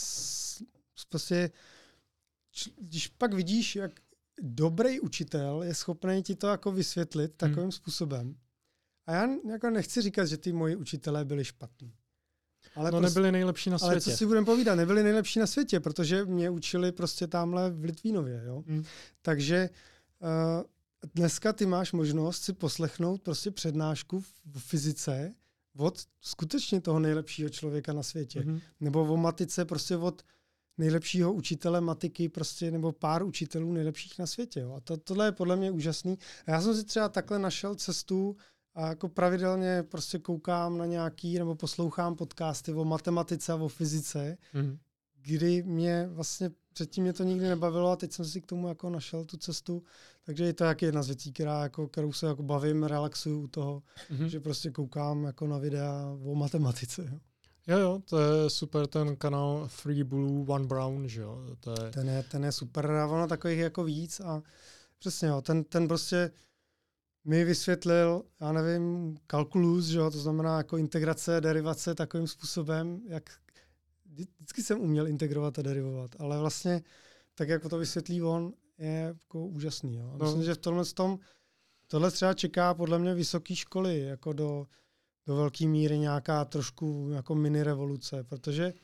prostě, když pak vidíš, jak dobrý učitel je schopný ti to jako vysvětlit takovým způsobem. A já jako nechci říkat, že ty moji učitelé byli špatní. Ale nebyli nejlepší na světě. Ale co si budeme povídat, nebyli nejlepší na světě, protože mě učili prostě tamhle v Litvínově. Jo? Takže dneska ty máš možnost si poslechnout prostě přednášku v fyzice od skutečně toho nejlepšího člověka na světě. Nebo o matice prostě od nejlepšího učitele matiky prostě, nebo pár učitelů nejlepších na světě. Jo? A tohle je podle mě úžasný. A já jsem si třeba takhle našel cestu a jako pravidelně prostě koukám na nějaký, nebo poslouchám podcasty o matematice a o fyzice, kdy mě vlastně předtím mě to nikdy nebavilo a teď jsem si k tomu jako našel tu cestu. Takže je to jak jedna z věcí, kterou se jako bavím, relaxuju u toho, že prostě koukám jako na videa o matematice. Jo, to je super, ten kanál Three Blue, One Brown, že jo. Ten je super, a ono takových jako víc a přesně jo, ten prostě mi vysvětlil, já nevím, kalkulus, že jo, to znamená jako integrace, derivace takovým způsobem, jak vždycky jsem uměl integrovat a derivovat, ale vlastně tak, jak to vysvětlí on, je jako úžasný. Jo. Myslím, že v tohle třeba čeká podle mě vysoké školy, jako do velké míry nějaká trošku jako mini revoluce, protože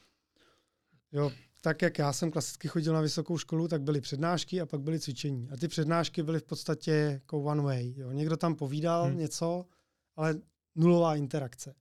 jo, tak, jak já jsem klasicky chodil na vysokou školu, tak byly přednášky a pak byly cvičení. A ty přednášky byly v podstatě jako one way. Jo. Někdo tam povídal něco, ale nulová interakce.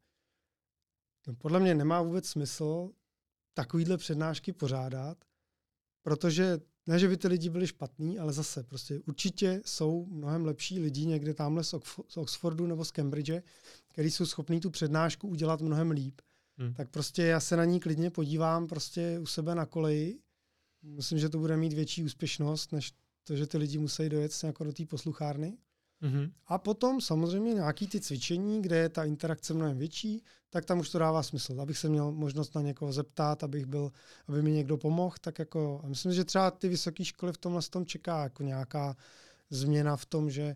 No, podle mě nemá vůbec smysl takovýhle přednášky pořádat, protože ne, že by ty lidi byli špatní, ale zase prostě určitě jsou mnohem lepší lidi někde tamhle z Oxfordu nebo z Cambridge, kteří jsou schopní tu přednášku udělat mnohem líp. Tak prostě já se na ní klidně podívám prostě u sebe na koleji. Myslím, že to bude mít větší úspěšnost, než to, že ty lidi musí dojet jako do té posluchárny. A potom samozřejmě nějaký ty cvičení, kde je ta interakce mnohem větší, tak tam už to dává smysl. Abych se měl možnost na někoho zeptat, aby mi někdo pomohl, tak jako, a myslím, že třeba ty vysoké školy v tomhle tom čeká jako nějaká změna v tom, že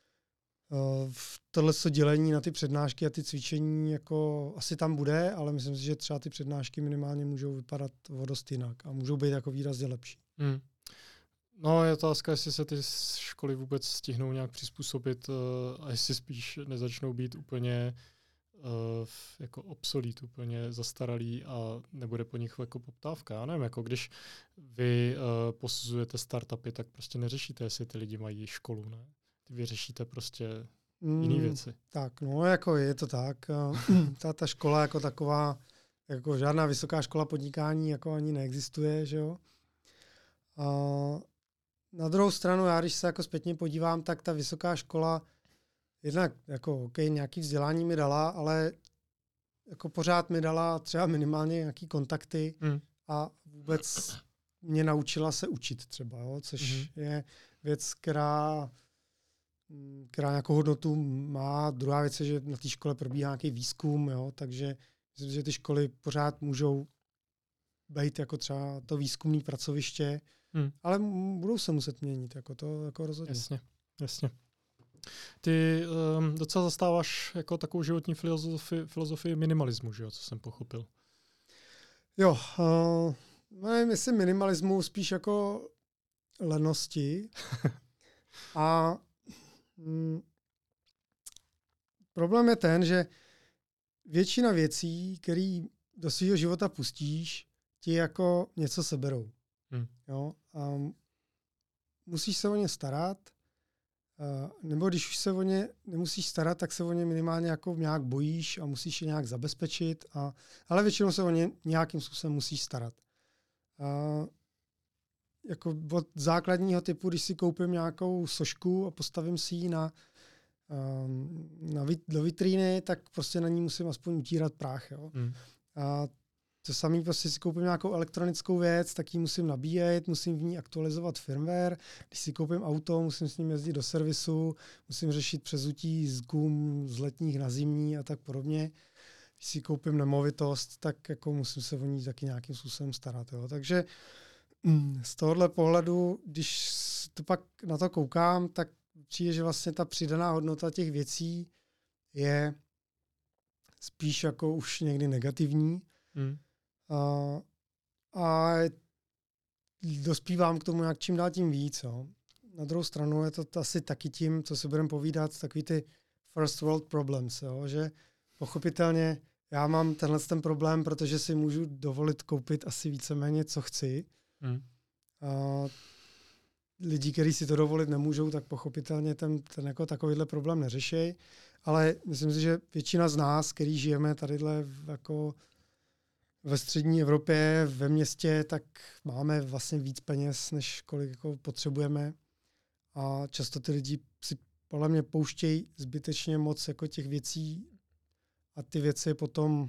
v tohle dělení na ty přednášky a ty cvičení jako asi tam bude, ale myslím si, že třeba ty přednášky minimálně můžou vypadat o dost jinak a můžou být jako výrazně lepší. No, je otázka, jestli se ty školy vůbec stihnou nějak přizpůsobit a jestli spíš nezačnou být úplně jako obsolít, úplně zastaralý a nebude po nich jako poptávka. Já nevím, jako když vy posuzujete startupy, tak prostě neřešíte, jestli ty lidi mají školu, ne? Vy řešíte prostě jiné věci. Tak, no, jako je to tak. Ta škola jako taková, jako žádná vysoká škola podnikání jako ani neexistuje, že jo. A na druhou stranu, já když se jako zpětně podívám, tak ta vysoká škola jednak jako nějaký vzdělání mi dala, ale jako pořád mi dala třeba minimálně nějaký kontakty a vůbec mě naučila se učit třeba, jo, což je věc, která která nějakou hodnotu má. Druhá věc je, že na té škole probíhá nějaký výzkum, jo, takže myslím, že ty školy pořád můžou být jako třeba to výzkumné pracoviště, ale budou se muset měnit, jako to jako rozhodně. Jasně. Ty docela zastáváš jako takovou životní filozofii minimalismu, že jo, co jsem pochopil. Jo, nevím, jestli minimalismu, spíš jako lenosti. A problém je ten, že většina věcí, které do svého života pustíš, ti jako něco seberou. Jo? Musíš se o ně starat, nebo když už se o ně nemusíš starat, tak se o ně minimálně jako nějak bojíš a musíš je nějak zabezpečit, ale většinou se o ně nějakým způsobem musíš starat. Jako od základního typu, když si koupím nějakou sošku a postavím si ji do vitríny, tak prostě na ní musím aspoň utírat prach. Jo? A to samé, prostě si koupím nějakou elektronickou věc, tak ji musím nabíjet, musím v ní aktualizovat firmware. Když si koupím auto, musím s ním jezdit do servisu, musím řešit přezutí z gum z letních na zimní a tak podobně. Když si koupím nemovitost, tak jako musím se o ní taky nějakým způsobem starat. Jo? Takže z tohohle pohledu, když to pak na to koukám, tak přijde, že vlastně ta přidaná hodnota těch věcí je spíš jako už někdy negativní. A dospívám k tomu jak čím dál tím víc. Jo. Na druhou stranu je to asi taky tím, co si budeme povídat, takový ty first world problems, jo, že pochopitelně já mám ten problém, protože si můžu dovolit koupit asi víceméně, co chci. Lidi, kteří si to dovolit nemůžou, tak pochopitelně ten jako takovýhle problém neřeší. Ale myslím si, že většina z nás, kteří žijeme tadyhle jako ve střední Evropě, ve městě, tak máme vlastně víc peněz, než kolik jako potřebujeme. A často ty lidi si podle mě pouštějí zbytečně moc jako těch věcí a ty věci potom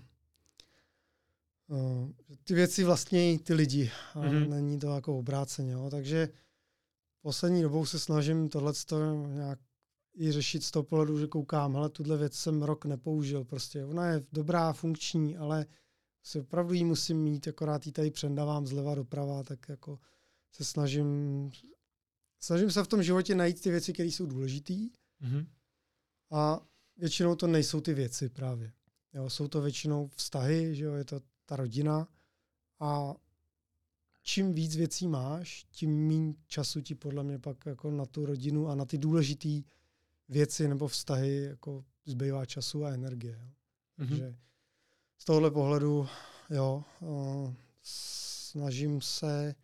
ty věci vlastní ty lidi a není to jako obráceně. Jo. Takže poslední dobou se snažím tohleto nějak i řešit z toho pohledu, že koukám, hele, tuhle věc jsem rok nepoužil. Prostě ona je dobrá, funkční, ale si opravdu ji musím mít, akorát ji tady přendávám zleva doprava, tak jako se snažím se v tom životě najít ty věci, které jsou důležitý. A většinou to nejsou ty věci právě. Jo, jsou to většinou vztahy, že jo, je to ta rodina a čím víc věcí máš, tím méně času ti podle mě pak jako na tu rodinu a na ty důležité věci nebo vztahy jako zbývá času a energie. Jo. Takže z tohohle pohledu, jo, snažím se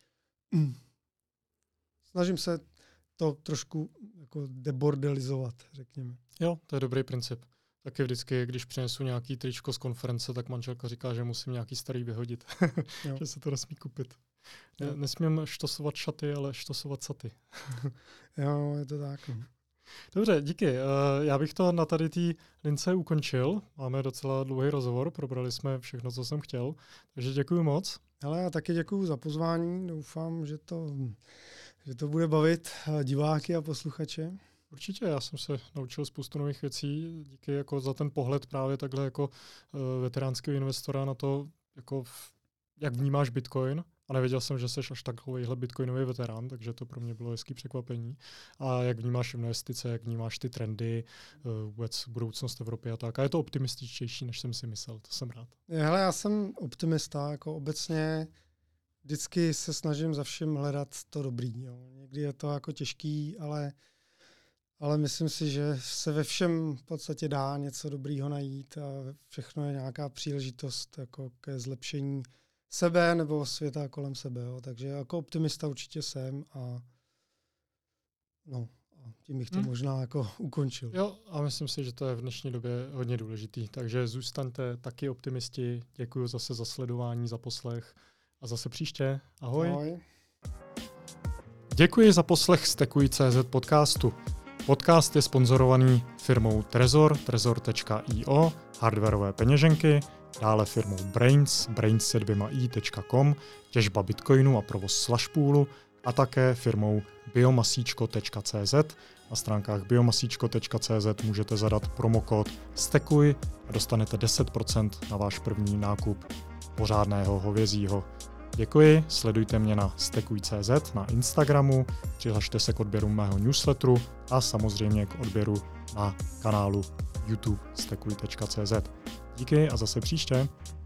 to trošku jako debordelizovat, řekněme. Jo, to je dobrý princip. Taky vždycky, když přinesu nějaký tričko z konference, tak manželka říká, že musím nějaký starý vyhodit, že se to nesmí kupit. Nesmím štosovat šaty, ale štosovat saty. Jo, je to tak. Dobře, díky. Já bych to na tady té lince ukončil. Máme docela dlouhý rozhovor, probrali jsme všechno, co jsem chtěl. Takže děkuji moc. Ale já taky děkuji za pozvání. Doufám, že to bude bavit diváky a posluchače. Určitě, já jsem se naučil spoustu nových věcí. Díky jako za ten pohled právě takhle jako veteránského investora na to, jako jak vnímáš Bitcoin. A nevěděl jsem, že jsi až takovýhle bitcoinový veterán, takže to pro mě bylo hezký překvapení. A jak vnímáš investice, jak vnímáš ty trendy, vůbec budoucnost Evropy a tak. A je to optimističtější, než jsem si myslel, to jsem rád. Hele, já jsem optimista, jako obecně vždycky se snažím za všem hledat to dobrý. Jo. Někdy je to jako těžký, ale myslím si, že se ve všem v podstatě dá něco dobrýho najít a všechno je nějaká příležitost jako ke zlepšení sebe nebo světa kolem sebe. Jo. Takže jako optimista určitě jsem a tím bych to možná jako ukončil. Jo, a myslím si, že to je v dnešní době hodně důležitý. Takže zůstaňte taky optimisti. Děkuji zase za sledování, za poslech a zase příště. Ahoj. Ahoj. Děkuji za poslech Stekuj.cz podcastu. Podcast je sponzorovaný firmou Trezor, trezor.io, hardwareové peněženky, dále firmou Brains, brains.com, těžba bitcoinu a provoz Slashpoolu, a také firmou biomasíčko.cz. Na stránkách biomasíčko.cz můžete zadat promokód STEKUJ a dostanete 10% na váš první nákup pořádného hovězího. Děkuji, sledujte mě na stekuj.cz na Instagramu, přihlašte se k odběru mého newsletteru a samozřejmě k odběru na kanálu YouTube stekuj.cz. Díky a zase příště.